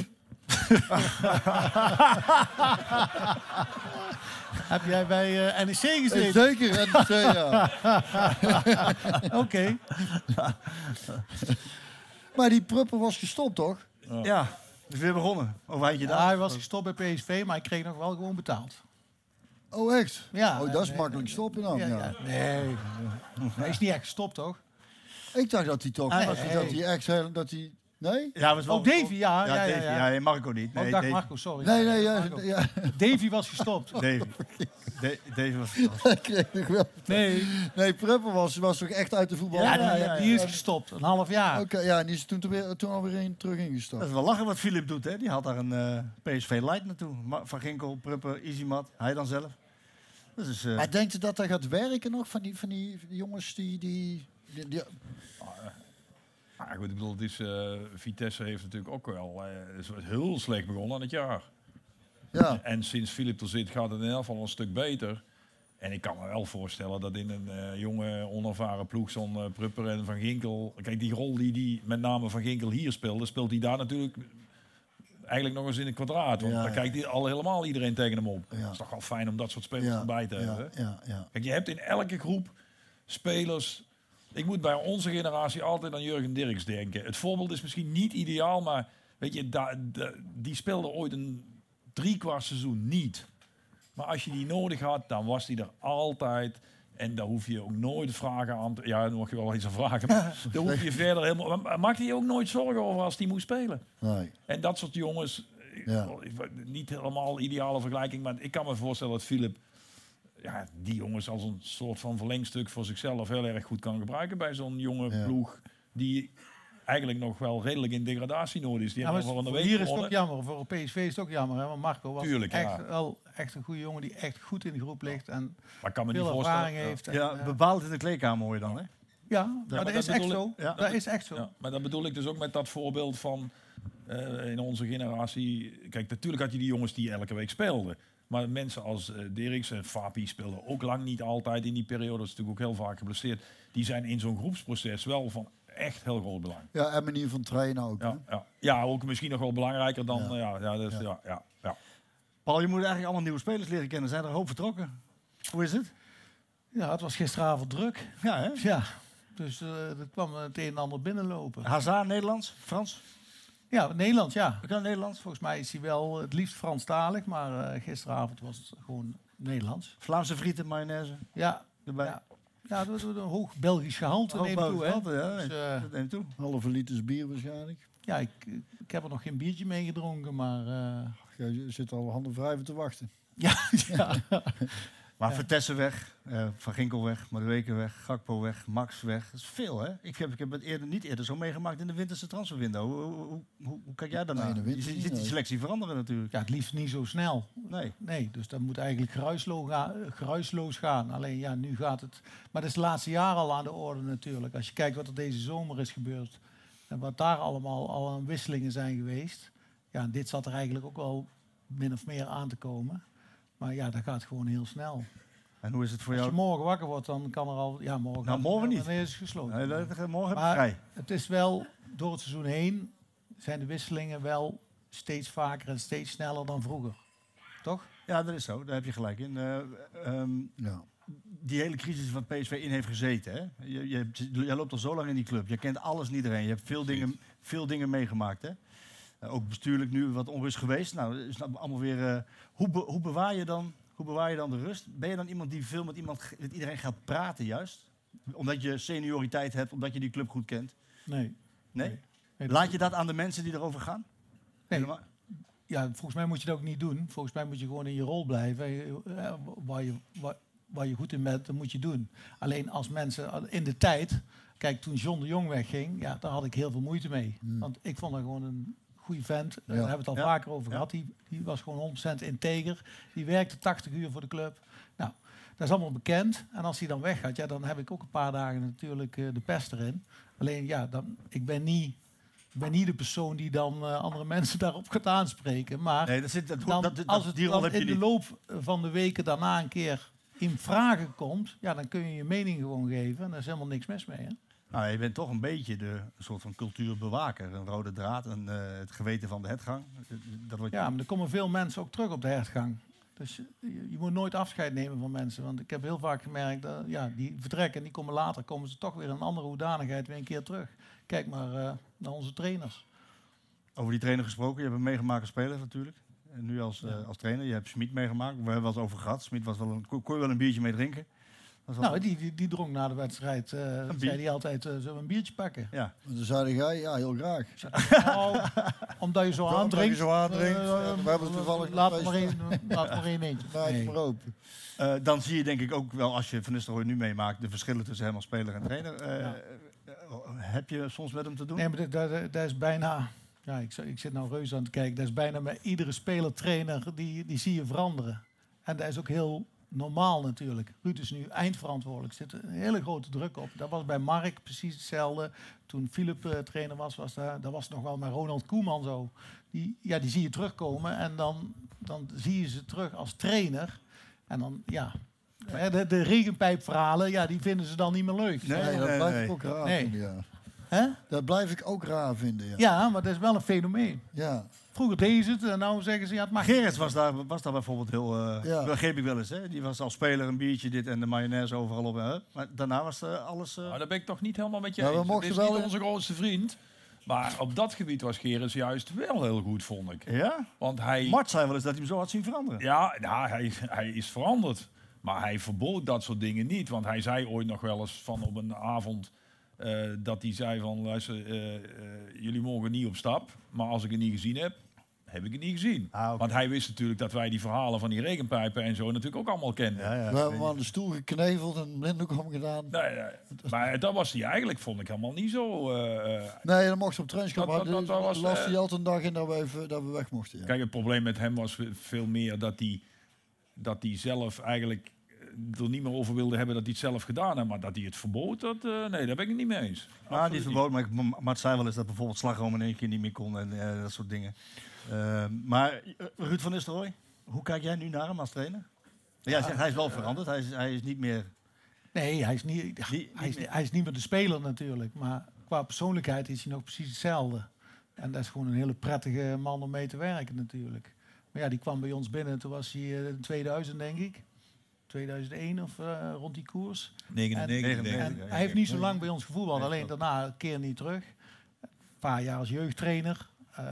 Heb jij bij NEC gezeten? Zeker, NEC, ja. Oké. Maar die Pruppen was gestopt, toch? Ja. Is weer begonnen. Hij was gestopt bij PSV, maar hij kreeg nog wel gewoon betaald. Oh, echt? Ja. Oh, dat is makkelijk stoppen dan. Ja. Nee. Hij is niet echt gestopt, toch? Ik dacht dat hij toch... Dat hij Nee? Ja, was wel Davy, ja. Ja, Marco niet. Nee, Davy. Marco, sorry. Nee, ja. Davy was gestopt. Davy was gestopt. Nee, Prupper was toch echt uit de voetbal? Ja, die is gestopt. Een half jaar. Oké, ja, en die is toen alweer terug ingestapt. Dat is wel lachen wat Philip doet, hè? Die had daar een PSV Light naartoe. Van Ginkel, Prupper, Izimat, hij dan zelf. Dus, maar denkt u dat dat gaat werken nog, van die jongens die goed, ik bedoel, het is, Vitesse heeft natuurlijk ook wel is heel slecht begonnen aan het jaar. Ja. En sinds Philip er zit gaat het in ieder geval een stuk beter. En ik kan me wel voorstellen dat in een jonge, onervaren ploeg zo'n Prupper en Van Ginkel... Kijk, die rol die met name Van Ginkel hier speelde, speelt hij daar natuurlijk eigenlijk nog eens in het kwadraat. Want daar kijkt al helemaal iedereen tegen hem op. Het is toch wel fijn om dat soort spelers erbij te hebben. Ja. Kijk, je hebt in elke groep spelers... Ik moet bij onze generatie altijd aan Jurgen Dirks denken. Het voorbeeld is misschien niet ideaal, maar weet je, die speelde ooit een 3/4 seizoen niet. Maar als je die nodig had, dan was die er altijd. En daar hoef je ook nooit vragen aan te... Ja, dan mag je wel iets aan vragen. Maar daar hoef je verder helemaal... Maar maakte je ook nooit zorgen over als die moest spelen. Nee. En dat soort jongens... Niet helemaal ideale vergelijking, maar ik kan me voorstellen dat Philip... Ja, die jongens als een soort van verlengstuk voor zichzelf heel erg goed kan gebruiken bij zo'n jonge ploeg die eigenlijk nog wel redelijk in degradatienood is. Die maar voor hier is het ook jammer, voor PSV is het ook jammer, hè? Want Marco was echt een goede jongen die echt goed in de groep ligt en veel ervaring heeft. Bepaald in de kleedkamer hoor je dan, hè? Ja, maar dat is echt zo. Dat is echt zo. Ja, maar dat bedoel ik dus ook met dat voorbeeld van in onze generatie. Kijk, natuurlijk had je die jongens die elke week speelden. Maar mensen als Dirks en Fapi speelden ook lang niet altijd in die periode. Dat is natuurlijk ook heel vaak geblesseerd. Die zijn in zo'n groepsproces wel van echt heel groot belang. Ja, en manier van trainen ook. Ja, ook misschien nog wel belangrijker dan... Paul, je moet eigenlijk allemaal nieuwe spelers leren kennen. Zijn er een hoop vertrokken? Hoe is het? Ja, het was gisteravond druk. Ja, hè? Ja, dus er kwam het een en ander binnenlopen. Hazard, Nederlands, Frans? Ja, Nederlands, ja. Ik kan Nederlands. Volgens mij is hij wel het liefst Franstalig, maar gisteravond was het gewoon Nederlands. Vlaamse frieten, mayonaise? Ja. Erbij. Ja, dat een hoog Belgisch gehalte neemt toe, hè. Dat neemt toe. Halve liters bier waarschijnlijk. Ja, ik heb er nog geen biertje mee gedronken, maar... Je zit al handen wrijven te wachten. Ja. Maar Vertessen weg, Van Ginkel weg, Madueke weg, Gakpo weg, Max weg. Dat is veel, hè? Ik heb het niet eerder zo meegemaakt in de winterse transferwindow. Hoe kijk jij daarnaar? Nee, je ziet die selectie veranderen natuurlijk. Ja, het liefst niet zo snel. Nee, dus dat moet eigenlijk geruisloos gaan. Alleen ja, nu gaat het... Maar dat is het laatste jaar al aan de orde natuurlijk. Als je kijkt wat er deze zomer is gebeurd. En wat daar allemaal al aan wisselingen zijn geweest. Ja, dit zat er eigenlijk ook wel min of meer aan te komen. Maar ja, dat gaat gewoon heel snel. En hoe is het voor jou? Als je morgen wakker wordt, dan kan er al... Ja, morgen. Nou, morgen niet. Dan is het gesloten. Nee, morgen heb ik vrij. Het is wel, door het seizoen heen, zijn de wisselingen wel steeds vaker en steeds sneller dan vroeger. Toch? Ja, dat is zo. Daar heb je gelijk in. Die hele crisis van PSV in heeft gezeten. Hè? Je loopt al zo lang in die club. Je kent alles en iedereen. Je hebt veel dingen meegemaakt. Hè? Ook bestuurlijk nu wat onrust geweest. Nou, is nou allemaal weer. Hoe bewaar je dan de rust? Ben je dan iemand die veel met iedereen gaat praten, juist? Omdat je senioriteit hebt, omdat je die club goed kent? Nee. Laat je dat aan de mensen die erover gaan? Nee. Ja, volgens mij moet je dat ook niet doen. Volgens mij moet je gewoon in je rol blijven. Waar je goed in bent, dat moet je doen. Alleen als mensen in de tijd... Kijk, toen John de Jong wegging, ja, daar had ik heel veel moeite mee. Want ik vond hem gewoon een goede vent. Daar hebben we het al vaker over gehad. Die was gewoon 100% integer. Die werkte 80 uur voor de club. Nou, dat is allemaal bekend. En als hij dan weggaat, ja, dan heb ik ook een paar dagen natuurlijk de pest erin. Alleen, ja, ik ben niet de persoon die dan andere mensen daarop gaat aanspreken. Maar als het in de loop van de weken daarna een keer in vragen komt, ja, dan kun je je mening gewoon geven. En daar is helemaal niks mis mee, hè? Nou, je bent toch een beetje een soort van cultuurbewaker. Een rode draad en het geweten van de hertgang. Ja, maar er komen veel mensen ook terug op de hertgang. Dus je moet nooit afscheid nemen van mensen. Want ik heb heel vaak gemerkt dat die vertrekken en die komen later, komen ze toch weer in een andere hoedanigheid weer een keer terug. Kijk maar naar onze trainers. Over die trainer gesproken, je hebt hem meegemaakt als speler natuurlijk. En nu als trainer, je hebt Schmid meegemaakt. We hebben het over gehad. Schmid was kon je wel een biertje mee drinken. Nou, die dronk na de wedstrijd, zei hij altijd, zullen we een biertje pakken? Ja. En toen zei hij, ja, heel graag. Omdat je zo aandrinkt. We hebben het toevallig laat maar één eentje. Nee. Maar open. Dan zie je denk ik ook wel, als je Van Nistelrooy nu meemaakt, de verschillen tussen hem als speler en trainer. Heb je soms met hem te doen? Nee, maar dat is bijna... Ja, ik zit nou reuze aan te kijken. Dat is bijna bij iedere speler-trainer, die zie je veranderen. En dat is ook heel normaal natuurlijk. Ruud is nu eindverantwoordelijk. Er zit een hele grote druk op. Dat was bij Mark precies hetzelfde. Toen Philip trainer was dat was nog wel met Ronald Koeman zo. Die zie je terugkomen en dan zie je ze terug als trainer. En dan, ja... De regenpijpverhalen, die vinden ze dan niet meer leuk. Nee, dat blijf ik ook raar vinden, ja. Hè? Dat blijf ik ook raar vinden, ja. Ja, maar dat is wel een fenomeen. Ja. Vroeger deden ze het en nou zeggen ze, ja, het mag. Gerrits was daar bijvoorbeeld heel... begreep ik wel eens, hè? Die was als speler een biertje, dit en de mayonaise overal op. Maar daarna was alles... Nou, daar ben ik toch niet helemaal met je eens. Dit is niet onze grootste vriend. Maar op dat gebied was Gerrits juist wel heel goed, vond ik. Ja? Want hij... Mart zei wel eens dat hij hem zo had zien veranderen. Ja, hij is veranderd. Maar hij verbood dat soort dingen niet. Want hij zei ooit nog wel eens van op een avond... dat hij zei van, luister, jullie mogen niet op stap. Maar als ik het niet gezien heb, heb ik het niet gezien. Okay. Want hij wist natuurlijk dat wij die verhalen van die regenpijpen en zo natuurlijk ook allemaal kenden. We hebben hem aan de stoel gekneveld en een blinddoek omgedaan. Nee. Maar dat was hij eigenlijk, vond ik helemaal niet zo... nee, dat mocht op trainingskamp. Dat las hij altijd een dag in dat we weg mochten. Ja. Kijk, het probleem met hem was veel meer dat hij zelf eigenlijk... er niet meer over wilde hebben dat hij het zelf gedaan heeft, maar dat hij het verbood, nee, daar ben ik het niet mee eens. Niet verboden, maar Mart zei wel eens dat bijvoorbeeld slagroom in één keer niet meer kon en dat soort dingen. Maar Ruud van Nistelrooy, hoe kijk jij nu naar hem als trainer? Ja, hij is wel veranderd, hij is niet meer... Nee, hij is niet meer de speler natuurlijk, maar qua persoonlijkheid is hij nog precies hetzelfde. En dat is gewoon een hele prettige man om mee te werken natuurlijk. Maar ja, die kwam bij ons binnen, toen was hij in 2000 denk ik. 2001 of rond die koers. 99. En hij heeft niet zo lang bij ons gevoetbald, alleen daarna een keer niet terug. Een paar jaar als jeugdtrainer,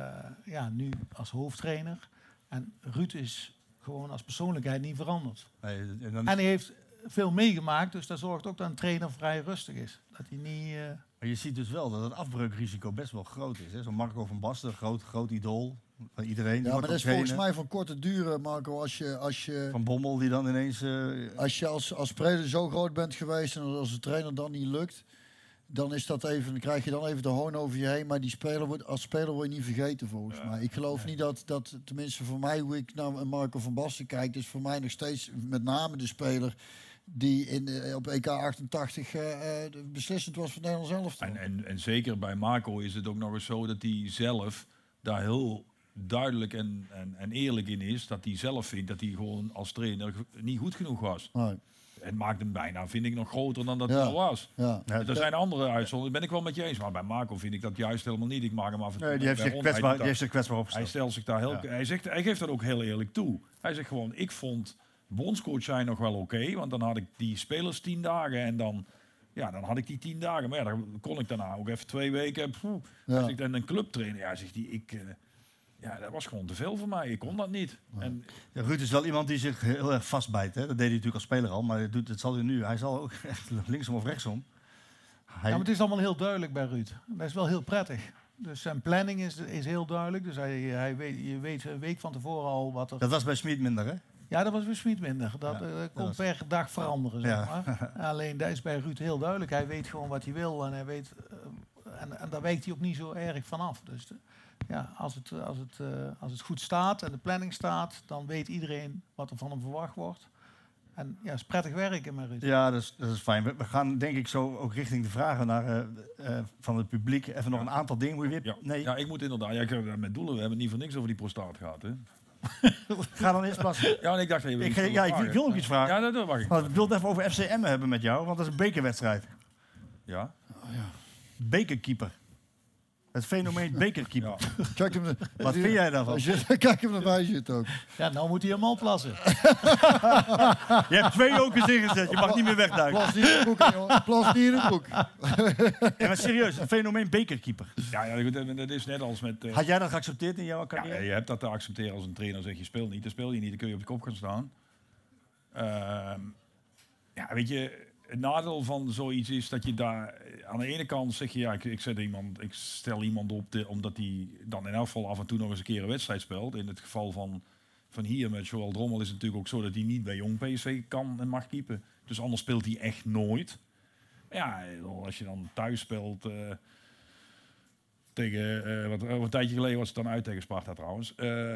nu als hoofdtrainer. En Ruud is gewoon als persoonlijkheid niet veranderd. En hij heeft veel meegemaakt, dus dat zorgt ook dat een trainer vrij rustig is. Dat hij niet... Maar je ziet dus wel dat het afbreukrisico best wel groot is. Hè? Zo'n Marco van Basten, groot idool van iedereen. Ja, maar dat is volgens mij van korte duur, Marco. Als je Van Bommel die dan ineens... Als je als speler zo groot bent geweest en als de trainer dan niet lukt, dan is dat even, dan krijg je dan even de hoon over je heen. Maar die als speler word je niet vergeten volgens mij. Ik geloof niet dat, tenminste voor mij, hoe ik naar Marco van Basten kijk, is voor mij nog steeds met name de speler die op EK 88 beslissend was voor Nederland zelf. En zeker bij Marco is het ook nog eens zo dat hij zelf daar heel duidelijk en eerlijk in is. Dat hij zelf vindt dat hij gewoon als trainer niet goed genoeg was. Nee. Het maakt hem bijna, vind ik, nog groter dan dat hij al was. Ja. Er zijn andere uitzonderingen, ben ik wel met je eens. Maar bij Marco vind ik dat juist helemaal niet. Ik maak hem af en toe... Nee, die heeft zich kwetsbaar opgesteld. Hij stelt zich daar heel... Hij geeft dat ook heel eerlijk toe. Hij zegt gewoon, ik vond bondscoach zijn nog wel oké, want dan had ik die spelers 10 dagen en dan had ik die 10 dagen. Maar ja, dan kon ik daarna ook even 2 weken... En een clubtrainer, zegt hij, dat was gewoon te veel voor mij. Ik kon dat niet. Ja. En Ruud is wel iemand die zich heel erg vastbijt. Hè? Dat deed hij natuurlijk als speler al, maar dat zal hij nu. Hij zal ook echt linksom of rechtsom. Ja, maar het is allemaal heel duidelijk bij Ruud. Dat is wel heel prettig. Dus zijn planning is heel duidelijk. Dus je weet een week van tevoren al wat er... Dat was bij Smit minder, hè? Ja, dat was bij Smit minder. Dat kon per dag veranderen, zeg maar. Alleen dat is bij Ruud heel duidelijk. Hij weet gewoon wat hij wil en hij weet... en daar wijkt hij ook niet zo erg vanaf. Dus als het goed staat en de planning staat, dan weet iedereen wat er van hem verwacht wordt. En ja, het is prettig werken met Ruud. Ja, dat is fijn. We gaan denk ik zo ook richting de vragen van het publiek. Even nog een aantal dingen. Moet je weer... Ja, ik moet inderdaad... Ja, ik heb met doelen. We hebben niet voor niks over die prostaat gehad, hè? Ga dan eerst plassen. Ja, en ik dacht even... Ik wil ook iets vragen. Ja, dat mag ik. Maar ik wil het even over FC Emmen hebben met jou, want dat is een bekerwedstrijd. Ja? Bekerkeeper. Het fenomeen bekerkeeper. Ja. Kijk hem, wat vind jij daarvan? Kijk hem erbij zitten ook. Ja, nou moet hij helemaal plassen. Je hebt 2 ook eens ingezet. Je mag niet meer wegduiken. Plas niet in de broek, jongen. Plas niet in de broek. Ja, maar serieus, een fenomeen bekerkeeper. Ja, dat is net als met... Had jij dat geaccepteerd in jouw carrière? Ja, je hebt dat te accepteren als een trainer. Zeg je speelt niet, dan speel je niet. Dan kun je op de kop gaan staan. Weet je... Het nadeel van zoiets is dat je daar... Aan de ene kant zeg je, ik stel iemand op omdat hij dan in elk geval af en toe nog eens een keer een wedstrijd speelt. In het geval van hier met Joël Drommel is het natuurlijk ook zo dat hij niet bij Jong PSV kan en mag keepen. Dus anders speelt hij echt nooit. Ja, als je dan thuis speelt tegen... Wat tijdje geleden was het dan uit tegen Sparta trouwens.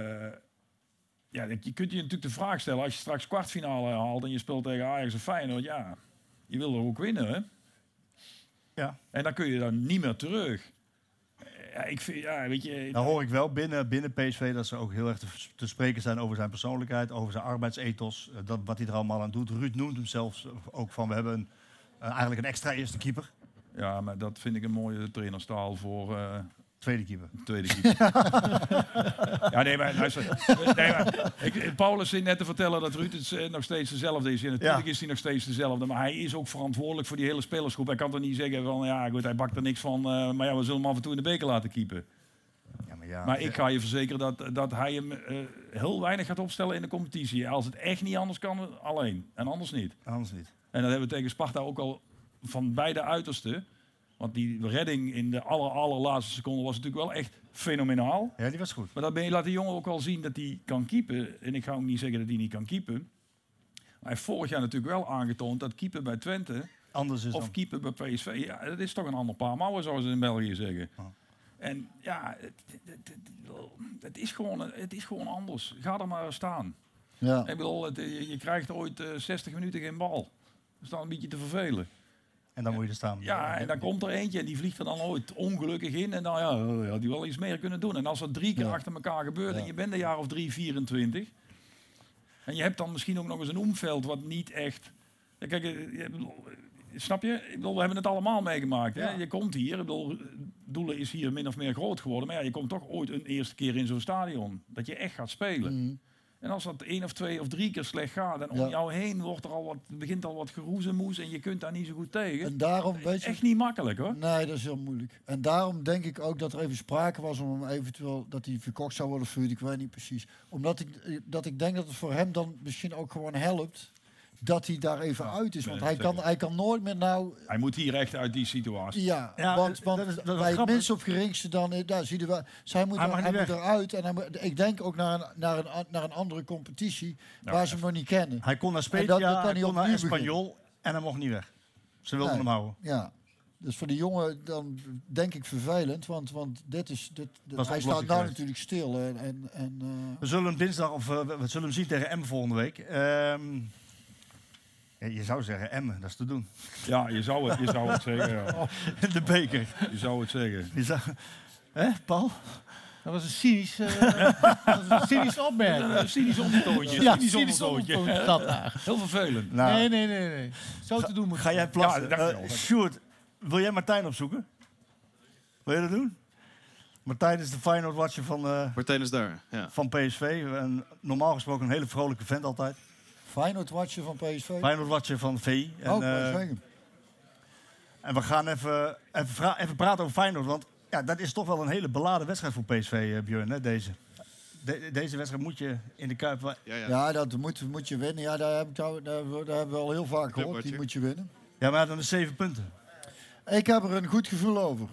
Je kunt je natuurlijk de vraag stellen, als je straks kwartfinale haalt en je speelt tegen Ajax of Feyenoord, je wil er ook winnen, hè? Ja. En dan kun je dan niet meer terug. Ja, weet je... Nou hoor ik wel binnen PSV dat ze ook heel erg te spreken zijn over zijn persoonlijkheid, over zijn arbeidsethos, wat hij er allemaal aan doet. Ruud noemt hem zelfs ook van, we hebben eigenlijk een extra eerste keeper. Ja, maar dat vind ik een mooie trainerstaal voor... Tweede keeper. Paulus zit net te vertellen dat Ruud het nog steeds dezelfde is. En natuurlijk is hij nog steeds dezelfde, maar hij is ook verantwoordelijk voor die hele spelersgroep. Hij kan toch niet zeggen van, hij bakt er niks van, maar we zullen hem af en toe in de beker laten keepen. Maar ik ga je verzekeren dat hij hem heel weinig gaat opstellen in de competitie. Als het echt niet anders kan, alleen. En anders niet. Anders niet. En dat hebben we tegen Sparta ook al van beide uitersten. Want die redding in de allerlaatste seconde was natuurlijk wel echt fenomenaal. Ja, die was goed. Maar dan laat die jongen ook al zien dat hij kan keepen. En ik ga ook niet zeggen dat hij niet kan keepen. Maar hij heeft vorig jaar natuurlijk wel aangetoond dat keeper bij Twente... Anders is of dan. Keeper bij PSV, dat is toch een ander paar mouwen, zoals ze in België zeggen. Oh. En het is gewoon anders. Ga er maar staan. Ja. Ik bedoel, je krijgt ooit 60 minuten geen bal. Dat is dan een beetje te vervelen. En dan moet je er staan. Ja, en dan komt er eentje en die vliegt er dan ooit ongelukkig in. En dan had die wel iets meer kunnen doen. En als dat 3 keer achter elkaar gebeurt en je bent een jaar of 24... en je hebt dan misschien ook nog eens een omveld wat niet echt... Kijk, snap je? Ik bedoel, we hebben het allemaal meegemaakt. Hè? Ja. Je komt hier, ik bedoel, Doelen is hier min of meer groot geworden. Maar ja, je komt toch ooit een eerste keer in zo'n stadion. Dat je echt gaat spelen. En als dat 1 of 2 of 3 keer slecht gaat en om jou heen begint al wat geroezemoes en je kunt daar niet zo goed tegen. En daarom, weet je, echt niet makkelijk hoor. Nee, dat is heel moeilijk. En daarom denk ik ook dat er even sprake was om hem eventueel dat hij verkocht zou worden verhuurd. Ik weet niet precies. Omdat ik denk dat het voor hem dan misschien ook gewoon helpt dat hij daar even uit is. Want hij kan nooit meer nou... Hij moet hier echt uit die situatie. Ja, Ja, want dat is bij het minst of geringste dan... Daar zie je wel, hij moet eruit. En ik denk ook naar een andere competitie waar ze hem nog niet kennen. Hij kon naar Spezia, hij kon naar Espanyol en hij mocht niet weg. Ze wilden hem houden. Ja. Dus voor die jongen dan denk ik vervelend, want hij staat nou natuurlijk stil. We zullen hem dinsdag, of we zullen hem zien tegen Emmen volgende week. Je zou zeggen Emmen, dat is te doen. Ja, je zou het zeggen. Ja. De beker. Je zou het zeggen. Hè, Paul? Dat was een cynisch opmerking. Een cynisch ondertoontje. Ja, cynisch ondertoontje. Heel vervelend. Nou, Nee. Zo te doen moet ga jij plassen? Sjoerd, wil jij Martijn opzoeken? Wil je dat doen? Martijn is de Feyenoord-watcher Martijn is daar, ja. Van PSV. En normaal gesproken een hele vrolijke vent altijd. Feyenoord-watcher van PSV? Feyenoord-watcher van VI. En we gaan even praten over Feyenoord. Want ja, dat is toch wel een hele beladen wedstrijd voor PSV, Björn, hè, deze. Deze wedstrijd moet je in de Kuip... Ja, dat moet je winnen. Ja, daar hebben we al heel vaak gehoord. Die moet je winnen. Ja, maar dan is 7 punten. Ik heb er een goed gevoel over.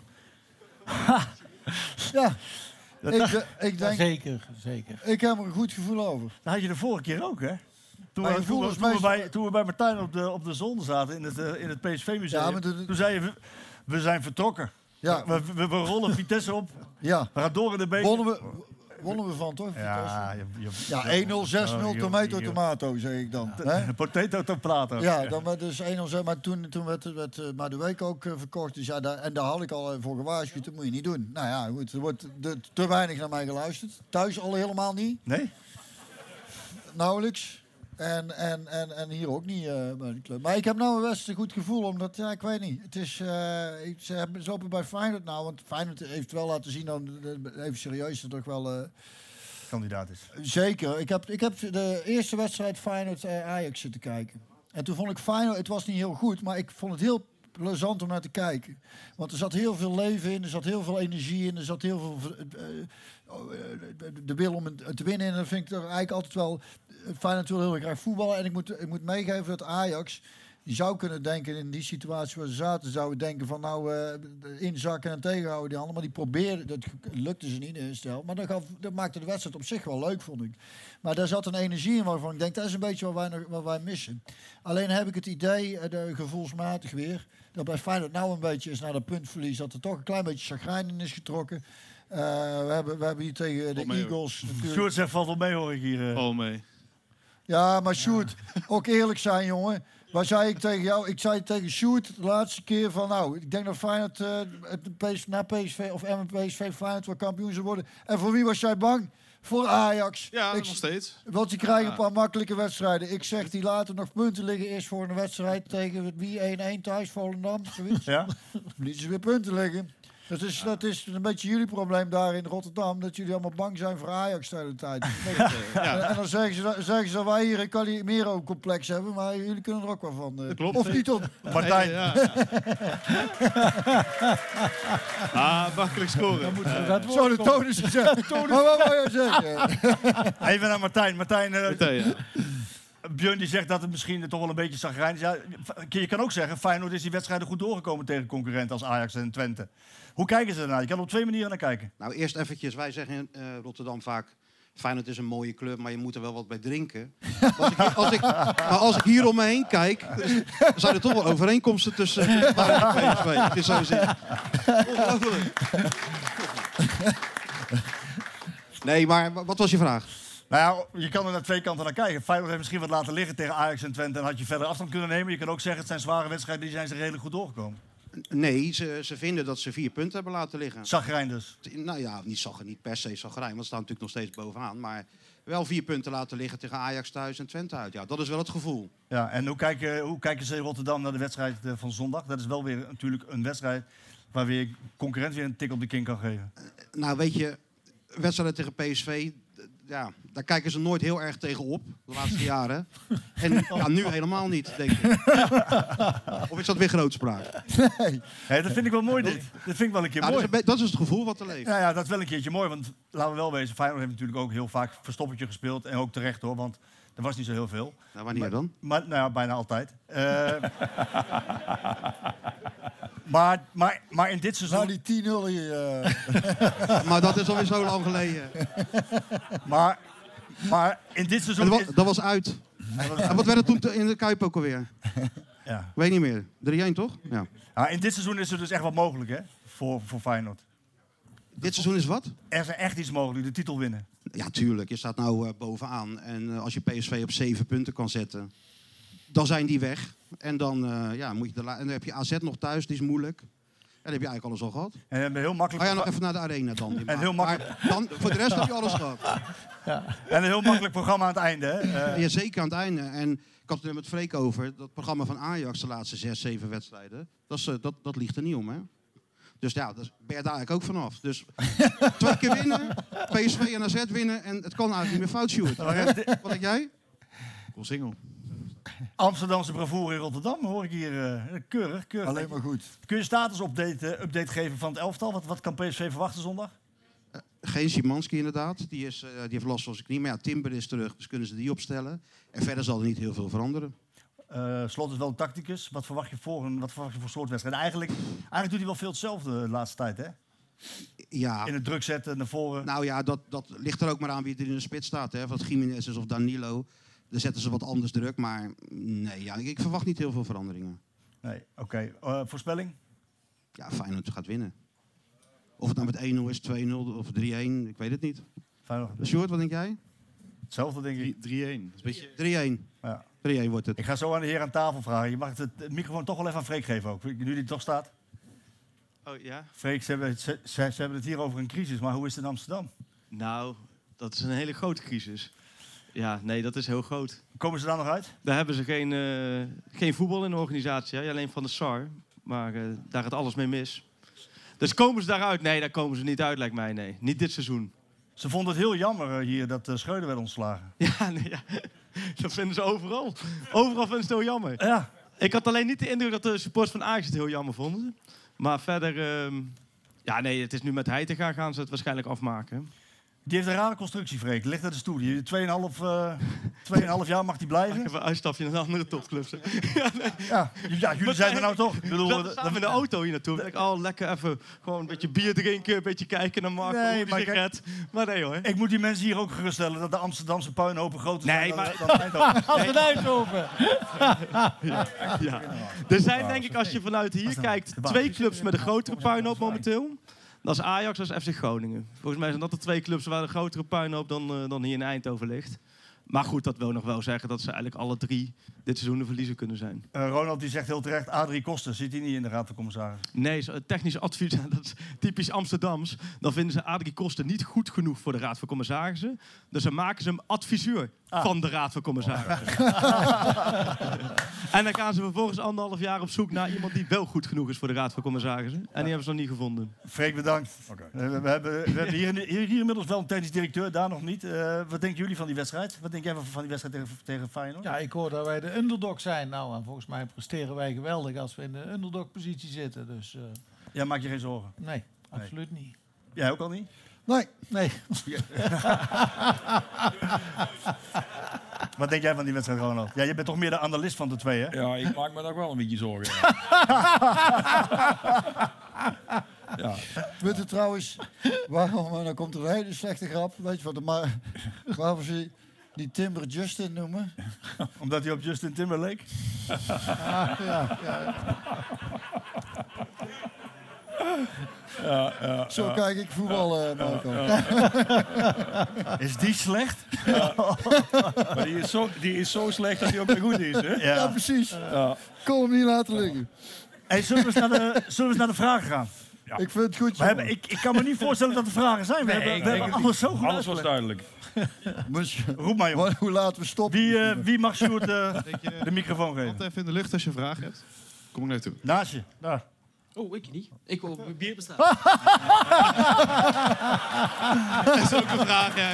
Ja. Ik denk, zeker. Ik heb er een goed gevoel over. Dat had je de vorige keer ook, hè? Toen we bij Martijn op de zolder zaten in het PSV-museum. Ja, toen zei je, we zijn vertrokken. Ja. We rollen Vitesse op. Ja. We gaan door in de beker. Wonnen we van, toch? Ja, 1-0, 6-0, tomato, zeg ik dan. Potato tomato. Ja, dan dus 1-0, maar toen werd Madueke ook verkocht. Dus ja, daar had ik al voor gewaarschuwd, dat moet je niet doen. Nou ja, goed, er wordt te weinig naar mij geluisterd. Thuis al helemaal niet. Nee? Nauwelijks. En hier ook niet bij de club. Maar ik heb nou best een goed gevoel, omdat, ja, ik weet niet. Het is, ze hebben zo bij Feyenoord nou, want Feyenoord heeft wel laten zien, dan even serieus, dat toch wel... kandidaat is. Zeker. Ik heb de eerste wedstrijd Feyenoord-Ajax zitten kijken. En toen vond ik Feyenoord, het was niet heel goed, maar ik vond het heel plezant om naar te kijken. Want er zat heel veel leven in, er zat heel veel energie in, er zat heel veel de wil om te winnen. En dan vind ik er eigenlijk altijd wel... Feyenoord wil heel graag voetballen. En ik moet meegeven dat Ajax... Die zou kunnen denken in die situatie waar ze zaten... Zouden denken van inzakken en tegenhouden die handen. Maar die probeerden... Dat lukte ze niet in stel. Maar dat maakte de wedstrijd op zich wel leuk, vond ik. Maar daar zat een energie in waarvan ik denk... Dat is een beetje wat wij missen. Alleen heb ik het idee, gevoelsmatig weer... Dat bij Feyenoord nou een beetje is naar dat puntverlies... Dat er toch een klein beetje chagrijn in is getrokken... We hebben hier tegen de Eagles... Sjoerd zegt, valt wel mee, hoor ik hier. Al mee. Ja, maar Sjoerd, ook eerlijk zijn, jongen. Waar zei ik tegen jou? Ik zei tegen Sjoerd de laatste keer van... ik denk dat Feyenoord na PSV of PSV Feyenoord wel kampioen zou worden. En voor wie was jij bang? Voor Ajax. Ja, nog steeds. Want die krijgen een paar makkelijke wedstrijden. Ik zeg, die laten nog punten liggen eerst voor een wedstrijd tegen wie 1-1 thuis, Volendam, zoiets. Ja. Lieten ze weer punten liggen. Dat is een beetje jullie probleem daar in Rotterdam, dat jullie allemaal bang zijn voor Ajax de hele tijd. En dan zeggen ze dat wij hier een Calimero-complex hebben, maar jullie kunnen er ook wel van. Dat klopt. Of niet op. Martijn. Makkelijk scoren. Zo de toon is gezegd. Maar wat wou je zeggen? Even naar Martijn. Martijn, Björn die zegt dat het misschien toch wel een beetje zagrijn is. Ja, je kan ook zeggen, Feyenoord is die wedstrijden goed doorgekomen tegen concurrenten als Ajax en Twente. Hoe kijken ze ernaar? Je kan er op 2 manieren naar kijken. Nou, eerst eventjes, wij zeggen in Rotterdam vaak... Feyenoord is een mooie club, maar je moet er wel wat bij drinken. Maar als ik hier om me heen kijk... zijn er toch wel overeenkomsten tussen Feyenoord en PSV. Het is zo zeggen. Ongelooflijk. Nee, maar wat was je vraag? Nou ja, je kan er naar 2 kanten naar kijken. Feyenoord heeft misschien wat laten liggen tegen Ajax en Twente... en had je verder afstand kunnen nemen. Je kan ook zeggen, het zijn zware wedstrijden... die zijn ze redelijk goed doorgekomen. Nee, ze vinden dat ze 4 punten hebben laten liggen. Zagrijn dus? Nou ja, niet per se zagrijn, want ze staan natuurlijk nog steeds bovenaan. Maar wel 4 punten laten liggen tegen Ajax thuis en Twente uit. Ja, dat is wel het gevoel. Ja, en hoe kijken ze in Rotterdam naar de wedstrijd van zondag? Dat is wel weer natuurlijk een wedstrijd waar weer concurrent weer een tik op de kin kan geven. Nou, weet je, wedstrijden tegen PSV, ja, daar kijken ze nooit heel erg tegen op, de laatste jaren. En ja, nu helemaal niet, denk ik. Of is dat weer grootspraak? Nee. Hey, dat vind ik wel mooi, dit. Dat vind ik wel een keer mooi. Dat is het gevoel wat er leeft. Ja, dat is wel een keertje mooi, want laten we wel wezen, Feyenoord heeft natuurlijk ook heel vaak verstoppertje gespeeld. En ook terecht hoor, want er was niet zo heel veel. Nou, wanneer dan? Maar, nou ja, bijna altijd. Maar in dit seizoen... Nou, die 10-0 hier... Maar dat is alweer zo lang geleden. Maar in dit seizoen... Dat was uit. En wat werd het toen in de Kuip ook alweer? Ja. Ik weet niet meer. 3-1 toch? Ja. Ja, in dit seizoen is er dus echt wat mogelijk, hè? Voor Feyenoord. Dit seizoen is wat? Er is echt iets mogelijk, de titel winnen. Ja, tuurlijk. Je staat nou bovenaan. En als je PSV op 7 punten kan zetten, dan zijn die weg. En dan, moet je en dan heb je AZ nog thuis, die is moeilijk. En dan heb je eigenlijk alles al gehad. En heel makkelijk... Ga je nog even naar de arena dan? En heel makkelijk... Maar dan, voor de rest heb je alles gehad. Ja. En een heel makkelijk programma aan het einde, hè? Ja, zeker aan het einde. En ik had het er met Freek over. Dat programma van Ajax, de laatste 6, 7 wedstrijden. Dat ligt er niet om, hè? Dus ja, daar ben je daar eigenlijk ook vanaf. Dus 2 keer winnen, PSV en AZ winnen. En het kan eigenlijk niet meer fout, Sjoerd. Wat denk jij? Cool single. Amsterdamse bravoure in Rotterdam, hoor ik hier. Keurig. Alleen maar goed. Kun je status-update geven van het elftal? Wat kan PSV verwachten zondag? Geen Szymanski inderdaad. Die heeft last van zijn knie. Maar ja, Timber is terug, dus kunnen ze die opstellen. En verder zal er niet heel veel veranderen. Slot is wel een tacticus. Wat verwacht je voor soort wedstrijd? Eigenlijk doet hij wel veel hetzelfde de laatste tijd, hè? Ja. In het druk zetten, naar voren. Nou ja, dat ligt er ook maar aan wie er in de spits staat. Hè? Of dat Gimenez is of Danilo. Daar zetten ze wat anders druk. Maar nee, ja, ik verwacht niet heel veel veranderingen. Nee, oké. Voorspelling? Ja, Feyenoord gaat winnen. Of het nou met 1-0 is, 2-0 of 3-1, ik weet het niet. Sjoerd, wat denk jij? Hetzelfde denk ik. 3-1. Ja. 3-1 wordt het. Ik ga zo aan de heer aan tafel vragen. Je mag het microfoon toch wel even aan Freek geven ook. Nu die toch staat. Oh ja? Freek, ze hebben het hier over een crisis. Maar hoe is het in Amsterdam? Nou, dat is een hele grote crisis. Ja, nee, dat is heel groot. Komen ze daar nog uit? Daar hebben ze geen voetbal in de organisatie. Hè? Alleen van de SAR. Maar daar gaat alles mee mis. Dus komen ze daaruit? Nee, daar komen ze niet uit, lijkt mij. Nee, niet dit seizoen. Ze vonden het heel jammer hier dat Schreuder werd ontslagen. Ja, nee, ja, dat vinden ze overal. Overal vinden ze het heel jammer. Ja. Ik had alleen niet de indruk dat de supporters van Ajax het heel jammer vonden. Maar verder... ja, nee, het is nu met Heitinga gaan ze het waarschijnlijk afmaken. Die heeft een rare constructie, Freek. Ligt uit de studie. 2,5 jaar mag die blijven. Even een uitstapje naar een andere topclub. Ja, jullie zijn er nou toch. Ik bedoel, we gaan met de auto hier naartoe. Ik lekker even gewoon een beetje bier drinken, een beetje kijken naar Marco, sigaret. Maar nee hoor. Ik moet die mensen hier ook geruststellen dat de Amsterdamse puinhopen groter zijn dan Eindhoven. Als een Eindhoven. Ja. Er zijn denk ik, als je vanuit hier kijkt, 2 clubs met een grotere puinhoop momenteel. Dat is Ajax, dat is FC Groningen. Volgens mij zijn dat de 2 clubs waar een grotere puinhoop dan hier in Eindhoven ligt. Maar goed, dat wil nog wel zeggen dat ze eigenlijk alle 3 dit seizoen de verliezer kunnen zijn. Ronald die zegt heel terecht, Adrie Koster zit hij niet in de Raad van Commissarissen? Nee, technisch advies, dat is typisch Amsterdams. Dan vinden ze Adrie Koster niet goed genoeg voor de Raad van Commissarissen. Dus dan maken ze hem adviseur van de Raad van Commissarissen. En dan gaan ze vervolgens 1,5 jaar op zoek naar iemand die wel goed genoeg is voor de Raad van Commissarissen. En die hebben ze nog niet gevonden. Freek, bedankt. We hebben hier inmiddels wel een technisch directeur, daar nog niet. Wat denken jullie van die wedstrijd? Wat denk jij van die wedstrijd tegen Feyenoord? Ja, ik hoor dat wij de underdog zijn. Nou, en volgens mij presteren wij geweldig als we in de underdog-positie zitten. Dus, ja, maak je geen zorgen? Nee, absoluut niet. Jij ook al niet? Nee. Wat denk jij van die wedstrijd, Ronald? Ja, je bent toch meer de analist van de 2, hè? Ja, ik maak me daar wel een beetje zorgen. Ja. Weet je trouwens, waarom, dan komt er een hele slechte grap. Weet je wat, waarom ze die Timber Justin noemen? Omdat hij op Justin Timberlake? Ja. Zo kijk ik voetbal, Marco. Is die slecht? Ja. Maar die is zo slecht dat hij ook weer goed is, hè? Ja, precies. Ja. Kom hem niet laten liggen. Hey, zullen we eens naar de vragen gaan? Ja. Ik vind het goed, Ik kan me niet voorstellen dat er vragen zijn. We hebben alles zo goed Alles was duidelijk. Roep maar, jongen. Hoe laten we stoppen? Wie mag Sjoerd de microfoon geven? Wat even in de lucht als je een vraag hebt. Kom ik naartoe. Naast je. Daar. Oh, ik niet. Ik wil bier bestellen. Dat is ook een vraag, ja.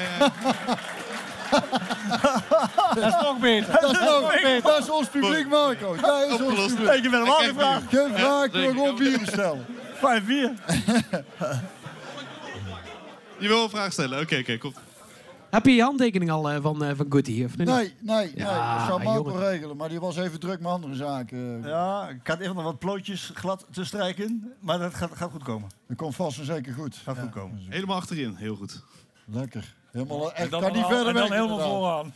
Dat is nog beter. Dat is ons publiek, Marco. Dat is ons publiek. Ik ben hem aangevraagd. Geen vraag, ik wil gewoon bier bestellen. 5 bier. Je wil een vraag stellen? Oké, komt. Heb je je handtekening al van Guti? Of niet? Nee. Ja, Dat zou Marco jongen. regelen, maar die was even druk met andere zaken. Ja, ik had even nog wat plootjes glad te strijken. Maar dat gaat goed komen. Dat komt vast en zeker goed. Gaat goed komen. Helemaal achterin, heel goed. Lekker. Helemaal, echt, Dan kan niet verder weg. en dan helemaal vooraan.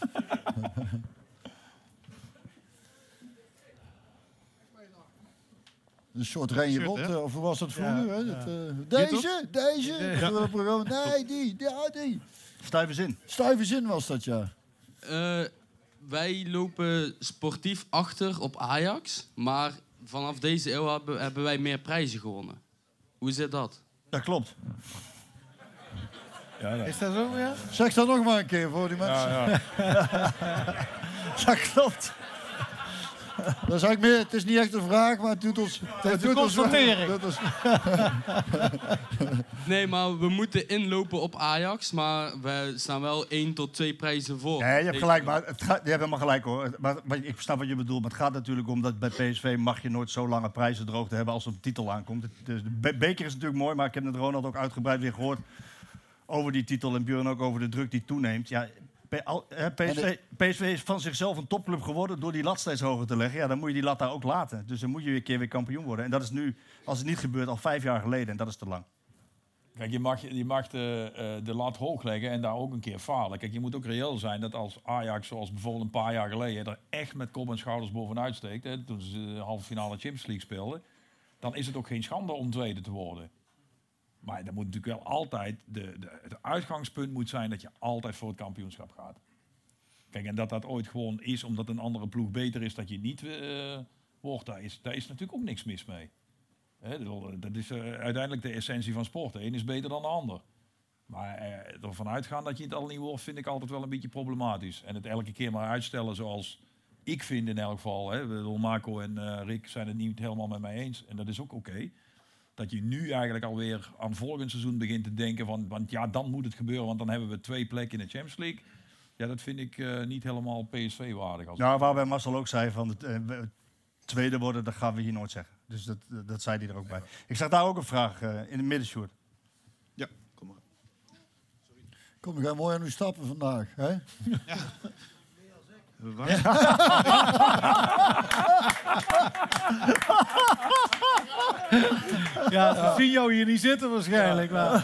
Een soort Renje Shirt, Rot, hè? of hoe was dat vroeger? Ja, Hè? ja. Deze. Nee, die. Stijve zin was dat, ja. Wij lopen sportief achter op Ajax, maar vanaf deze eeuw hebben wij meer prijzen gewonnen. Hoe zit dat? Dat klopt. Ja, Is dat zo, ja? Zeg dat nog maar een keer voor die mensen. Ja. Dat klopt. Dat is eigenlijk meer, het is niet echt een vraag, maar het doet ons... Het doet ons constatering. Nee, maar we moeten inlopen op Ajax, maar we staan wel 1 tot 2 prijzen voor. Nee, je hebt gelijk, maar je hebt helemaal gelijk hoor. Maar ik snap wat je bedoelt, maar het gaat natuurlijk om dat bij PSV mag je nooit zo lange prijzen droog te hebben als er een titel aankomt. Dus de beker is natuurlijk mooi, maar ik heb het Ronald ook uitgebreid weer gehoord over die titel en Björn ook over de druk die toeneemt. Ja, PSV is van zichzelf een topclub geworden door die lat steeds hoger te leggen. Ja, dan moet je die lat daar ook laten. Dus dan moet je een keer weer kampioen worden. En dat is nu, als het niet gebeurt, al 5 jaar geleden. En dat is te lang. Kijk, je mag de lat hoog leggen en daar ook een keer falen. Kijk, je moet ook reëel zijn dat als Ajax, zoals bijvoorbeeld een paar jaar geleden, er echt met kop en schouders bovenuit steekt, hè, toen ze de halve finale Champions League speelden, dan is het ook geen schande om tweede te worden. Maar dat moet natuurlijk wel altijd, het uitgangspunt moet zijn dat je altijd voor het kampioenschap gaat. Kijk, en dat ooit gewoon is omdat een andere ploeg beter is dat je niet wordt, daar is natuurlijk ook niks mis mee. Dat is uiteindelijk de essentie van sport. De een is beter dan de ander. Maar ervan uitgaan dat je het al niet wordt, vind ik altijd wel een beetje problematisch. En het elke keer maar uitstellen zoals ik vind in elk geval. Marco en Rick zijn het niet helemaal met mij eens. En dat is ook oké. Dat je nu eigenlijk alweer aan volgend seizoen begint te denken van... Want ja, dan moet het gebeuren, want dan hebben we 2 plekken in de Champions League. Ja, dat vind ik niet helemaal PSV-waardig. Nou, waarbij Marcel ook zei van tweede worden, dat gaan we hier nooit zeggen. Dus dat zei hij er ook bij. Ik zag daar ook een vraag in de midden, Sjoerd. Ja, kom maar. Kom, we gaan mooi aan u stappen vandaag. Hè? Ja. Ja, ze zien jou hier niet zitten waarschijnlijk. Maar.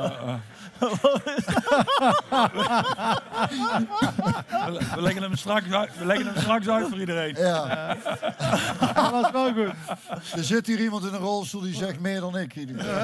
We leggen hem straks uit voor iedereen. Ja. Dat was wel goed. Er zit hier iemand in een rolstoel die zegt meer dan ik.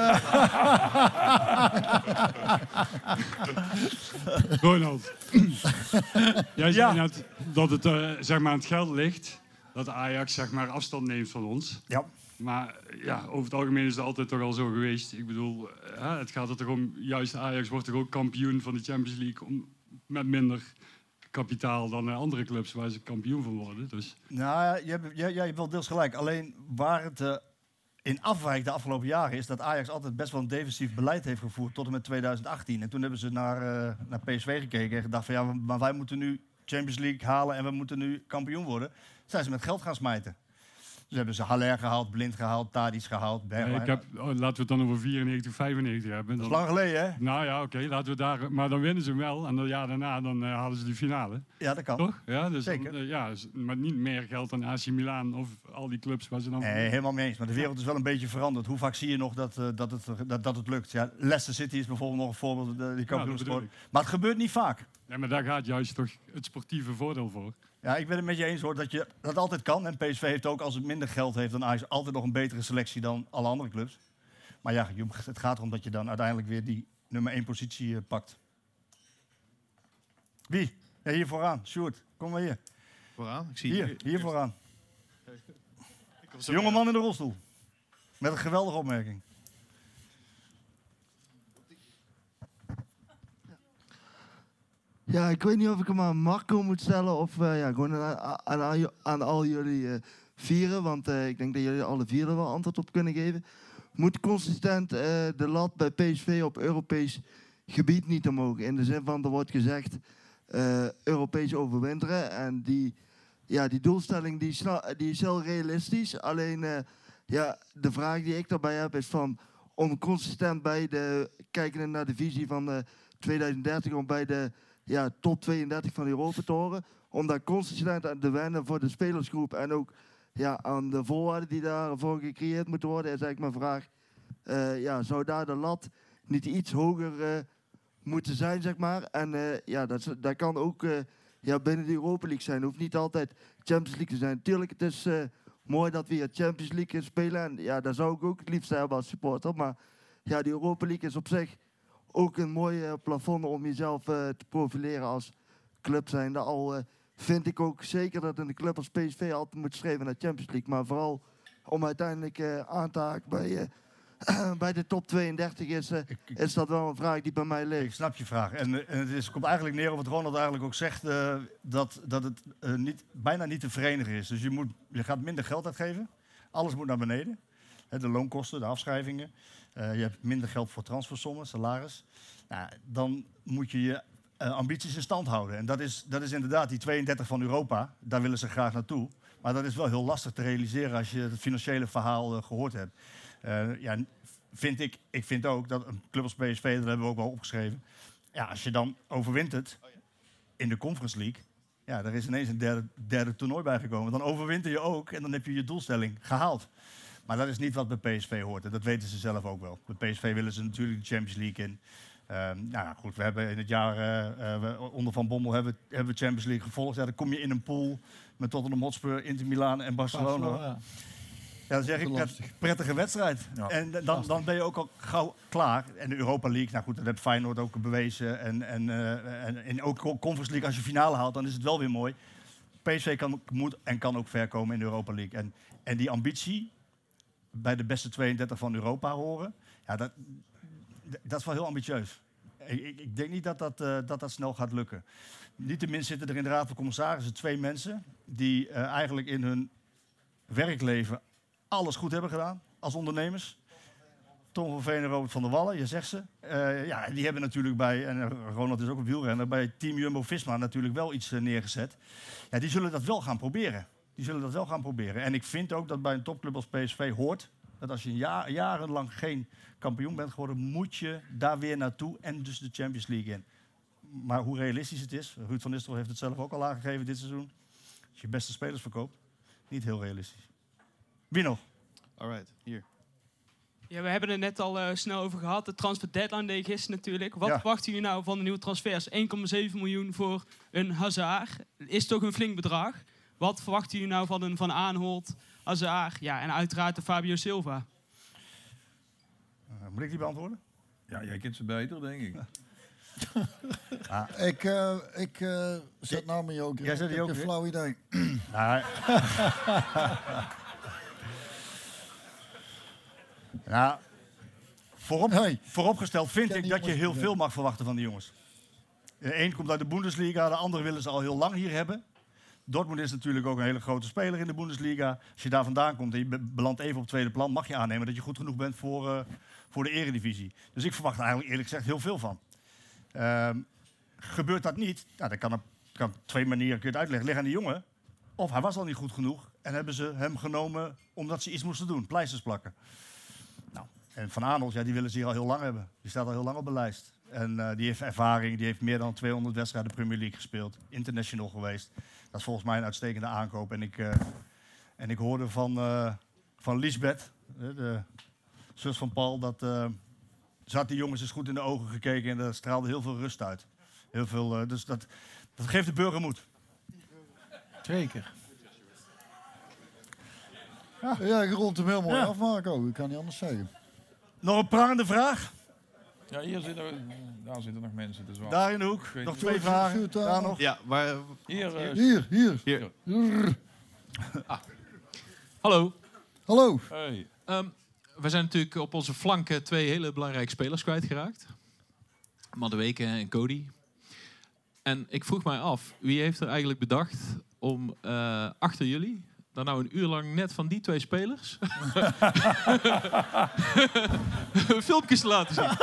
Ronald, jij zei net dat het zeg maar aan het geld ligt. Dat Ajax zeg maar afstand neemt van ons. Ja. Maar ja, over het algemeen is het altijd toch al zo geweest. Ik bedoel, het gaat er toch om, juist Ajax wordt toch ook kampioen van de Champions League met minder kapitaal dan andere clubs waar ze kampioen van worden. Dus. Nou, je hebt wel deels gelijk. Alleen waar het in afwijkt de afgelopen jaren is dat Ajax altijd best wel een defensief beleid heeft gevoerd tot en met 2018. En toen hebben ze naar PSV gekeken en gedacht van ja, maar wij moeten nu Champions League halen en we moeten nu kampioen worden. Zijn ze met geld gaan smijten. Dus hebben ze Haller gehaald, Blind gehaald, Tadic gehaald, Bergwijn. Laten we het dan over 94, 95 hebben. Dat is lang geleden, hè? Nou ja, oké, laten we daar... Maar dan winnen ze hem wel en dan jaar daarna dan halen ze de finale. Ja, dat kan. Toch? Ja, dus zeker. Dan, maar niet meer geld dan AC Milan of al die clubs waar ze dan... Nee, helemaal mee eens. Maar de wereld is wel een beetje veranderd. Hoe vaak zie je nog dat het lukt? Ja, Leicester City is bijvoorbeeld nog een voorbeeld, die kampioenschap. Maar het gebeurt niet vaak. Ja, maar daar gaat juist toch het sportieve voordeel voor. Ja, ik ben het met je eens hoor, dat je dat altijd kan. En PSV heeft ook, als het minder geld heeft dan Ajax, altijd nog een betere selectie dan alle andere clubs. Maar ja, het gaat erom dat je dan uiteindelijk weer die nummer 1 positie pakt. Wie? Ja, hier vooraan. Sjoerd, kom maar hier. Vooraan? Ik zie hier vooraan. Jonge man in de rolstoel. Met een geweldige opmerking. Ja, ik weet niet of ik hem aan Marco moet stellen of gewoon aan al jullie vieren. Want ik denk dat jullie alle vier er wel antwoord op kunnen geven. Moet consistent de lat bij PSV op Europees gebied niet omhoog. In de zin van, er wordt gezegd, Europees overwinteren. En die doelstelling die is heel realistisch. Alleen de vraag die ik daarbij heb is van, om consistent kijken naar de visie van 2030, om bij de top 32 van Europa te horen. Om daar consistent aan te wennen voor de spelersgroep en ook aan de voorwaarden die daarvoor gecreëerd moeten worden, is eigenlijk mijn vraag. Zou daar de lat niet iets hoger moeten zijn, zeg maar? En dat kan ook binnen de Europa League zijn. Het hoeft niet altijd Champions League te zijn. Tuurlijk, het is mooi dat we hier Champions League spelen. En daar zou ik ook het liefst hebben als supporter. Maar de Europa League is op zich ook een mooi plafond om jezelf te profileren als club zijnde. Al vind ik ook zeker dat een club als PSV altijd moet streven naar Champions League. Maar vooral om uiteindelijk aan te haken bij de top 32 is dat wel een vraag die bij mij ligt. Ik snap je vraag. En het komt eigenlijk neer op wat Ronald eigenlijk ook zegt, dat het bijna niet te verenigen is. Dus je gaat minder geld uitgeven. Alles moet naar beneden. De loonkosten, de afschrijvingen. Je hebt minder geld voor transfersommen, salaris. Nou, dan moet je je ambities in stand houden. En dat is inderdaad die 32 van Europa. Daar willen ze graag naartoe. Maar dat is wel heel lastig te realiseren als je het financiële verhaal gehoord hebt. Ik vind ook dat een club als PSV, dat hebben we ook wel opgeschreven. Ja, als je dan overwintert in de Conference League, er is ineens een derde toernooi bijgekomen. Dan overwinter je ook en dan heb je je doelstelling gehaald. Maar dat is niet wat bij PSV hoort en dat weten ze zelf ook wel. Bij PSV willen ze natuurlijk de Champions League in. Goed, we hebben in het jaar onder Van Bommel hebben we Champions League gevolgd. Ja, dan kom je in een pool met Tottenham Hotspur, Inter Milaan en Barcelona. Ja, dan zeg ik, prettige wedstrijd. Ja. En dan ben je ook al gauw klaar. En de Europa League, nou goed, dat heeft Feyenoord ook bewezen. En ook Conference League, als je finale haalt, dan is het wel weer mooi. PSV moet en kan ook ver komen in de Europa League. En die ambitie bij de beste 32 van Europa horen, dat is wel heel ambitieus. Ik denk niet dat snel gaat lukken. Niettemin zitten er in de Raad van Commissarissen 2 mensen die eigenlijk in hun werkleven alles goed hebben gedaan als ondernemers. Tom van Veen en Robert van der Wallen, je zegt ze. Die hebben natuurlijk en Ronald is ook een wielrenner, bij Team Jumbo-Visma natuurlijk wel iets neergezet. Ja, die zullen dat wel gaan proberen. En ik vind ook dat bij een topclub als PSV hoort dat als je jarenlang geen kampioen bent geworden, moet je daar weer naartoe en dus de Champions League in. Maar hoe realistisch het is, Ruud van Nistelrooy heeft het zelf ook al aangegeven dit seizoen. Als je beste spelers verkoopt, niet heel realistisch. Wie nog? Alright, hier. Ja, we hebben het net al snel over gehad. De transfer deadline day gisteren natuurlijk. Wat verwachten jullie nou van de nieuwe transfers? 1,7 miljoen voor een Hazard. Is toch een flink bedrag. Wat verwachten jullie nou van een Van Aanholt, Hazard en uiteraard de Fabio Silva? Moet ik die beantwoorden? Ja, jij kent ze beter, denk ik. Ik zet nou mijn joker. Jij zet die joker? Ik heb een flauw idee. Vooropgesteld vind ik dat je heel veel mag verwachten van die jongens. De een komt uit de Bundesliga, de andere willen ze al heel lang hier hebben. Dortmund is natuurlijk ook een hele grote speler in de Bundesliga. Als je daar vandaan komt en je belandt even op tweede plan, mag je aannemen dat je goed genoeg bent voor de eredivisie. Dus ik verwacht er eigenlijk eerlijk gezegd heel veel van. Gebeurt dat niet, dan kan op 2 manieren kun je het uitleggen. Leg aan de jongen, of hij was al niet goed genoeg en hebben ze hem genomen omdat ze iets moesten doen, pleisters plakken. Nou, en Van Aanholt, die willen ze hier al heel lang hebben. Die staat al heel lang op de lijst. En die heeft ervaring, die heeft meer dan 200 wedstrijden Premier League gespeeld. International geweest. Dat is volgens mij een uitstekende aankoop. En ik hoorde van Lisbeth, de zus van Paul, dat ze had die jongens eens goed in de ogen gekeken en er straalde heel veel rust uit. Heel veel, dus dat geeft de burger moed. Zeker. Ja, je rondt hem heel mooi af, Marco. Ik kan niet anders zeggen. Nog een prangende vraag? Ja, daar zitten nog mensen te zwaaien. Daar in de hoek. Nog 2 vragen. Daar nog. Ja, maar... Hier. Hallo. Hallo. Hey. We zijn natuurlijk op onze flanken 2 hele belangrijke spelers kwijtgeraakt. Madueke en Cody. En ik vroeg mij af, wie heeft er eigenlijk bedacht om achter jullie... dan nou een uur lang net van die 2 spelers... filmpjes te laten zien.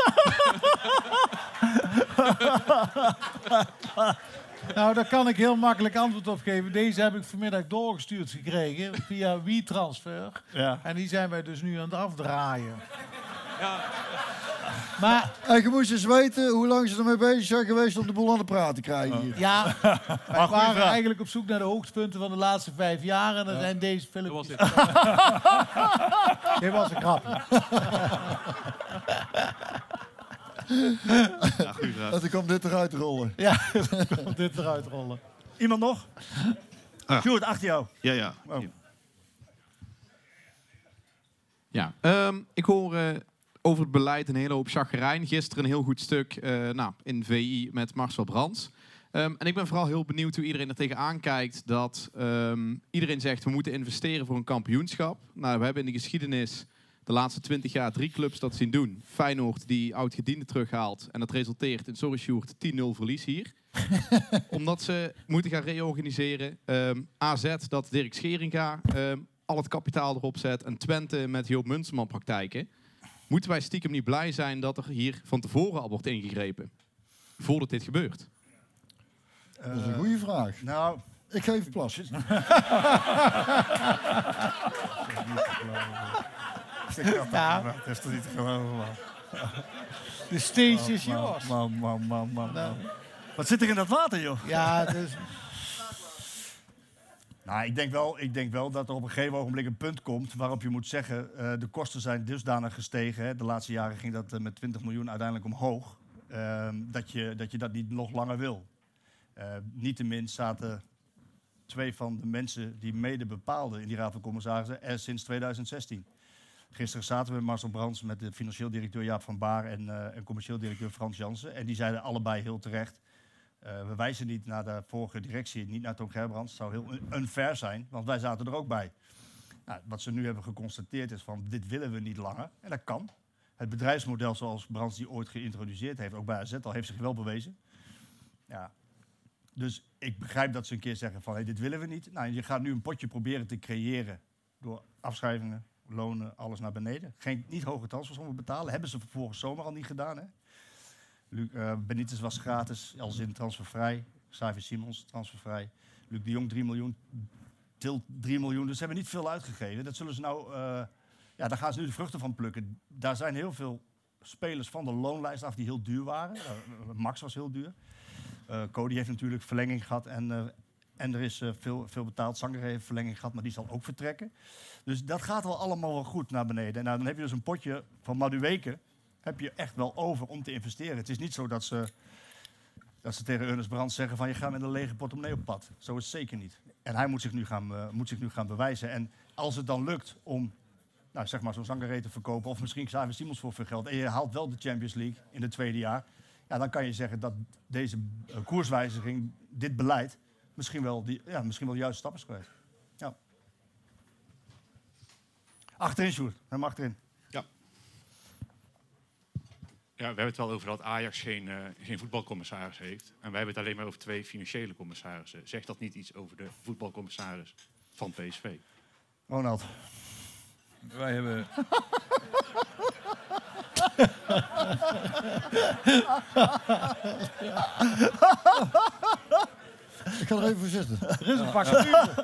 Nou, daar kan ik heel makkelijk antwoord op geven. Deze heb ik vanmiddag doorgestuurd gekregen via WeTransfer. Ja. En die zijn wij dus nu aan het afdraaien. Ja. Maar en je moest eens weten hoe lang ze ermee bezig zijn geweest om de boel aan de praat te krijgen hier. Ja, wij waren eigenlijk op zoek naar de hoogtepunten van de laatste 5 jaar. En dan zijn deze filmpjes... Dit was een grapje. Ja, goeie vraag. En dan komt dit eruit rollen. Ja, dan komt dit eruit rollen. Iemand nog? Sjoerd, achter jou. Ja. Oh. Ja, ik hoor over het beleid een hele hoop chagrijn. Gisteren een heel goed stuk in VI met Marcel Brands. En ik ben vooral heel benieuwd hoe iedereen er tegenaan kijkt dat iedereen zegt we moeten investeren voor een kampioenschap. Nou, we hebben in de geschiedenis de laatste 20 jaar 3 clubs dat zien doen. Feyenoord die oud-gediende terughaalt en dat resulteert in, sorry Sjoerd, 10-0 verlies hier. Omdat ze moeten gaan reorganiseren. AZ dat Dirk Scheringa al het kapitaal erop zet en Twente met Joop Munsterman praktijken. Moeten wij stiekem niet blij zijn dat er hier van tevoren al wordt ingegrepen? Voordat dit gebeurt. Dat is een goede vraag. Nou, ik geef een plas. Ja. Dat is toch niet te geloven, man. De stage is yours. Man. Wat zit er in dat water, joh? Ja, dus... Nou, ik denk wel dat er op een gegeven ogenblik een punt komt waarop je moet zeggen, de kosten zijn dusdanig gestegen. Hè. De laatste jaren ging dat met 20 miljoen uiteindelijk omhoog. Dat je dat niet nog langer wil. Niettemin zaten 2 van de mensen die mede bepaalden in die Raad van Commissarissen er sinds 2016. Gisteren zaten we met Marcel Brands, met de financieel directeur Jaap van Baar en commercieel directeur Frans Jansen. En die zeiden allebei heel terecht, we wijzen niet naar de vorige directie, niet naar Toon Gerbrands. Het zou heel unfair zijn, want wij zaten er ook bij. Nou, wat ze nu hebben geconstateerd is van, dit willen we niet langer. En dat kan. Het bedrijfsmodel zoals Brands die ooit geïntroduceerd heeft, ook bij AZ al, heeft zich wel bewezen. Ja. Dus ik begrijp dat ze een keer zeggen van, hey, dit willen we niet. Nou, je gaat nu een potje proberen te creëren door afschrijvingen, lonen, alles naar beneden. Niet hoge transfersommen betalen. Hebben ze vorige zomer al niet gedaan, hè? Benitez was gratis, als in transfervrij. Xavier Simons transfervrij. Luc de Jong 3 miljoen. Tilt 3 miljoen. Dus ze hebben niet veel uitgegeven. Dat zullen ze nou... daar gaan ze nu de vruchten van plukken. Daar zijn heel veel spelers van de loonlijst af die heel duur waren. Max was heel duur. Cody heeft natuurlijk verlenging gehad en er is veel betaald. Zanger heeft verlenging gehad, maar die zal ook vertrekken. Dus dat gaat wel allemaal wel goed naar beneden. En nou, dan heb je dus een potje van Madueke heb je echt wel over om te investeren. Het is niet zo dat ze tegen Ernest Brands zeggen van je gaat met een lege portemonnee op pad. Zo is het zeker niet. En hij moet zich nu gaan bewijzen. En als het dan lukt om zeg maar zo'n Zangaré te verkopen of misschien Xavier Simons voor veel geld en je haalt wel de Champions League in het tweede jaar, ja, dan kan je zeggen dat deze koerswijziging, dit beleid, misschien wel de juiste stap is geweest. Ja. Achterin, Sjoerd. Helemaal achterin. Ja, we hebben het wel over dat Ajax geen voetbalcommissaris heeft. En wij hebben het alleen maar over 2 financiële commissarissen. Zegt dat niet iets over de voetbalcommissaris van PSV? Ronald. Wij hebben... Ik ga er even voor zitten. Er is een vacature.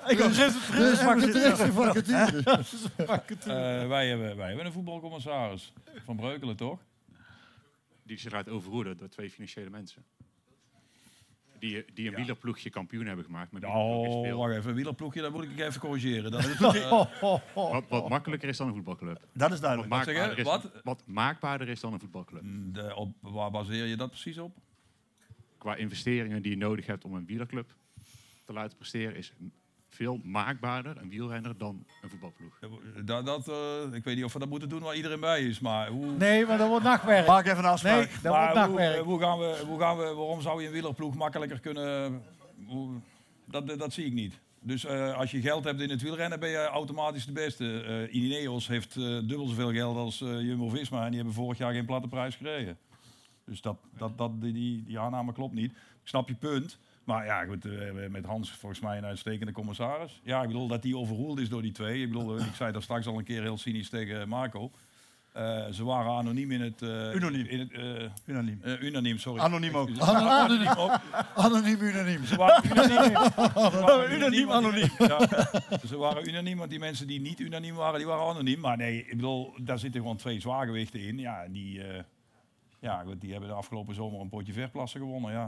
Wij hebben een voetbalcommissaris. Van Breukelen, toch? Die zich laat overroeden door 2 financiële mensen. Die een wielerploegje kampioen hebben gemaakt. Met wacht even. Een wielerploegje, dat moet ik even corrigeren. Wat makkelijker is dan een voetbalclub. Dat is duidelijk. Wat maakbaarder is dan een voetbalclub. Waar baseer je dat precies op? Qua investeringen die je nodig hebt om een wielerclub te laten presteren, is veel maakbaarder een wielrenner dan een voetbalploeg. Ik weet niet of we dat moeten doen waar iedereen bij is, maar Nee, maar dat wordt nachtwerk. Maak even een afspraak. Nee, dat wordt nachtwerk. Waarom zou je een wielerploeg makkelijker kunnen... Dat zie ik niet. Dus als je geld hebt in het wielrennen, ben je automatisch de beste. Ineos heeft dubbel zoveel geld als Jumbo-Visma en die hebben vorig jaar geen platte prijs gekregen. Dus die aanname klopt niet. Ik snap je punt. Maar ja, goed, met Hans volgens mij een uitstekende commissaris. Ja, ik bedoel dat die overroeld is door die twee. Ik bedoel, ik zei daar straks al een keer heel cynisch tegen Marco. Ze waren anoniem in het... Unaniem. Unaniem, sorry. Anoniem ook. Anoniem ook. Anoniem, unaniem. Ze waren unaniem. Unaniem, anoniem. Ja, ze waren unaniem, want die mensen die niet unaniem waren, die waren anoniem. Maar nee, ik bedoel, daar zitten gewoon twee zwaargewichten in. Ja, die hebben de afgelopen zomer een potje verplassen gewonnen, ja.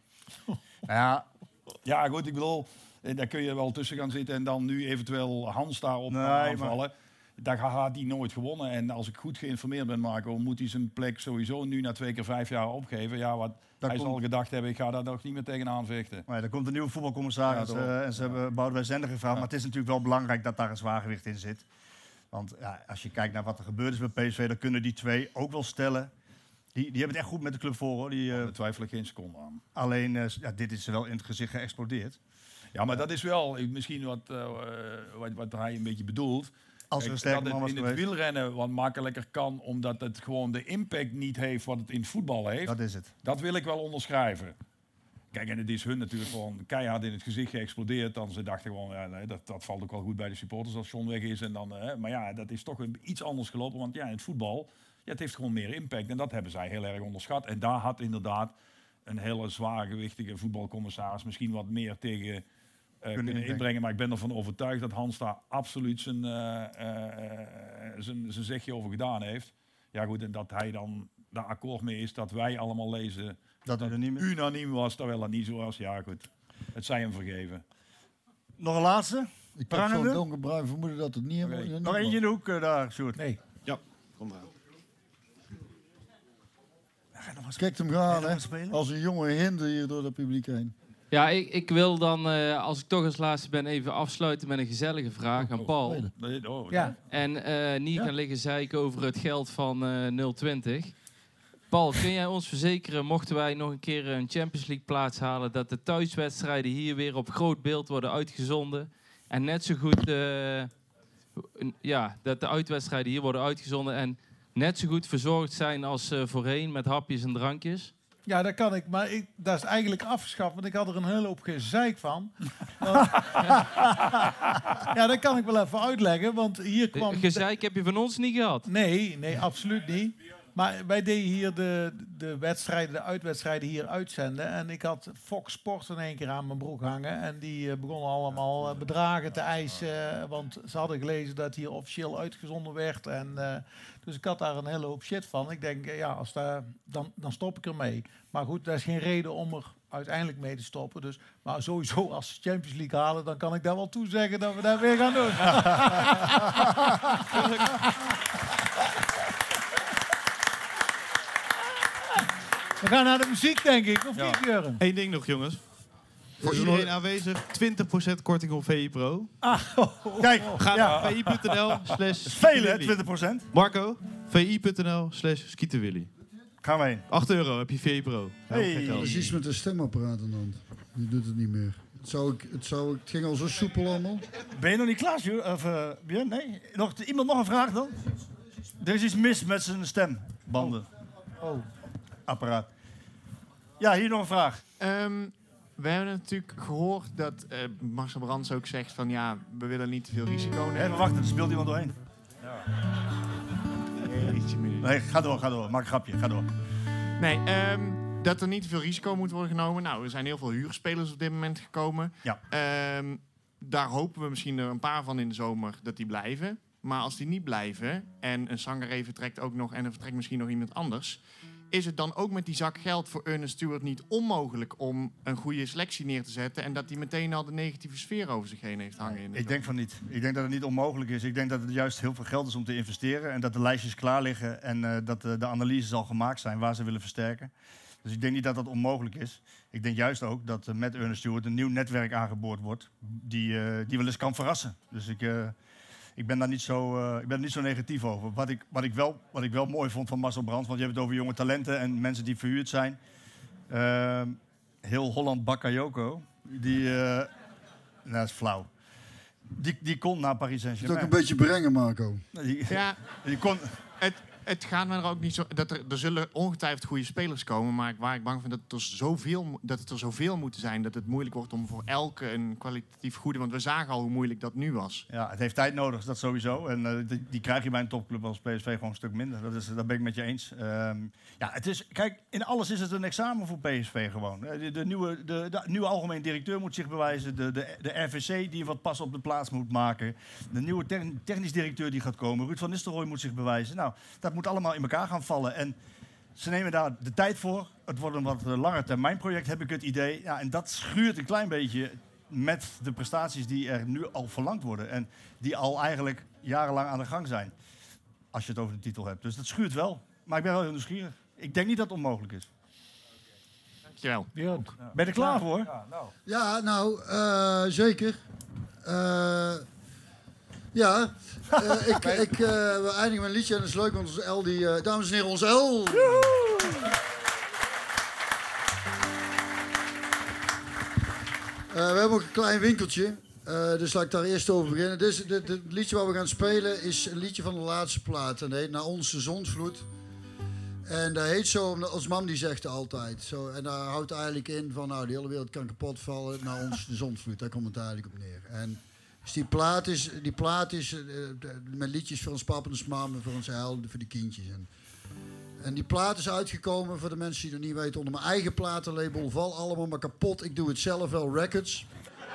Ja, goed, ik bedoel, daar kun je wel tussen gaan zitten en dan nu eventueel Hans daarop aanvallen. Maar daar gaat hij nooit gewonnen. En als ik goed geïnformeerd ben, Marco, moet hij zijn plek sowieso nu na 2 keer 5 jaar opgeven. Ja, hij zal gedacht hebben, ik ga daar nog niet meer tegenaan vechten. Maar er komt een nieuwe voetbalcommissaris en ze hebben Boudewijn Zender gevraagd. Maar het is natuurlijk wel belangrijk dat daar een zwaargewicht in zit. Want ja, als je kijkt naar wat er gebeurd is bij PSV, dan kunnen die twee ook wel stellen. Die hebben het echt goed met de club voor, hoor. Daar twijfel ik geen seconde aan. Alleen, dit is wel in het gezicht geëxplodeerd. Ja, maar dat is wel misschien wat hij een beetje bedoelt. Als er een sterke man was in geweest. Het wielrennen wat makkelijker kan, omdat het gewoon de impact niet heeft wat het in het voetbal heeft. Dat is het. Dat wil ik wel onderschrijven. Kijk, en het is hun natuurlijk gewoon keihard in het gezicht geëxplodeerd. Dan ze dachten gewoon, ja, nee, dat valt ook wel goed bij de supporters als John weg is. En dan, maar ja, dat is toch iets anders gelopen. Want ja, in het voetbal, ja, het heeft gewoon meer impact. En dat hebben zij heel erg onderschat. En daar had inderdaad een hele zwaargewichtige voetbalcommissaris misschien wat meer tegen kunnen inbrengen. Maar ik ben ervan overtuigd dat Hans daar absoluut zijn zegje over gedaan heeft. Ja goed, en dat hij dan daar akkoord mee is dat wij allemaal lezen dat unaniem was, terwijl dat niet zo was. Ja goed, het zij hem vergeven. Nog een laatste? Ik heb zo'n donkerbruin vermoeden dat het niet helemaal unaniem Nog eentje in de hoek daar, Sjoerd. Nee. Ja, kom maar. Kijk hem gaan, hè. Als een jonge hinde hier door het publiek heen. Ja, ik wil dan, als ik toch als laatste ben, even afsluiten met een gezellige vraag aan Paul. Ja. En niet gaan liggen zeiken over het geld van 020. Paul, kun jij ons verzekeren, mochten wij nog een keer een Champions League plaats halen, dat de thuiswedstrijden hier weer op groot beeld worden uitgezonden? En net zo goed, dat de uitwedstrijden hier worden uitgezonden en net zo goed verzorgd zijn als voorheen met hapjes en drankjes? Ja, dat kan ik. Maar dat is eigenlijk afgeschaft, want ik had er een hele hoop gezeik van. Want, ja, dat kan ik wel even uitleggen, want hier kwam... Gezeik heb je van ons niet gehad? Nee, absoluut niet. Maar wij deden hier de wedstrijden, de uitwedstrijden hier uitzenden. En ik had Fox Sport in één keer aan mijn broek hangen. En die begonnen allemaal bedragen te eisen. Want ze hadden gelezen dat hier officieel uitgezonden werd. En, dus ik had daar een hele hoop shit van. Ik denk, ja, dan stop ik ermee. Maar goed, dat is geen reden om er uiteindelijk mee te stoppen. Dus, maar sowieso, als ze Champions League halen, dan kan ik daar wel toe zeggen dat we dat weer gaan doen. We gaan naar de muziek, denk ik. Of niet, Jurgen? Eén ding nog, jongens. Voor iedereen aanwezig, 20% korting op VI Pro. Kijk, ga naar vi.nl/. Velen, 20%. Marco, vi.nl/skietenwilly. Gaan we heen. €8 heb je VI Pro. Precies met een stemapparaat aan de hand. Die doet het niet meer. Het ging al zo soepel allemaal. Ben je nog niet klaar, Sjoerd? Of Björn? Nee? Iemand nog een vraag dan? Er is iets mis met zijn stembanden. Oh. Apparaat. Ja, hier nog een vraag. We hebben natuurlijk gehoord dat Marcel Brands ook zegt van ja, we willen niet te veel risico nemen. Even wachten, er speelt iemand doorheen. Ja. Nee, ga door. Maak een grapje, ga door. Nee, dat er niet te veel risico moet worden genomen. Nou, er zijn heel veel huurspelers op dit moment gekomen. Ja. Daar hopen we misschien er een paar van in de zomer dat die blijven. Maar als die niet blijven en een Sangaré vertrekt ook nog en er vertrekt misschien nog iemand anders, is het dan ook met die zak geld voor Ernest Stewart niet onmogelijk om een goede selectie neer te zetten en dat hij meteen al de negatieve sfeer over zich heen heeft hangen? Ik denk van niet. Ik denk dat het niet onmogelijk is. Ik denk dat het juist heel veel geld is om te investeren en dat de lijstjes klaar liggen en dat de analyses al gemaakt zijn waar ze willen versterken. Dus ik denk niet dat dat onmogelijk is. Ik denk juist ook dat met Ernest Stewart een nieuw netwerk aangeboord wordt die wel eens kan verrassen. Dus ik ben daar niet zo negatief over. Wat ik wel mooi vond van Marcel Brands, want je hebt het over jonge talenten en mensen die verhuurd zijn. Heel Holland Bakayoko, dat is flauw. Die kon naar Paris Saint-Germain. Het is ook een beetje brengen, Marco. Die kon... Het gaat me er ook niet zo... Er zullen ongetwijfeld goede spelers komen, maar waar ik bang vind dat het er zoveel moeten zijn, dat het moeilijk wordt om voor elke een kwalitatief goede... Want we zagen al hoe moeilijk dat nu was. Ja, het heeft tijd nodig, dat sowieso. En die krijg je bij een topclub als PSV gewoon een stuk minder. Dat ben ik met je eens. Kijk, in alles is het een examen voor PSV gewoon. De nieuwe algemeen directeur moet zich bewijzen. De RVC die wat pas op de plaats moet maken. De nieuwe technisch directeur die gaat komen. Ruud van Nistelrooy moet zich bewijzen. Nou, dat moet allemaal in elkaar gaan vallen. En ze nemen daar de tijd voor. Het wordt een wat langer termijn project, heb ik het idee. Ja, en dat schuurt een klein beetje met de prestaties die er nu al verlangd worden. En die al eigenlijk jarenlang aan de gang zijn. Als je het over de titel hebt. Dus dat schuurt wel. Maar ik ben wel heel nieuwsgierig. Ik denk niet dat het onmogelijk is. Dankjewel. Ben je er klaar voor? Ja, nou, zeker. We eindigen met een liedje en dat is leuk, want onze L, dames en heren, onze L. We hebben ook een klein winkeltje, dus laat ik daar eerst over beginnen. Dus het liedje waar we gaan spelen is een liedje van de laatste plaat. En dat heet Naar onze zondvloed. En dat heet zo, als mam die zegt het altijd. Zo, en daar houdt eigenlijk in van, nou, de hele wereld kan kapot vallen. Naar ons de zondvloed, daar komt het eigenlijk op neer. En dus die plaat is met liedjes voor ons papa en ons mam en voor ons helden, voor de kindjes. En die plaat is uitgekomen, voor de mensen die het nog niet weten, onder mijn eigen platenlabel. Val allemaal maar kapot, ik doe het zelf wel, Records.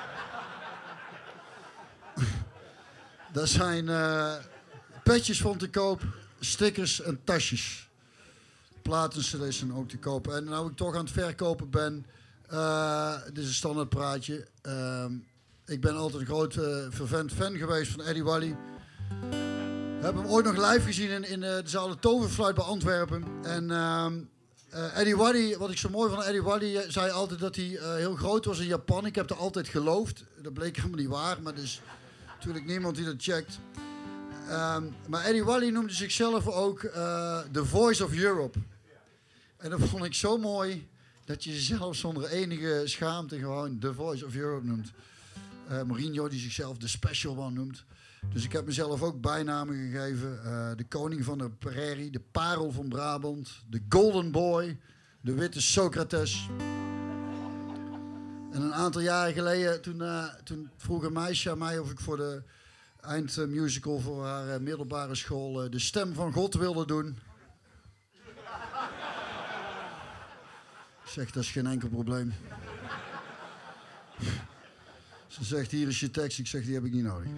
Daar zijn petjes van te koop, stickers en tasjes. Platen-cd's zijn ook te kopen. En nou ik toch aan het verkopen ben, dit is een standaard praatje. Ik ben altijd een groot fervent fan geweest van Eddie Wally. We hebben hem ooit nog live gezien in de zaal de Toverfluit bij Antwerpen. En Eddie Wally, wat ik zo mooi van Eddie Wally, zei altijd dat hij heel groot was in Japan. Ik heb dat altijd geloofd. Dat bleek helemaal niet waar, maar er is natuurlijk niemand die dat checkt. Maar Eddie Wally noemde zichzelf ook The Voice of Europe. En dat vond ik zo mooi dat je zelf zonder enige schaamte gewoon The Voice of Europe noemt. Mourinho die zichzelf The Special One noemt. Dus ik heb mezelf ook bijnamen gegeven. De koning van de prairie, de parel van Brabant, de Golden Boy, de witte Socrates. En een aantal jaren geleden, toen vroeg een meisje aan mij of ik voor de eindmusical voor haar middelbare school de stem van God wilde doen. Ik zeg, dat is geen enkel probleem. Ze zegt, hier is je tekst. Ik zeg, die heb ik niet nodig.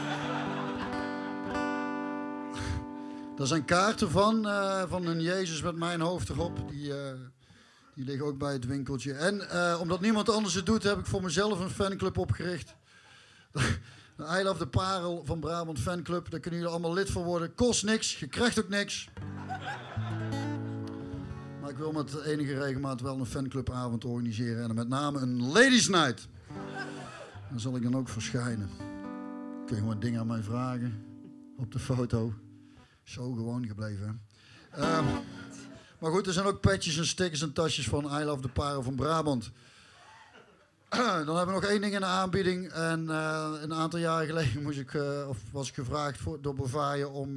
Daar zijn kaarten van een Jezus met mijn hoofd erop. Die liggen ook bij het winkeltje. En omdat niemand anders het doet, heb ik voor mezelf een fanclub opgericht. De I Love the Parel van Brabant fanclub. Daar kunnen jullie allemaal lid van worden. Kost niks, je krijgt ook niks. Maar ik wil met enige regelmaat wel een fanclubavond organiseren. En met name een ladies night. Dan zal ik dan ook verschijnen. Kun je gewoon dingen aan mij vragen. Op de foto. Zo gewoon gebleven. Maar goed, er zijn ook petjes en stickers en tasjes van I Love the Parel van Brabant. Dan hebben we nog één ding in de aanbieding. En een aantal jaren geleden was ik gevraagd door Bavaria om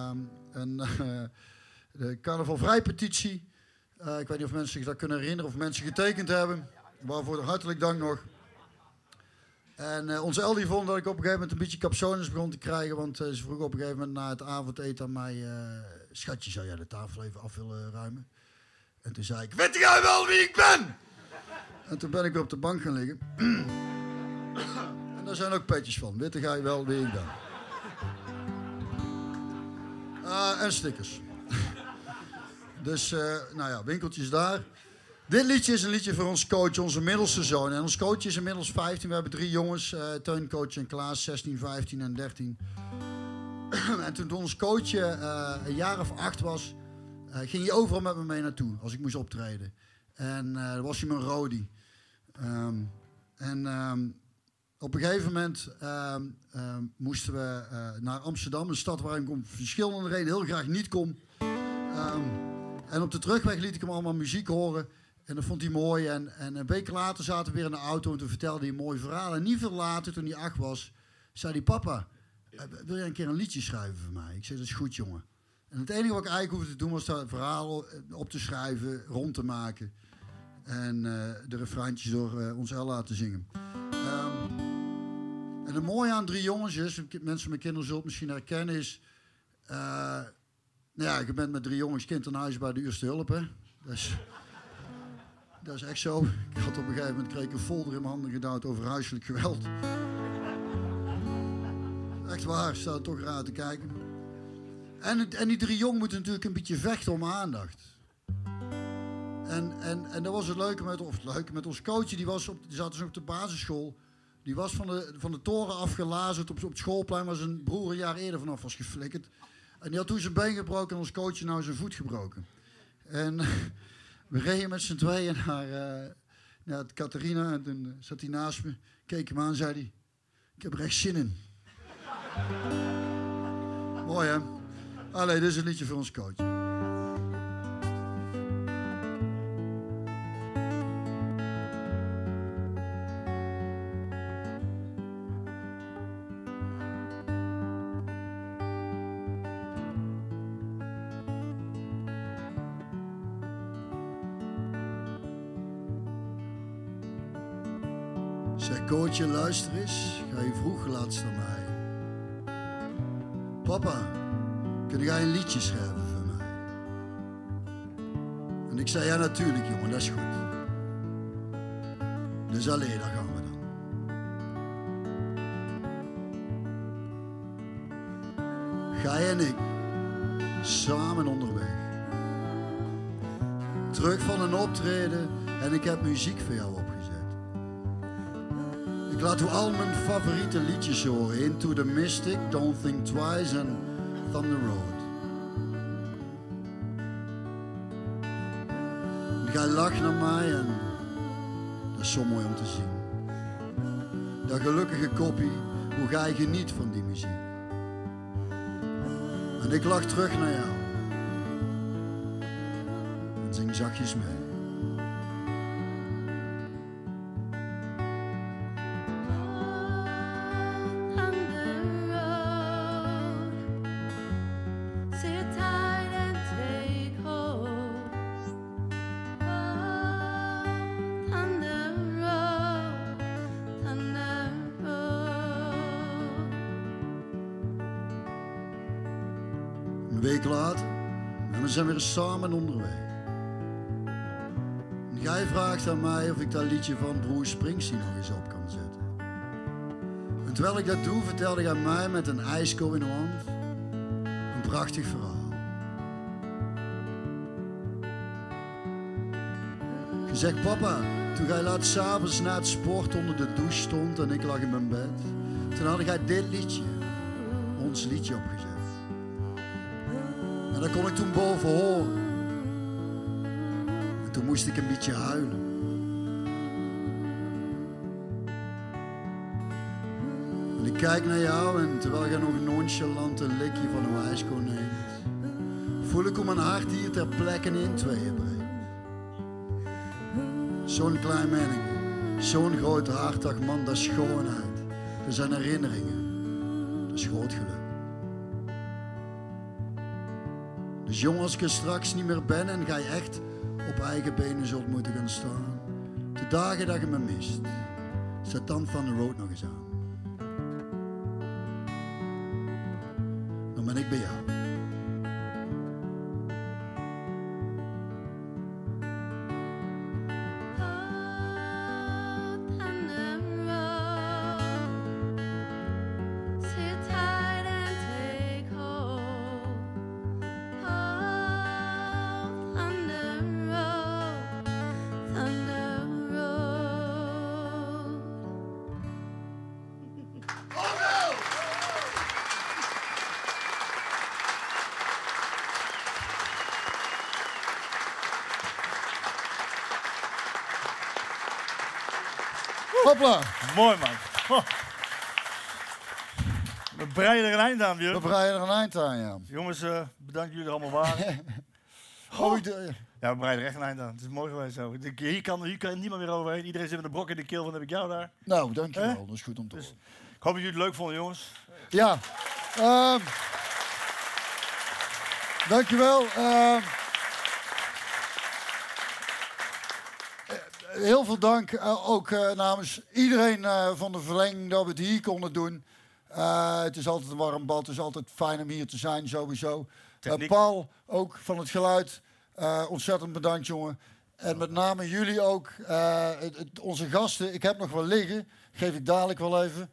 de carnavalvrij petitie. Ik weet niet of mensen zich dat kunnen herinneren of mensen getekend hebben. Waarvoor hartelijk dank nog. En onze Eldi vond dat ik op een gegeven moment een beetje capsones begon te krijgen. Want ze vroeg op een gegeven moment na het avondeten aan mij... Schatje, zou jij de tafel even af willen ruimen? En toen zei ik, weet jij wel wie ik ben? En toen ben ik weer op de bank gaan liggen. En daar zijn ook petjes van. Weet jij wel wie ik ben? En stickers. Dus, nou ja, winkeltjes daar. Dit liedje is een liedje voor ons coach, onze middelste zoon. En ons coach is inmiddels 15. We hebben 3 jongens, Teun, en Klaas, 16, 15 en 13. En toen ons coach een jaar of 8 was, ging hij overal met me mee naartoe als ik moest optreden. En dan was hij mijn roadie. Op een gegeven moment moesten we naar Amsterdam, een stad waar ik om verschillende redenen heel graag niet kom. En op de terugweg liet ik hem allemaal muziek horen. En dat vond hij mooi. En een week later zaten we weer in de auto en toen vertelde hij een mooi verhaal. En niet veel later, toen hij 8 was, zei hij, papa, wil jij een keer een liedje schrijven voor mij? Ik zei, dat is goed, jongen. En het enige wat ik eigenlijk hoefde te doen was dat verhaal op te schrijven, rond te maken. En de refreintjes door ons El laten zingen. En het mooie aan 3 jongens is, mensen met kinderen zullen het misschien herkennen, is... je bent met 3 jongens kind aan huis bij de eerste hulp, hè. Dat is echt zo. Ik had op een gegeven moment kreeg ik een folder in mijn handen gedouwd over huiselijk geweld. Echt waar, staat toch raar te kijken. En die 3 jongen moeten natuurlijk een beetje vechten om aandacht. En dat was het leuke met ons coach, die zat dus op de basisschool. Die was van de toren afgelazerd op het schoolplein, waar zijn broer een jaar eerder vanaf was geflikkerd. En die had toen zijn been gebroken en ons coach nou zijn voet gebroken. En we reden met z'n tweeën naar het Catharina en toen zat hij naast me, keek hem aan en zei hij, ik heb er echt zin in. Mooi hè? Allee, dit is een liedje voor ons coach. Zeg coachje, luister eens, ga je vroeg laatst aan mij. Papa, kun jij een liedje schrijven voor mij? En ik zei, ja natuurlijk jongen, dat is goed. Dus allee, daar gaan we dan. Gij en ik, samen onderweg. Terug van een optreden en ik heb muziek voor jou opgezet. Ik laat u al mijn favoriete liedjes horen. Into the Mystic, Don't Think Twice en Thunder Road. En gij lacht naar mij en dat is zo mooi om te zien. Dat gelukkige koppie, hoe gij geniet van die muziek. En ik lach terug naar jou. En zing zachtjes mee. Een week later, en we zijn weer samen onderweg. En jij vraagt aan mij of ik dat liedje van Bruce Springsteen nog eens op kan zetten. En terwijl ik dat doe, vertelde hij mij met een ijsko in de hand een prachtig verhaal. Je zegt, papa, toen jij laat 's avonds na het sport onder de douche stond en ik lag in mijn bed, toen had jij dit liedje, ons liedje opgezet. En dat kon ik toen boven horen. En toen moest ik een beetje huilen. En ik kijk naar jou en terwijl jij nog nonchalant een likje van een ijsko neemt, voel ik hoe mijn hart hier ter plekke in tweeën breekt. Zo'n klein mannetje, zo'n groot hartig man, dat is schoonheid. Dat zijn herinneringen. Dat is groot geluk. Dus jong, als ik er straks niet meer ben en ga je echt op eigen benen zult moeten gaan staan. De dagen dat je me mist, zet dan van de road nog eens aan. Dan ben ik bij jou. Hopla. Mooi man. Oh. We breien er een eind aan, Björn. We breien er een eind aan, ja. Jongens, bedankt jullie er allemaal waren. Ja, we breiden er echt een eind aan. Het is mooi geweest zo. Hier kan niemand meer overheen. Iedereen zit met een brok in de keel, van heb ik jou daar. Nou, dankjewel. Dat is goed om te horen. Ik hoop dat jullie het leuk vonden, jongens. Ja. Dankjewel. Heel veel dank ook namens iedereen van de verlenging dat we het hier konden doen. Het is altijd een warm bad, het is altijd fijn om hier te zijn, sowieso. Paul, ook van het geluid, ontzettend bedankt, jongen. En met name jullie ook, onze gasten. Ik heb nog wel liggen, geef ik dadelijk wel even.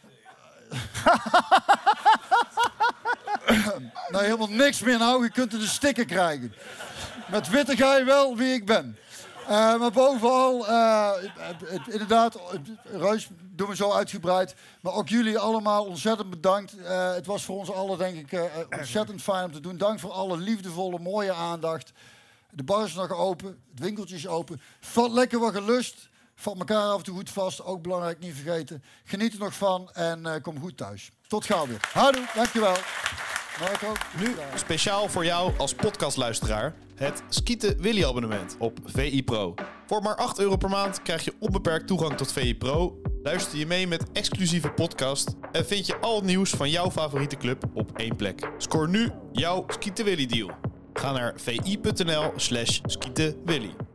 Nou, helemaal niks meer nou, je kunt er de sticker krijgen. Met witte ga je wel wie ik ben. Maar bovenal, inderdaad, Reus, doen we zo uitgebreid. Maar ook jullie allemaal ontzettend bedankt. Het was voor ons allen, denk ik, ontzettend fijn om te doen. Dank voor alle liefdevolle, mooie aandacht. De bar is nog open, het winkeltje is open. Vat lekker wat gelust. Vat elkaar af en toe goed vast, ook belangrijk, niet vergeten. Geniet er nog van en kom goed thuis. Tot gauw weer. Houdoe, dankjewel. Marco. Nu speciaal voor jou als podcastluisteraar het Skieten Willy abonnement op VI Pro. Voor maar €8 per maand krijg je onbeperkt toegang tot VI Pro. Luister je mee met exclusieve podcast en vind je al het nieuws van jouw favoriete club op één plek. Scoor nu jouw Skieten Willy deal. Ga naar vi.nl/skietenwilly.